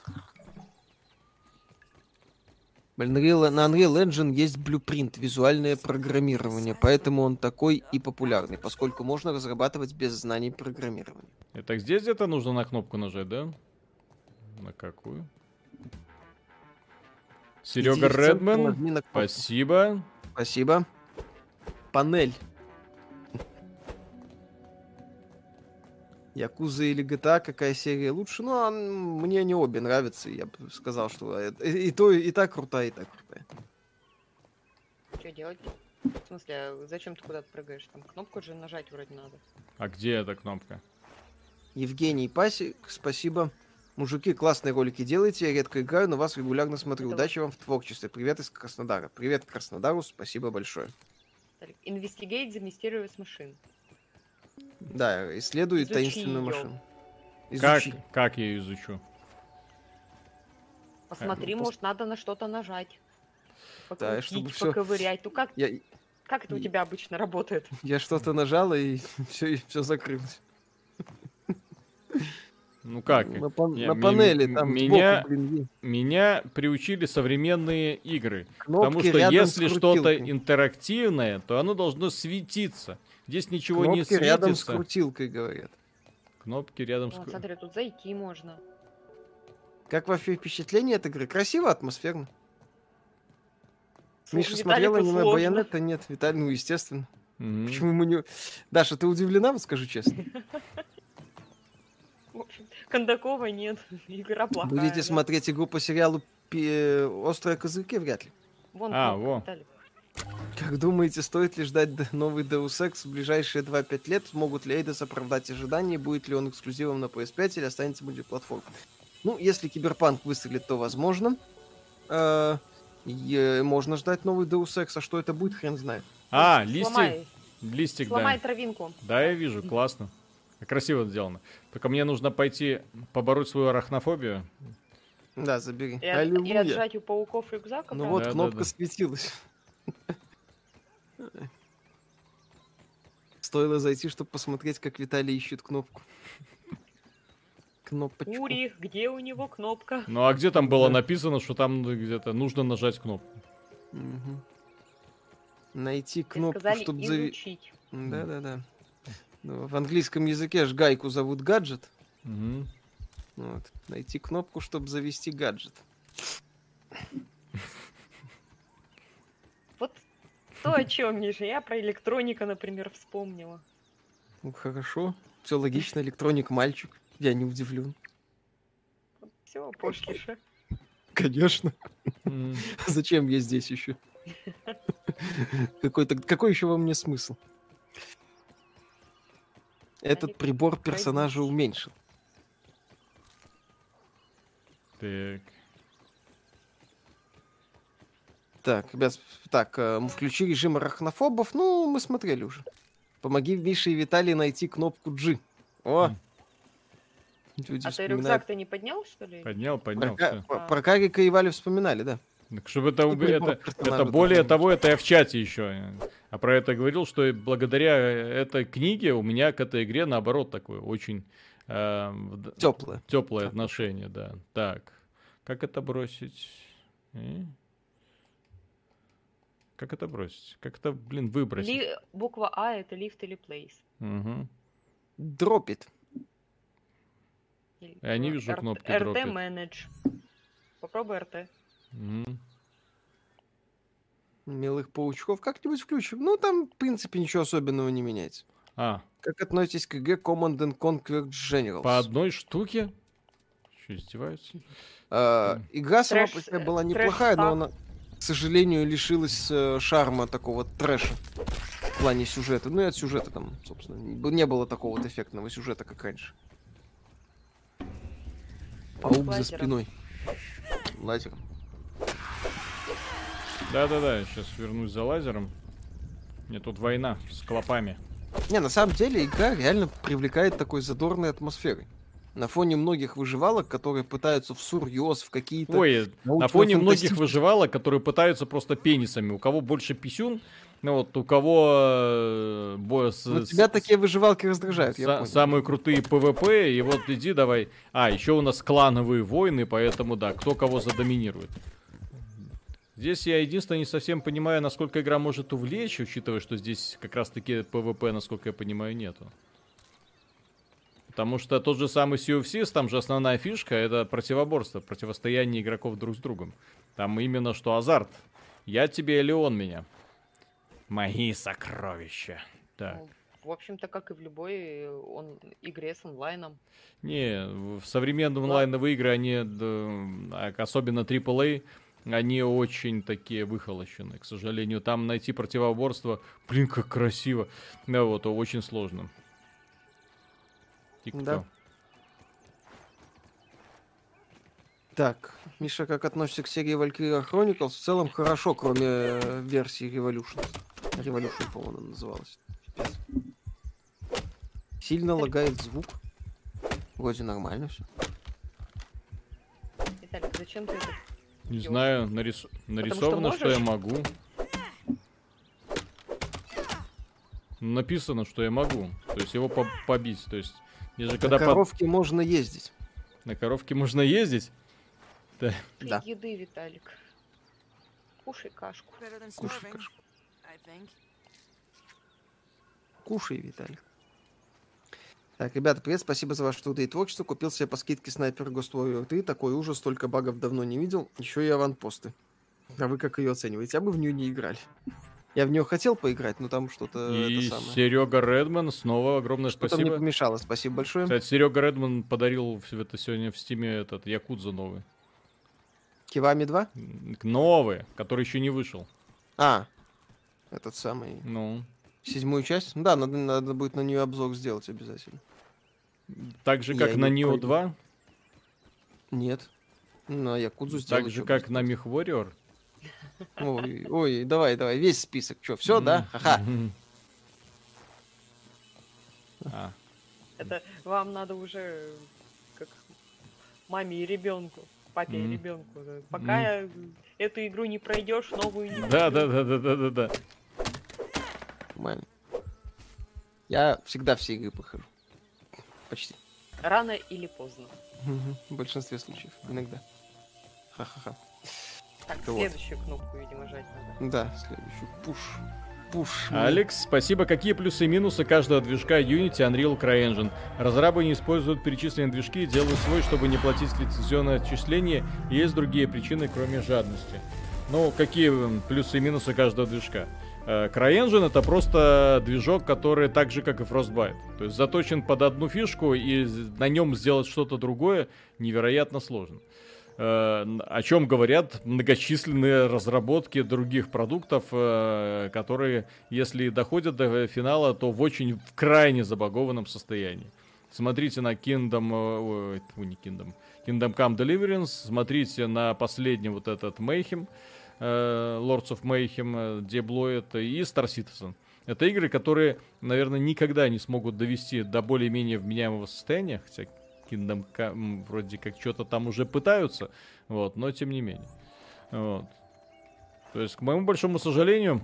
Unreal- на Unreal Engine есть Blueprint, визуальное программирование, поэтому он такой и популярный, поскольку можно разрабатывать без знаний программирования. Это здесь где-то нужно на кнопку нажать, да? На какую? Серега Иди в центр, Редман, нажми на кнопку. спасибо. Спасибо. Панель. Якуза или джи ти эй, какая серия лучше? Ну, а, м, мне они обе нравятся. Я бы сказал, что это- и, и то, и та крутая, и та крутая. Что делать? В смысле, а зачем ты куда-то прыгаешь? Там кнопку же нажать вроде надо. А где эта кнопка? Евгений Пасик, спасибо. Мужики, классные ролики делаете. Я редко играю, но вас регулярно смотрю. Это Удачи вам в творчестве. Привет из Краснодара. Привет Краснодару, спасибо большое. Так, Investigate the Mysterious Machine. Да, исследуй Изучи таинственную её. машину. Как, Изучи. как я ее изучу? Посмотри, ну, пос- может, надо на что-то нажать. Да, и чтобы Покрутить, всё- поковырять. Ну как, Я, как это у и- тебя обычно работает? я что-то нажал, и все, все закрылось. Ну как? На, пан- Не, на ми- панели м- там меня- сбоку, блин, есть Меня приучили современные игры. кнопки Потому что рядом с если что-то крутилкой. интерактивное, то оно должно светиться. Здесь ничего не Кнопки рядом с светится. крутилкой, говорят. Кнопки рядом с... Вот, кру- смотри, тут зайти можно. Как вообще впечатление от игры? Красиво, атмосферно. Миша Виталику смотрел аниме сложно. Байонетта? Нет, Виталий, ну, естественно. Мгм. Почему мы не... Даша, ты удивлена, вот скажу честно? В общем, Кондакова нет. Игра плохая. Будете да. смотреть игру по сериалу Пи- «Острые козырьки»? Вряд ли. Вон А, кнопка, во. Виталик. Как думаете, стоит ли ждать д- новый Deus Ex в ближайшие два-пять лет? Смогут ли Эйдос оправдать ожидания? Будет ли он эксклюзивом на пи эс пять или останется мультиплатформой? Ну, если Киберпанк выстрелит, то возможно. Э, е- Можно ждать новый Deus Ex, а что это будет, хрен знает. А, листик. Сломай, Листик, сломай да. травинку. Да, я вижу, классно. Красиво сделано. Только мне нужно пойти побороть свою арахнофобию. Да, забери. И, от- и Аллилуйя. отжать у пауков рюкзак. Ну правда? вот Да, да, кнопка да. светилась. Стоило зайти, чтобы посмотреть, как Виталий ищет кнопку. Кнопочку. Ури, где у него кнопка? Ну а где там было Да. написано, что там где-то нужно нажать кнопку? Мгм. Найти Тебе кнопку, сказали чтобы зави... изучить. Да-да-да. Ну, в английском языке ж гайку зовут гаджет. Мгм. Вот. Найти кнопку, чтобы завести гаджет. Вот то, о чем, Миша. Я про электроника, например, вспомнила. Ну, хорошо. Все логично. Электроник мальчик. Я не удивлен. Все, пошлише. Конечно. М. Зачем я здесь еще? Какой-то, какой еще во мне смысл? Этот Алик, прибор персонажа пройдись. уменьшил. Так. Так, ребят, так, э, м, включи режим арахнофобов. Ну, мы смотрели уже. Помоги Мише и Виталий найти кнопку G. О! М. Люди А ты вспоминают. рюкзак-то не поднял, что ли? Поднял, Про, поднял. Ка- всё. про- про Карика и Валю вспоминали, да? Так, чтобы это, Что уб- прибор это, персонажа это более должен того, это я в чате еще. А про это говорил, что и благодаря этой книге у меня к этой игре наоборот такое очень теплое Теплое. теплое отношение, да. Так, как это бросить? Э? Как это бросить? Как это, блин, выбросить? Ли- Буква А это lift или place. Мгм. Дропит. Или Я не р- вижу р- кнопки эр тэ дропит. manage. Попробуй эр тэ. Мгм. Милых паучков как-нибудь включим. Ну, там, в принципе, ничего особенного не меняется. А, Как относитесь к ИГ Command and Conquer Generals? по одной штуке? Что, издеваются? А, игра сама Трэш- по себе была э, неплохая, но трэш-стак. она, к сожалению, лишилась э, шарма такого трэша в плане сюжета. Ну и от сюжета там, собственно, не б- не было такого вот эффектного сюжета, как раньше. Паук за Лазером. спиной. Лазером. Да-да-да, сейчас вернусь за лазером. Мне тут война с клопами. Не, на самом деле игра реально привлекает такой задорной атмосферой. На фоне многих выживалок, которые пытаются в Сурьез, в какие-то... Ой, на фоне многих выживалок, которые пытаются просто пенисами. У кого больше писюн, ну вот у кого... Э, бо, с, ну, тебя с, такие выживалки раздражают, я са- понял. Самые крутые ПВП, и вот иди давай... А, еще у нас клановые войны, поэтому да, кто кого задоминирует. Здесь я единственное не совсем понимаю, насколько игра может увлечь, учитывая, что здесь как раз-таки ПВП, насколько я понимаю, нету. Потому что тот же самый Sea of Thieves, там же основная фишка — это противоборство, противостояние игроков друг с другом. Там именно что азарт. Я тебе или он меня. Мои сокровища. Так. Ну, в общем-то, как и в любой он... игре с онлайном. Не, в современные онлайновые игры, они, да, особенно трипл эй, они очень такие выхолощенные, к сожалению. Там найти противоборство, блин, как красиво. Да, вот, очень сложно. Да. Так, Миша, как относишься к серии Valkyria Chronicles? В целом хорошо, кроме э, версии Revolution. Revolution, по-моему, она называлась. Пипец. Сильно лагает звук. Вроде нормально все. Виталик, зачем ты это? Не делаешь? знаю, нарис... нарисовано, что что, я можешь. могу. Написано, что я могу. То есть его по- побить. То есть, я же На когда по- коровке можно ездить. на коровке можно ездить. Да. Да. Еды, Виталик. Кушай кашку. Кушай кашку. Кушай, Виталий. Так, ребята, привет, спасибо за ваше труды и творчество. Купил себе по скидке Sniper Ghost Warrior три. Такой ужас, столько багов давно не видел. Еще и аванпосты. А вы как ее оцениваете? А вы в нее не играли. Я в нее хотел поиграть, но там что-то И это самое. Серега Редман, снова огромное Что-то мне спасибо. помешало. Спасибо большое. Кстати, Серега Редман подарил в- это сегодня в стиме этот Якудза новый. Кивами два? М, Новый, который еще не вышел. А, этот самый. Ну, Седьмую часть? Ну да, надо, надо будет на нее обзор сделать обязательно. так же, Я как на не Нио пойду. два, Нет. На Якудзу сделать. так же, как на Мехвориор. Ой, ой, давай, давай, весь список. Че, все, да? Ха-ха. А, Это вам надо уже как маме и ребенку, папе и Мгм. ребенку. да. Пока я эту игру не пройдешь, новую не Да, куплю. да, да, да, да, да, да. Нормально. Я всегда все игры прохожу. Почти. Рано или поздно. Мгм. В большинстве случаев. Иногда. Ха-ха-ха. Так, Вот. следующую кнопку, видимо, жать надо. Да, следующий. Пуш. Пуш. Алекс, спасибо. Какие плюсы и минусы каждого движка Unity, Unreal, CryEngine? Разрабы не используют перечисленные движки и делают свой, чтобы не платить лицензионное отчисление. И есть другие причины, кроме жадности. Ну, какие м, плюсы и минусы каждого движка? Э, CryEngine — это просто движок, который так же, как и Frostbite. То есть заточен под одну фишку, и на нем сделать что-то другое невероятно сложно. Э, О чем говорят многочисленные разработки других продуктов, э, которые, если и доходят до финала, то в очень в крайне забагованном состоянии. Смотрите на Kingdom, э, ой, тьфу, не Kingdom, Kingdom Come Deliverance, смотрите на последний вот этот Mayhem, э, Lords of Mayhem, Deployed и Star Citizen. Это игры, которые, наверное, никогда не смогут довести до более-менее вменяемого состояния, хотя Kingdom Come вроде как что-то там уже пытаются, вот, но тем не менее. Вот. То есть, к моему большому сожалению,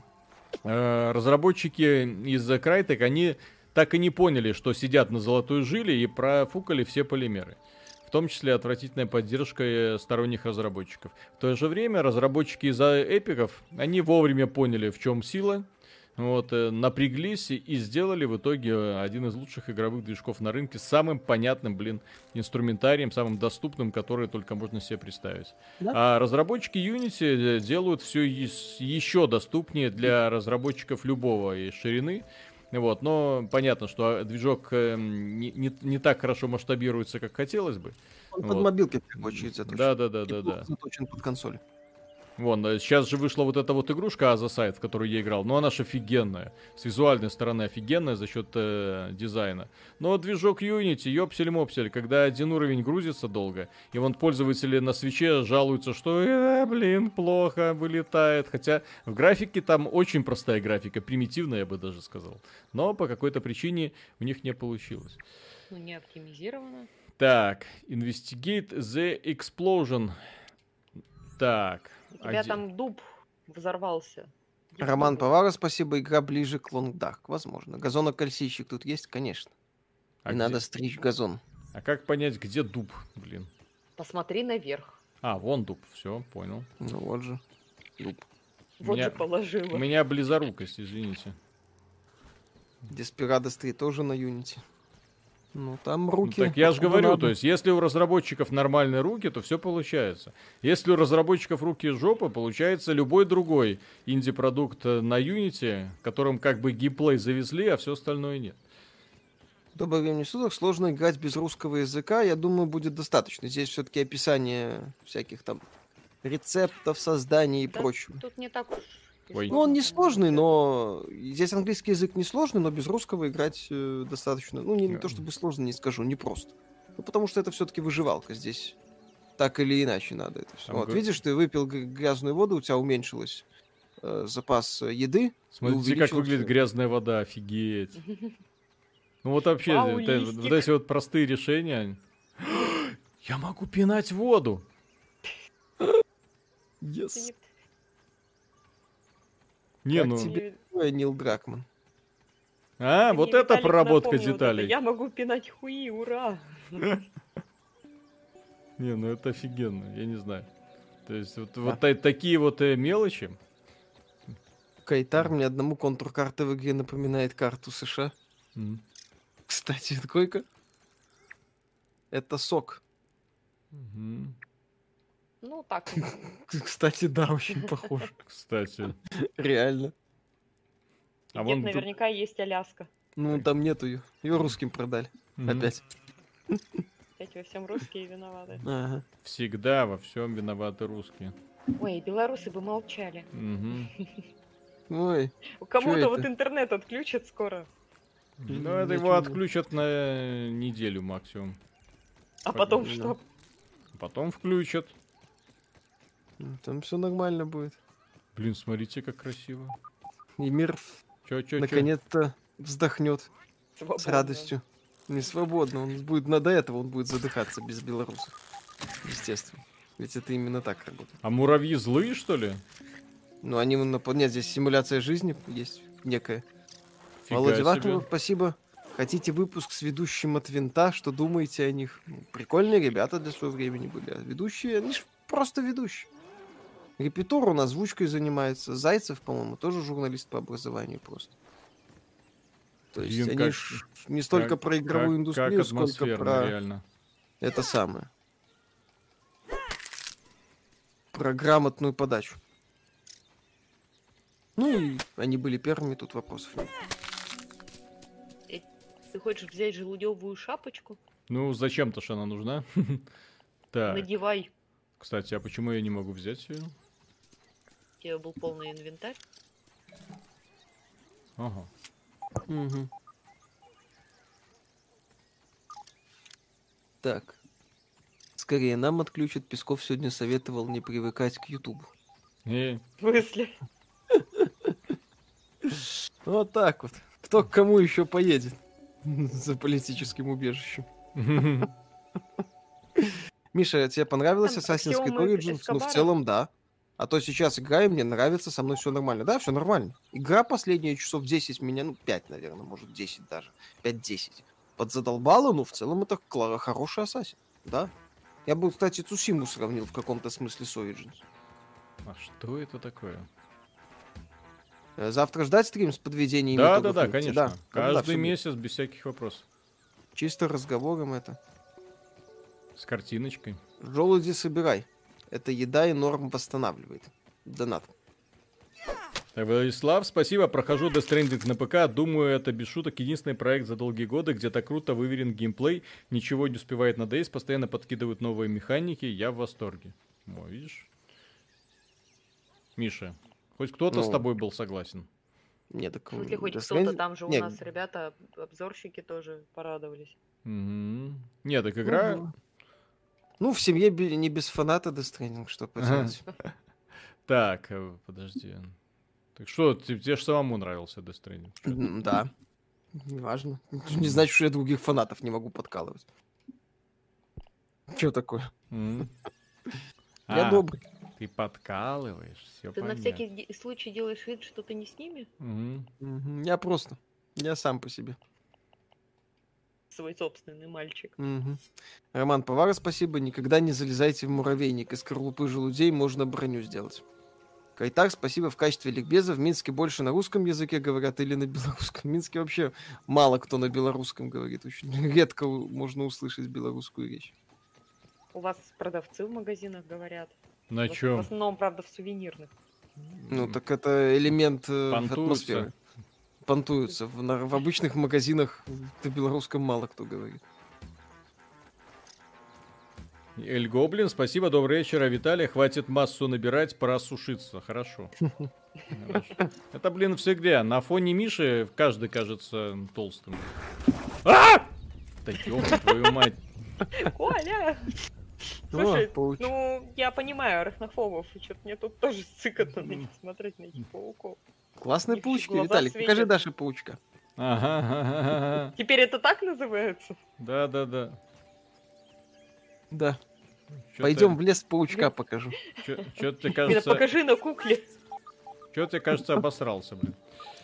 э, разработчики из Crytek, они так и не поняли, что сидят на золотой жиле и профукали все полимеры. В том числе отвратительная поддержка э, сторонних разработчиков. В то же время разработчики из-за эпиков, они вовремя поняли, в чем сила. Вот, э, напряглись и- и сделали в итоге э, один из лучших игровых движков на рынке с самым понятным, блин, инструментарием, самым доступным, который только можно себе представить. Да. А разработчики Unity э, делают все еще доступнее для разработчиков любого и ширины. Вот, но понятно, что движок э, не, не, не так хорошо масштабируется, как хотелось бы. Он Вот. под мобилки в первую очередь заточен. Да, да, да, И да, плохо да. заточен под консоли. Вон, э, сейчас же вышла вот эта вот игрушка Азасайт, в которую я играл. Ну, она же офигенная. С визуальной стороны офигенная за счет э, дизайна. Но движок Unity, ёпсель-мопсель, когда один уровень грузится долго, и вон пользователи на свече жалуются, что, э, блин, плохо вылетает. Хотя в графике там очень простая графика, примитивная, я бы даже сказал. Но по какой-то причине у них не получилось. Ну, не оптимизировано. Так, Investigate the Explosion. Так. У тебя один. там дуб взорвался. Иди в Роман дуб. Повара, спасибо. Игра ближе к Long Dark. Возможно. Газонокосильщик тут есть, конечно. А И где- надо стричь газон. А как понять, где дуб, блин? Посмотри наверх. А, вон дуб, все, понял. Ну вот же. Дуб. Вот Меня- же положила. У меня близорукость, извините. Desperado три тоже на Unity. Ну, там Ну, руки. так я же откуда говорю, надо. то есть, если у разработчиков нормальные руки, то все получается. Если у разработчиков руки и жопы, получается любой другой инди-продукт э, на Unity, которым как бы геймплей завезли, а все остальное нет. Добрый времени суток. Сложно играть без русского языка. Я думаю, будет достаточно. Здесь все-таки описание всяких там рецептов, создания и Да, прочего. Тут не так уж и Ой. Ну, он не сложно, сложный, по-моему. но здесь английский язык не сложный, но без русского играть э, достаточно. Ну, не, не Да. то чтобы сложно, не скажу, не просто. Ну, потому что это все-таки выживалка здесь. Так или иначе надо это все. Там Вот, г- видишь, ты выпил г- грязную воду, у тебя уменьшилось э, запас э, еды. Смотрите, как увеличился- выглядит грязная вода, офигеть. Ну вот вообще, Вау, это- листик. вот эти вот простые решения. Я могу пинать воду. Yes. Не, Как ну... тебе? Ой, Нил Дракман. А, Мне вот это Виталик проработка напомнил вот это. деталей. Я могу пинать хуи, ура! Не, ну это офигенно, я не знаю. То есть вот, вот та- такие вот э, мелочи. Кайтар мне одному контур карты в игре напоминает карту США. М. Кстати, койка. Это сок. Мгм. Ну, так. Кстати, да, очень похож. Кстати. Реально. А Где-то вон тут- наверняка есть Аляска. Ну, там нету ее. Ее русским продали. Мгм. Опять. Опять во всем русские виноваты. Ага. Всегда во всем виноваты русские. Ой, белорусы бы молчали. Мгм. Ой, Кому-то вот это? интернет отключат скоро. Ну, М, это я его чё- отключат на неделю максимум. А Понятно. потом Да. что? Потом включат. ну, там все нормально будет. Блин, смотрите, как красиво. И мир Чё, чё, чё? наконец-то вздохнет с Свободно. радостью. Не свободно. Он будет, на до этого он будет задыхаться без белорусов. Естественно. Ведь это именно так работает. А муравьи злые, что ли? Ну, они на нет, здесь симуляция жизни есть некая. Фига Володя себе. Вахтанов, спасибо. Хотите выпуск с ведущим от винта? Что думаете о них? Ну, прикольные ребята для своего времени были. А ведущие, они ж просто ведущие. Репетор он озвучкой занимается. Зайцев, по-моему, тоже журналист по образованию просто. То есть Блин, они как- ж не столько Как- про игровую как- индустрию, как сколько атмосферно, про реально. это самое. Про грамотную подачу. Ну и они были первыми, тут вопросов нет. Ты хочешь взять желудевую шапочку? Ну, зачем-то ж она нужна. Так, Надевай. кстати, а почему я не могу взять ее? У тебя был полный инвентарь. Ага. Мгм. Так. Скорее нам отключат. Песков сегодня советовал не привыкать к Ютубу. Э, В смысле? Вот так вот. Кто к кому еще поедет за политическим убежищем? Миша, тебе понравилось Там Assassin's Creed аксиомы Origins? Ну, в Эскобара. целом, да. А то сейчас играем, мне нравится, со мной все нормально. Да, все нормально. Игра последние часов десять меня, ну, пять, наверное, может, десять даже. пять-десять. Подзадолбала, но в целом это кла- хороший Assassin. Да. Я бы, кстати, Цусиму сравнил в каком-то смысле с Origins. А что это такое? Э, Завтра ждать стрим с подведением Да, да, итогов да, Unity? конечно. Да, да, Каждый всё будет. месяц без всяких вопросов. Чисто разговором это. С картиночкой. Желуди собирай. Это еда и норм восстанавливает. Донат. Так, Владислав, спасибо. Прохожу Death Stranding на ПК. Думаю, это без шуток единственный проект за долгие годы, где так круто выверен геймплей. Ничего не успевает надоесть. Постоянно подкидывают новые механики. Я в восторге. О, видишь? Миша? Хоть кто-то Ну, с тобой был согласен? Не, так... В смысле, хоть Death кто-то, Stranding- там же у Не, нас ребята, обзорщики тоже порадовались. Мгм. Не, так ну, игра... было. Ну, в семье бе- не без фаната Death Stranding, что поделать. Так, э, подожди. Так что, те- тебе же самому нравился Death Stranding? Чё ты? М, Да, неважно. Не значит, что я других фанатов не могу подкалывать. Че такое? М. Я А, добрый. ты подкалываешь, все Ты на понятно. всякий де- случай делаешь вид, что ты не с ними? Мгм. Мгм. Я просто. Я сам по себе. Свой собственный мальчик. Мгм. Роман Повара, спасибо. Никогда не залезайте в муравейник. Из скорлупы желудей можно броню сделать. Кайтар, спасибо. В качестве ликбеза в Минске больше на русском языке говорят или на белорусском. В Минске вообще мало кто на белорусском говорит. Очень редко у- можно услышать белорусскую речь. У вас продавцы в магазинах говорят. На В- В чем? основном, правда, в сувенирных. Ну, так это элемент э, Понтуются. атмосферы. Понтуются. В, на- в обычных магазинах на белорусском мало кто говорит. Эль Гоблин, спасибо, добрый вечер, а Виталий, хватит массу набирать, пора сушиться, хорошо. Хорошо. Это, блин, всегда, на фоне Миши каждый кажется толстым. А! Да ёб твою мать. Коля! О, Слушай, пауч- ну, я понимаю арахнофобов, и что-то мне тут тоже сыкотно на них смотреть, на этих пауков. Классные Мне паучки. глаза Виталик, покажи светят. Даше паучка. Ага, ага, ага. Теперь это так называется? Да, да, да. Да. Чё Пойдем ты- в лес паучка Нет. покажу. чё- чё ты, Мина, кажется, покажи на кукле. чё ты, кажется, обосрался, блин.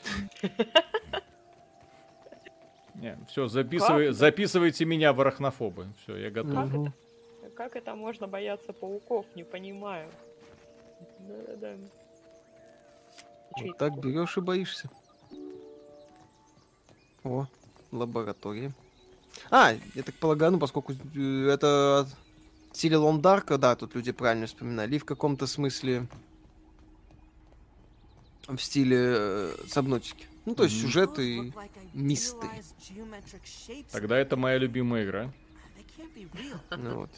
Не, все, записывай, Как? записывайте меня в арахнофобы. Все, я готов. Как Мгм. Как это можно бояться пауков? Не понимаю. Да-да-да. Чё Вот это так такое? берешь и боишься. О, лаборатория. А, я так полагаю, ну, поскольку э, это от стиле Лондарка, да, тут люди правильно вспоминали, и в каком-то смысле в стиле э, Сабнотики. Ну, то есть Мгм. сюжет и мисты. Тогда это моя любимая игра. Ну, вот.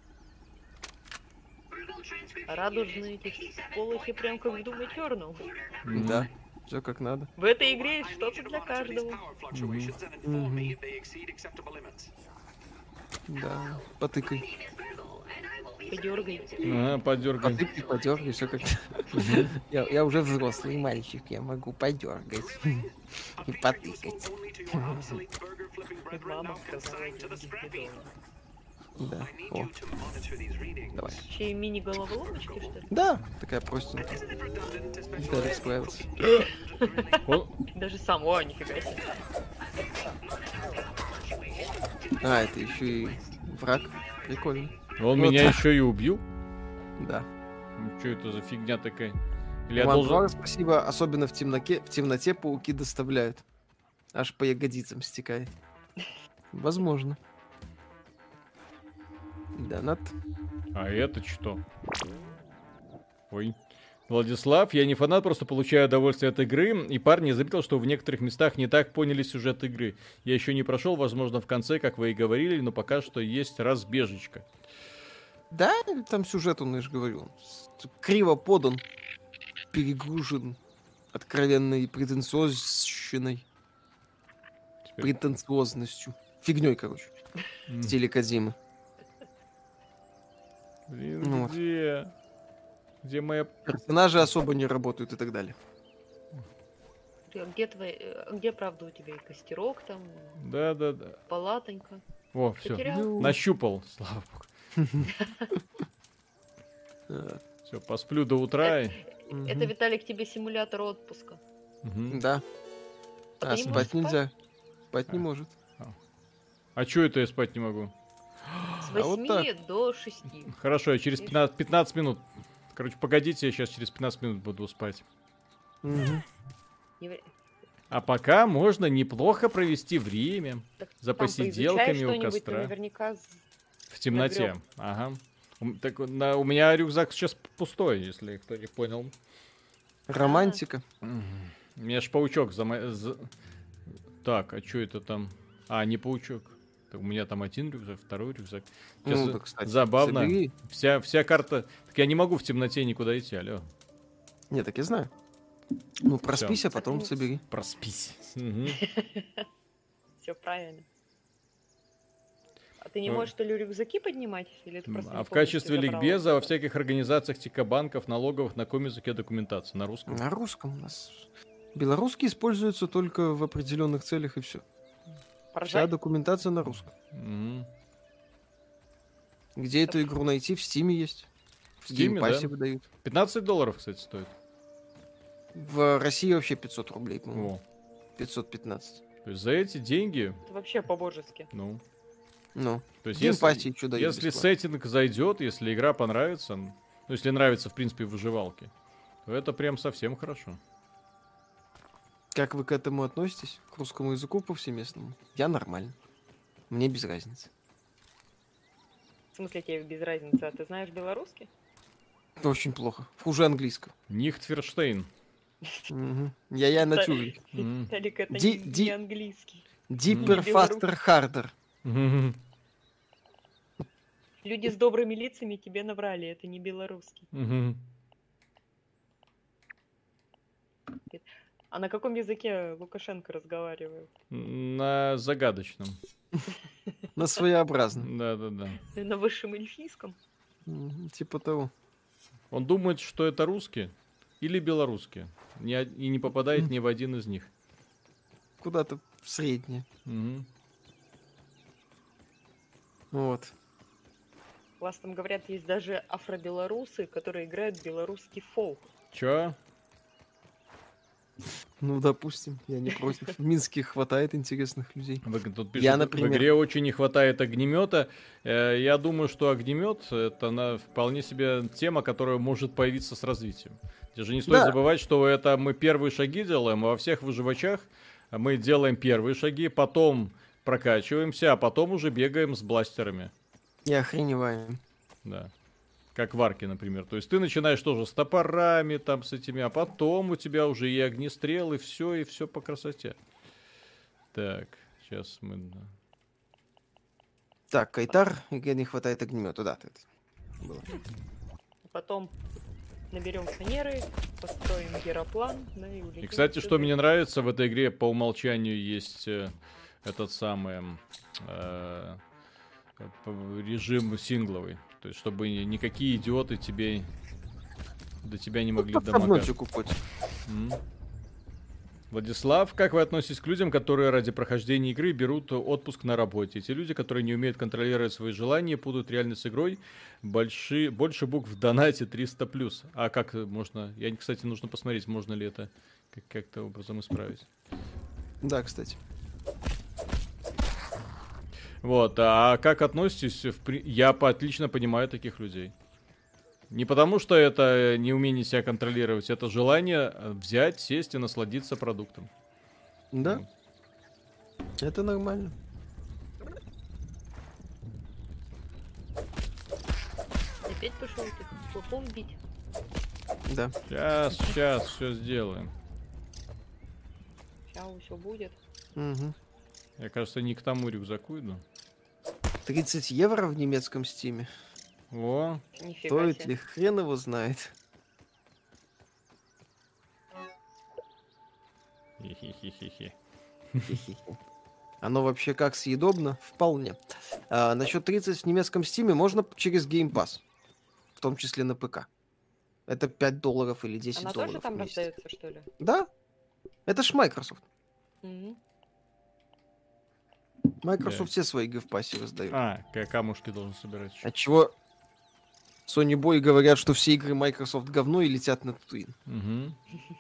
Радужные эти полохи прям как в Doom Eternal. Мгм. Да, все как надо. В этой игре есть что-то для каждого. Мгм. Да, потыкай. Подергай. Ага, подергай. Потыкай, подергай, все как я, я уже взрослый мальчик, я могу подергать и потыкать. Мама сказала, деньги не дорого. Да, о, давай. Еще и мини-головоломочки, что ли? Да, такая простенькая. Виталик справился. Он- Даже сам, о, нифига себе. А, это еще и враг. Прикольно. Он Вот. меня еще и убил? Да. Что это за фигня такая? Или я Роман должен... Блар, спасибо. Особенно в темноте, в темноте пауки доставляют. Аж по ягодицам стекает. Возможно. Донат. А это что? Ой. Владислав, я не фанат, просто получаю удовольствие от игры. И парни заметил, что в некоторых местах не так поняли сюжет игры. Я еще не прошел, возможно, в конце, как вы и говорили, но пока что есть разбежечка. Да, там сюжет, он, я же говорю, с- криво подан, перегружен откровенной претенциозщиной, Теперь... претенциозностью. Фигней, короче, М. в стиле Кодзимы. Блин, Ну вот. где? Где моя... Персонажи особо не работают и так далее. Ты- а Где твои, э, где правда у тебя и костерок там, Да-да-да. палатонька? О, все. Потерял? Ну, Нащупал, слава богу. э, Все, посплю до утра. и- мгм. Это, Виталик, тебе симулятор отпуска. Мгм. Да. А А ты не можешь спать нельзя. Спать не А. может. А чё это я спать не могу? С А вот восьми до шести. Хорошо, я через пятнадцать, пятнадцать минут. Короче, погодите, я сейчас через пятнадцать минут буду спать. Мгм. Не- А пока можно неплохо провести время так за там посиделками поизучай у что-нибудь, ты костра. наверняка с- В темноте. нагрёб. Ага. У, так, на- у меня рюкзак сейчас пустой, если кто не понял. Романтика. Мгм. У меня ж паучок зама... за- Так, а что это там? А, не паучок. Так, у меня там один рюкзак, второй рюкзак. Сейчас Ну, да, кстати, забавно. собери. Вся, вся карта... Так я не могу в темноте никуда идти, алло. Не, так я знаю. Ну, проспись, а потом Заткнись. собери. Проспись. Мгм. Все правильно. А ты не Ну, можешь, что ли, рюкзаки поднимать? Или ты просто А не в полностью качестве забрала ликбеза во всё? всяких организациях типа банков, налоговых, на каком языке документация? На русском? На русском у нас. Белорусский используется только в определенных целях и все. Вся Поржать? документация на русском. Мгм. Где эту игру найти? В Стиме есть. В В Стиме, геймпассе да? выдают. пятнадцать долларов, кстати, стоит. В России вообще пятьсот рублей, по-моему. О. пятьсот пятнадцать. То есть за эти деньги, Это вообще по-божески. ну... Ну, То есть в геймпассе если, что дают если бесплатно? сеттинг зайдет, если игра понравится, ну, если нравится, в принципе, выживалки, то это прям совсем хорошо. Как вы к этому относитесь? К русскому языку повсеместному? Я нормально. Мне без разницы. В смысле, тебе без разницы, а ты знаешь белорусский? Очень плохо. Хуже английского. Нихтферштейн. Мгм. Я-я Да. натюрли. Мгм. Талик, это Ди- не, ди- не английский. Deeper, Не faster, harder. Мгм. Люди с добрыми лицами тебе наврали, это не белорусский. Мгм. А на каком языке Лукашенко разговаривает? На загадочном. На своеобразно. Да-да-да. На высшем эльфийском? Мгм, Типа того. Он думает, что это русские или белорусские. Ни од- И не попадает ни в один из них. Куда-то в среднее. Мгм. Вот. У вас там, говорят, есть даже афробелорусы, которые играют белорусский фолк. Чё? Ну, допустим, я не против. В Минске хватает интересных людей. Вы- Тут пишут, Я, в например- игре очень не хватает огнемета. Э, Я думаю, что огнемет это на вполне себе тема, которая может появиться с развитием. Тебе же не стоит Да. забывать, что это мы первые шаги делаем, а во всех выживачах мы делаем первые шаги, потом прокачиваемся, а потом уже бегаем с бластерами. И охреневаем. Да. Как в арке, например. То есть ты начинаешь тоже с топорами, там, с этими, а потом у тебя уже и огнестрел, и все, и все по красоте. Так, сейчас мы... да. Так, Кайтар, игре не хватает огнемета. Да, это было. Потом наберем фанеры, построим героплан, да, и улетим. И, кстати, что отсюда. мне нравится, в этой игре по умолчанию есть э, этот самый э, п- режим сингловый. То есть, чтобы ни- никакие идиоты тебе до тебя не могли Под домогаться. говночек употь. М. Владислав, как вы относитесь к людям, которые ради прохождения игры берут отпуск на работе? Эти люди, которые не умеют контролировать свои желания, путают реальность с игрой, большие, больше букв в донате триста плюс. А как можно? Я, кстати, нужно посмотреть, можно ли это как- как-то образом исправить. Да, кстати. Вот, а как относитесь? В при- Я по- отлично понимаю таких людей. Не потому, что это неумение себя контролировать, это желание э, взять, сесть и насладиться продуктом. Да, это нормально. Опять пошел ты попов бить. Да. Сейчас, сейчас, все сделаем. Сейчас все будет. Мгм. Я, кажется, не к тому рюкзаку иду. тридцать евро в немецком стиме. О, Нифига Стоит себе. ли? Хрен его знает. хи-хи-хи-хи. Хе-хе-хе. Оно вообще как съедобно? Вполне. А, насчет тридцать в немецком стиме можно через Game Pass. В том числе на ПК. Это пять долларов или десять Она долларов тоже там в месяц. раздается, что ли? Да. Это ж Microsoft. Мгм. Microsoft Да. все свои игры в пассе раздают. А, к- камушки должен собирать. ещё. Отчего Sony Boy говорят, что все игры Microsoft говно и летят на Татуин. Мгм.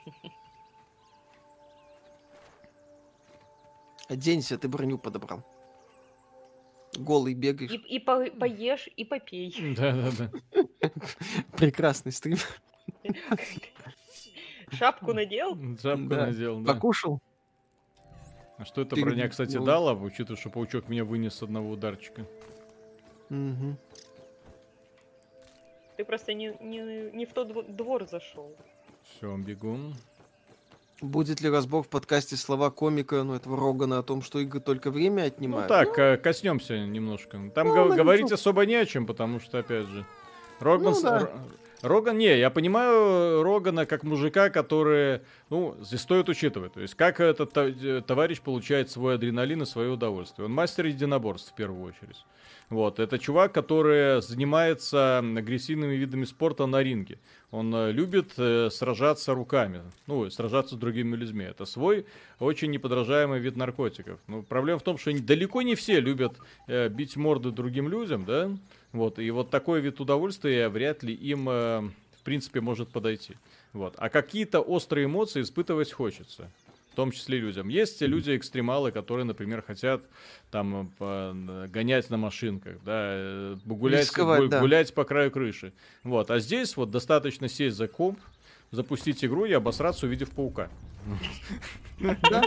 Оденься, ты броню подобрал. Голый И, бегаешь. и по- поешь, и попей. Да-да-да. Прекрасный стрим. Шапку надел? Шапку Да. надел, да. Покушал? А что эта Ты- броня, кстати, ну- дала, учитывая, что паучок меня вынес с одного ударчика? Мгм. Ты просто не, не, не в тот дво- двор зашел. Все, бегом. Будет ли разбор в подкасте слова комика, ну, этого Рогана о том, что игры только время Ну отнимают? так, э, коснемся немножко. Там Ну, го- ну, говорить ничего. особо не о чем, потому что, опять же, Роган, Ну, с- да. Р- Роган, не, я понимаю Рогана как мужика, который, ну, здесь стоит учитывать, то есть как этот та- товарищ получает свой адреналин и свое удовольствие. Он мастер единоборств в первую очередь. Вот, это чувак, который занимается агрессивными видами спорта на ринге. Он э, любит э, сражаться руками, ну, сражаться с другими людьми. Это свой очень неподражаемый вид наркотиков. Но проблема в том, что далеко не все любят э, бить морды другим людям, да? Вот, и вот такой вид удовольствия вряд ли им, э, в принципе, может подойти. Вот. А какие-то острые эмоции испытывать хочется. В том числе людям. Есть люди-экстремалы, которые, например, хотят там по, гонять на машинках, да, гулять, Рисковать, гу- да. гулять по краю крыши. Вот. А здесь вот достаточно сесть за комп, запустить игру и обосраться, увидев паука. Да.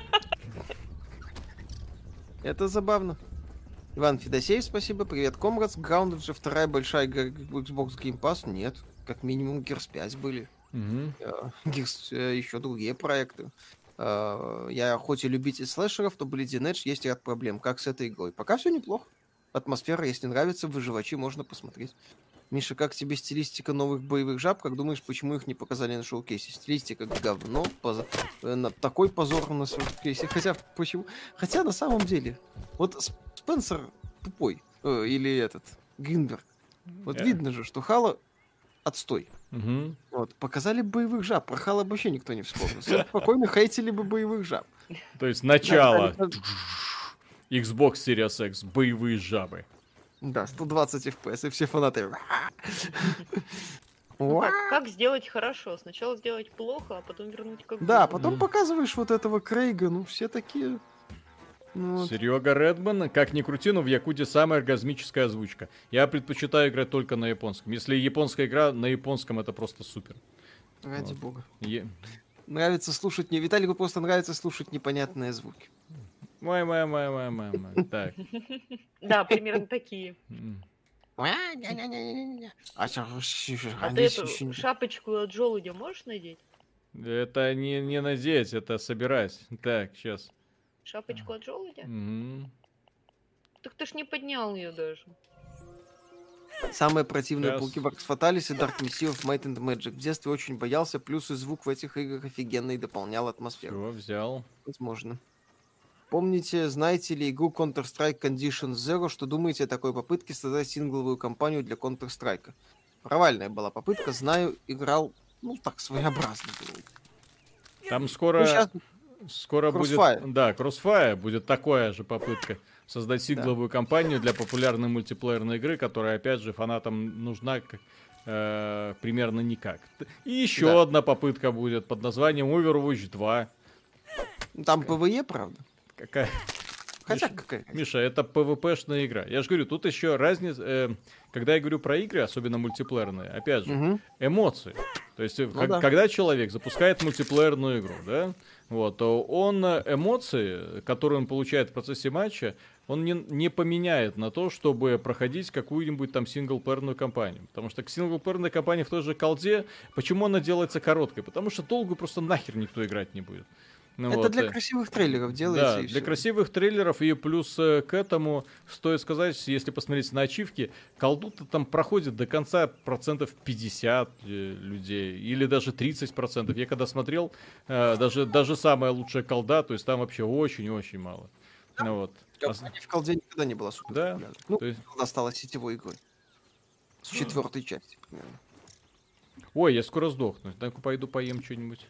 Это забавно. Иван Федосеев, спасибо. Привет, Комрадс. Grounded же вторая большая игра в Xbox Game Pass? Нет. Как минимум Gears пять были. Мгм. Э, Gears, э, еще другие проекты. Э, Я хоть и любитель слэшеров, то Bleeding Edge есть ряд проблем. Как с этой игрой? Пока все неплохо. Атмосфера, если нравится, выживачи можно посмотреть. Миша, как тебе стилистика новых боевых жаб? Как думаешь, почему их не показали на шоу-кейсе? Стилистика говно. Позор. э, на- Такой позор на шоу-кейсе. Хотя, почему? Хотя, на самом деле, вот С- Спенсер тупой. Э, или этот, Гринберг. Вот Э. видно же, что Хала отстой. Мгм. Вот, показали боевых жаб. Про Хала вообще никто не вспомнил. Все спокойно хейтили бы боевых жаб. То есть начало. Да, Xbox Series X, боевые жабы. Да, сто двадцать эф пи эс, и все фанаты. Ну как, как сделать хорошо? Сначала сделать плохо, а потом вернуть как Да, было. потом Мгм. показываешь вот этого Крейга, ну все такие... ну, вот. Серега Редман, как ни крути, но в Якуте самая оргазмическая озвучка. Я предпочитаю играть только на японском. Если японская игра, на японском это просто супер. Ради Вот. бога. Е- Нравится слушать... не Виталику просто нравится слушать непонятные звуки. Май, май, май, май, май, май. Так. Да, примерно такие. М. А А ты эту шапочку от желудя можешь надеть? Это не, не надеть, это собирать. Так, сейчас. Шапочку от желудя? Мгм. Так ты ж не поднял ее даже. Самые противные Щас. пауки в Arx Fatalis и Dark Messiah of Might and Magic. В детстве очень боялся, плюс и звук в этих играх офигенный, дополнял атмосферу. Всё, взял. Возможно. Помните, знаете ли игру Counter-Strike Conditions Zero? Что думаете о такой попытке создать сингловую кампанию для Counter-Strike? Провальная была попытка, знаю, играл, ну так, своеобразно был. Там Ну, скоро, щас скоро Crossfire. будет... Да, Crossfire будет такая же попытка создать сингловую кампанию для популярной мультиплеерной игры, которая, опять же, фанатам нужна как, э, примерно никак. И еще Да. одна попытка будет под названием Overwatch два. Там ПВЕ, правда? Какая... Хотя Миша, какая разница? Миша, это пэ вэ пэ-шная игра. Я же говорю, тут еще разница... э, когда я говорю про игры, особенно мультиплеерные, опять же, Мгм. эмоции. То есть, э, как- да. когда человек запускает мультиплеерную игру, да, вот, то он э, эмоции, которые он получает в процессе матча, он не, не поменяет на то, чтобы проходить какую-нибудь там синглплеерную кампанию. Потому что к синглплеерной кампании в той же колде, почему она делается короткой? Потому что долго просто нахер никто играть не будет. Ну Это вот, для э, красивых трейлеров делается. да, и для всё. красивых трейлеров, и плюс э, к этому стоит сказать, если посмотреть на ачивки, колду-то там проходит до конца процентов пятьдесят э, людей, или даже тридцать процентов. Я когда смотрел, э, даже, даже самая лучшая колда, то есть там вообще очень-очень мало. Ну, вот. А с- Компания в колде никогда не была супер Да, популярной. Ну, то есть- колда стала сетевой игрой. С четвертой части, примерно. Ой, я скоро сдохну. Так пойду поем что-нибудь.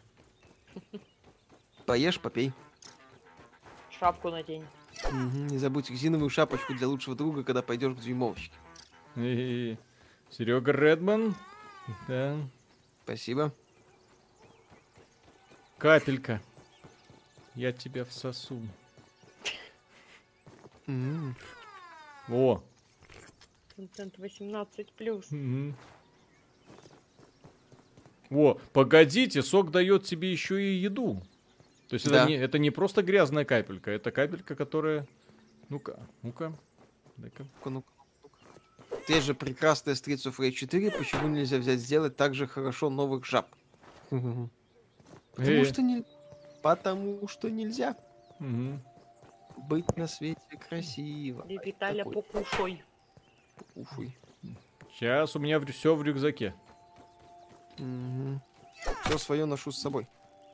Поешь, попей. Шапку надень. Мгм. Не забудь резиновую шапочку для лучшего друга, когда пойдешь к дюймовочке. Серега Редман. Да. Спасибо. Капелька. Я тебя всосу. М. О. Контент восемнадцать плюс. Мгм. О, погодите, сок дает тебе еще и еду. То есть Да. это, не, это не просто грязная капелька, это капелька, которая... Ну-ка, ну-ка, дай-ка. Ну-ка, ну-ка, ну-ка. Те же прекрасные Streets of Rage четыре, почему нельзя взять сделать так же хорошо новых жаб? Потому Э. что не... Потому что нельзя Мгм. быть на свете красиво. И Виталя Такой. покушай. Уфуй. Сейчас у меня все в рюкзаке. Угу. Все свое ношу с собой.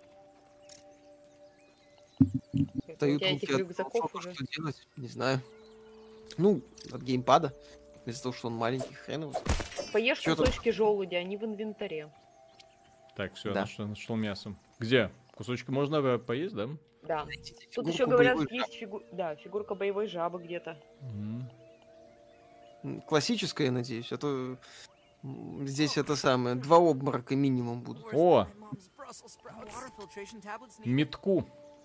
Дают руки от рюкзаков уже. Что делать? Не знаю. Ну, от геймпада. Из-за того, что он маленький, хрен его. Поешь Чё кусочки тут? Желуди, они в инвентаре. Так, все, да. нашел, нашел мясом. Где? Кусочки можно поесть, да? Да. Тут еще говорят, есть фигу... да, фигурка боевой жабы где-то. Угу. Классическая, я надеюсь. А то здесь это самое. Два обморока минимум будут. О! Метку.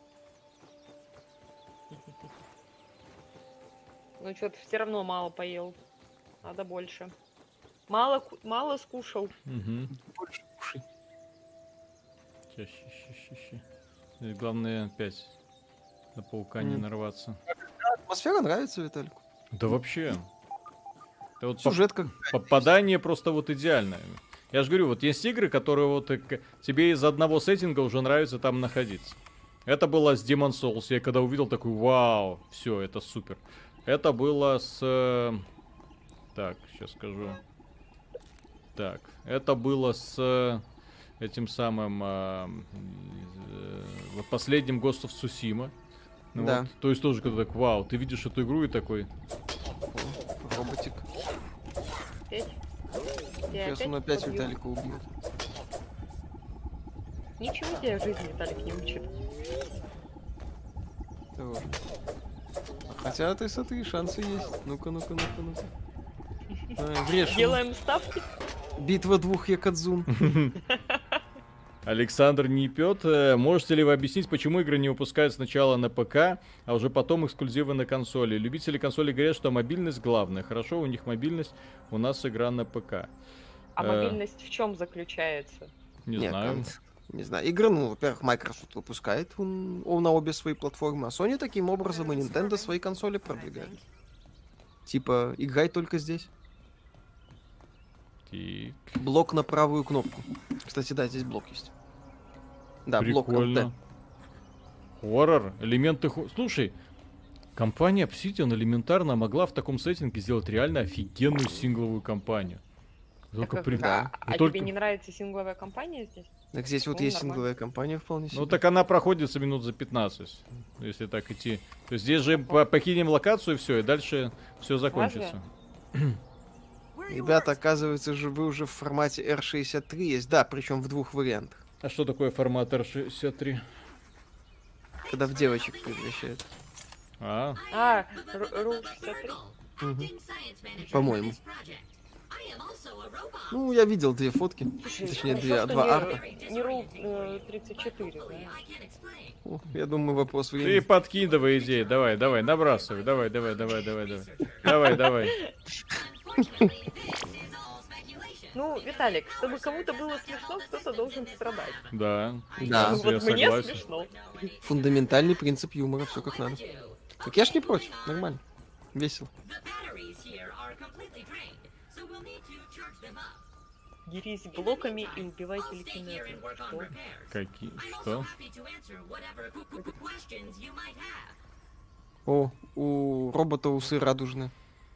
Ну что-то все равно мало поел. Надо больше. Мало, мало скушал. Угу. Больше кушай. Ща, ща, ща, ща. И главное опять на паука mm. не нарваться. Атмосфера нравится Виталику? Да вообще. Это вот сюжет как... Попадание просто вот идеальное. Я же говорю, вот есть игры, которые вот тебе из одного сеттинга уже нравится там находиться. Это было с Demon's Souls. Я когда увидел, такой, вау, все, это супер. Это было с... Так, сейчас скажу. Так, это было с этим самым э, э, последним Ghost of Tsushima. Ну, да. Вот, то есть тоже когда так, вау, ты видишь эту игру и такой... О, роботик. Опять? Сейчас он опять побью. Виталика убьет. Ничего тебя в жизни Виталик не учит. Тоже. Хотя ты смотри, шансы есть. Ну-ка, ну-ка, ну-ка, ну-ка. А, делаем ставки. Битва двух якадзун. Александр Непет, можете ли вы объяснить, почему игры не выпускают сначала на ПК, а уже потом эксклюзивы на консоли? Любители консоли говорят, что мобильность главная. Хорошо, у них мобильность, у нас игра на ПК. А э... мобильность в чем заключается? Не Нет, знаю. Кон... Не знаю. Игры, ну, во-первых, Microsoft выпускает он, он на обе свои платформы, а Sony таким образом и Nintendo свои консоли продвигает. Типа, играй только здесь. Так. Блок на правую кнопку. Кстати, да, здесь блок есть. Да, прикольно. Блок эл тэ. Хоррор, элементы... Хо... Слушай, компания Obsidian элементарно могла в таком сеттинге сделать реально офигенную сингловую кампанию. Только при... да. А только... тебе не нравится сингловая кампания здесь? Так здесь ну, вот есть нормально. Сингловая кампания вполне себе. Ну так она проходится минут за пятнадцать, если так идти. То есть здесь же покинем локацию и все, и дальше все закончится. Ребята, оказывается, же вы уже в формате эр шестьдесят три есть, да, причем в двух вариантах. А что такое формат эр шестьдесят три? Когда в девочек превращают. А, а ру шестьдесят три? Угу. По-моему. Ну, я видел две фотки. Слушай, точнее, две, два не, арта. Не рул тридцать четыре, да? О, я думаю, вопрос ты времени. подкидывай идеи, давай, давай, набрасывай, давай, давай, давай, давай, давай. Давай, давай. Ну, Виталик, чтобы кому-то было смешно, кто-то должен страдать. Да. Да. Ну, вот мне согласен. Смешно. Фундаментальный принцип юмора, все как надо. Так я ж не против, нормально. Весело. Дерись блоками и убивай телекинезом. Что? Какие? Что? О, у робота усы радужные.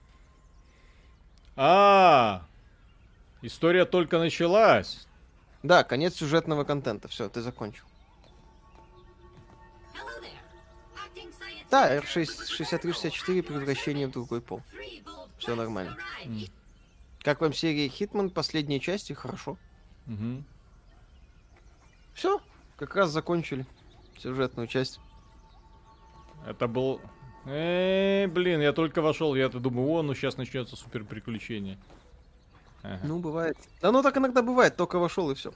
А, история только началась. Да, конец сюжетного контента. Все, ты закончил. Да, эр шестьдесят три шестьдесят четыре превращение в другой пол. Все нормально. Mm. Как вам серия Hitman, последние части? Хорошо. Mm-hmm. Все, как раз закончили сюжетную часть. Это был... Эй, блин, я только вошел, я-то думаю, о, ну сейчас начнется супер приключение. Ага. Ну, бывает. Да ну так иногда бывает, только вошел и все.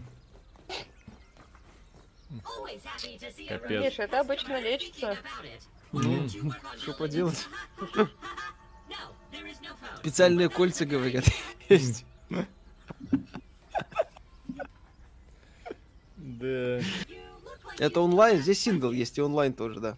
Миша, это обычно лечится. Ну, что поделать? Специальные кольца, говорят, есть. Да. Это онлайн, здесь сингл есть, и онлайн тоже, да.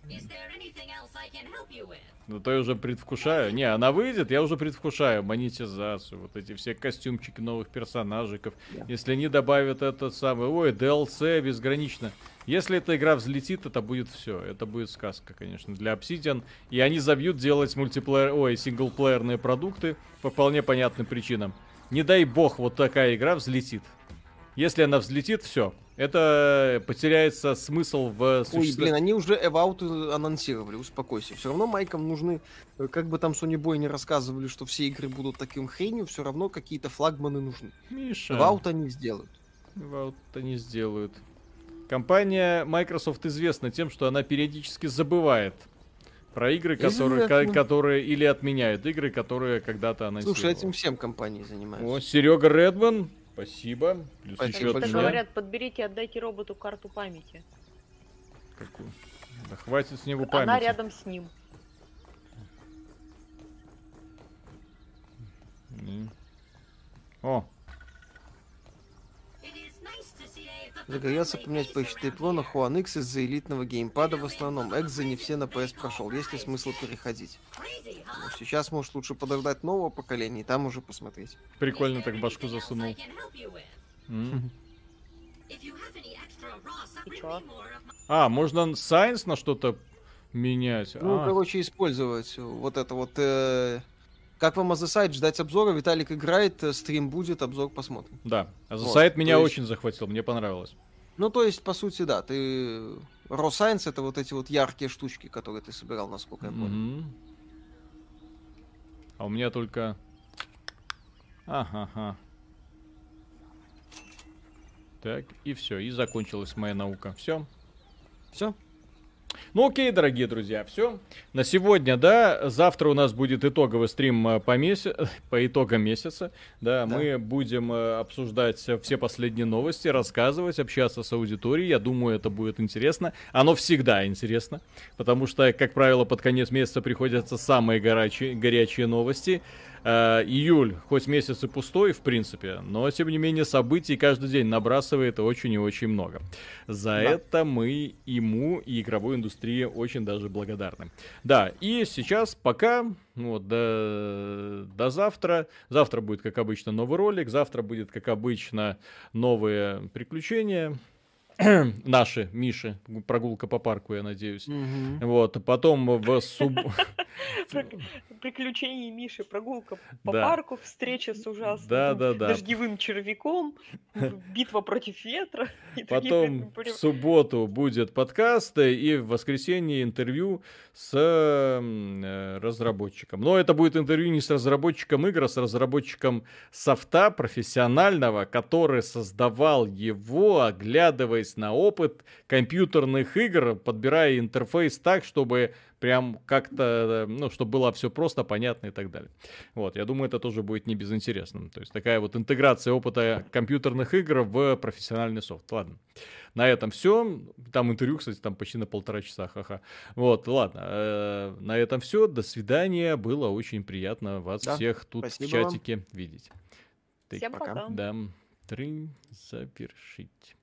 Ну то я уже предвкушаю. Не, она выйдет, я уже предвкушаю монетизацию, вот эти все костюмчики новых персонажиков. Yeah. Если они добавят этот самый, ой, ди эл си безгранично. Если эта игра взлетит, это будет все. Это будет сказка, конечно, для Obsidian. И они забьют делать мультиплеер, ой, синглплеерные продукты по вполне понятным причинам. Не дай бог, вот такая игра взлетит. Если она взлетит, все. Это потеряется смысл в существовании. Ой, блин, они уже Evout анонсировали, успокойся. Все равно майкам нужны, как бы там Sony Boy не рассказывали, что все игры будут таким хренью, все равно какие-то флагманы нужны. Миша. Evout они сделают. Evout они сделают. Компания Microsoft известна тем, что она периодически забывает про игры, которые, ко- которые или отменяют игры, которые когда-то анонсировали. Слушай, этим всем компании занимаются. О, Серега Редман, спасибо. Плюс еще от меня. Говорят, подберите, отдайте роботу карту памяти. Какую? Да хватит с него памяти. Она рядом с ним. Mm. О. Загорелся поменять пи эс четыре Pro на One X из-за элитного геймпада в основном. Экза не все на пи эс прошел. Есть ли смысл переходить? Ну, сейчас, может, лучше подождать нового поколения и там уже посмотреть. Прикольно так башку засунул. Mm. А, можно Science на что-то менять? Ну, а. короче, использовать вот это вот... Э... Как вам Азасайд? Ждать обзора? Виталик играет, стрим будет, обзор посмотрим. Да, Азасайд вот, меня есть... очень захватил, мне понравилось. Ну, то есть, по сути, да, ты... Raw Science — это вот эти вот яркие штучки, которые ты собирал, насколько я помню. Mm-hmm. А у меня только... Ага-ага. Так, и все, и закончилась моя наука. Все. Все. Ну окей, дорогие друзья, все. На сегодня, да, завтра у нас будет итоговый стрим по, меся... по итогам месяца. Да, да, мы будем обсуждать все последние новости, рассказывать, общаться с аудиторией. Я думаю, это будет интересно. Оно всегда интересно, потому что, как правило, под конец месяца приходятся самые горячие, горячие новости. Uh, июль, хоть месяц и пустой, в принципе, но, тем не менее, событий каждый день набрасывает очень и очень много. За да. это мы ему и игровой индустрии очень даже благодарны. Да, и сейчас пока, вот, до, до завтра. Завтра будет, как обычно, новый ролик, завтра будет, как обычно, новые приключения. Наши, Миши, прогулка по парку, я надеюсь. Mm-hmm. Вот, потом в субботу... Приключения Миши, прогулка по да. парку, встреча с ужасным да, да, да. дождевым червяком, битва против ветра. Потом в субботу будет подкаст, и в воскресенье интервью с э, разработчиком. Но это будет интервью не с разработчиком игр, а с разработчиком софта профессионального, который создавал его, оглядываясь на опыт компьютерных игр, подбирая интерфейс так, чтобы прям как-то, ну, чтобы было все просто, понятно и так далее. Вот, я думаю, это тоже будет не безинтересным. То есть такая вот интеграция опыта компьютерных игр в профессиональный софт. Ладно, на этом все. Там интервью, кстати, там почти на полтора часа, ха-ха. Вот, ладно, э, на этом все. До свидания. Было очень приятно вас да, всех тут в чатике вам. видеть. Всем пока. Да, три завершить.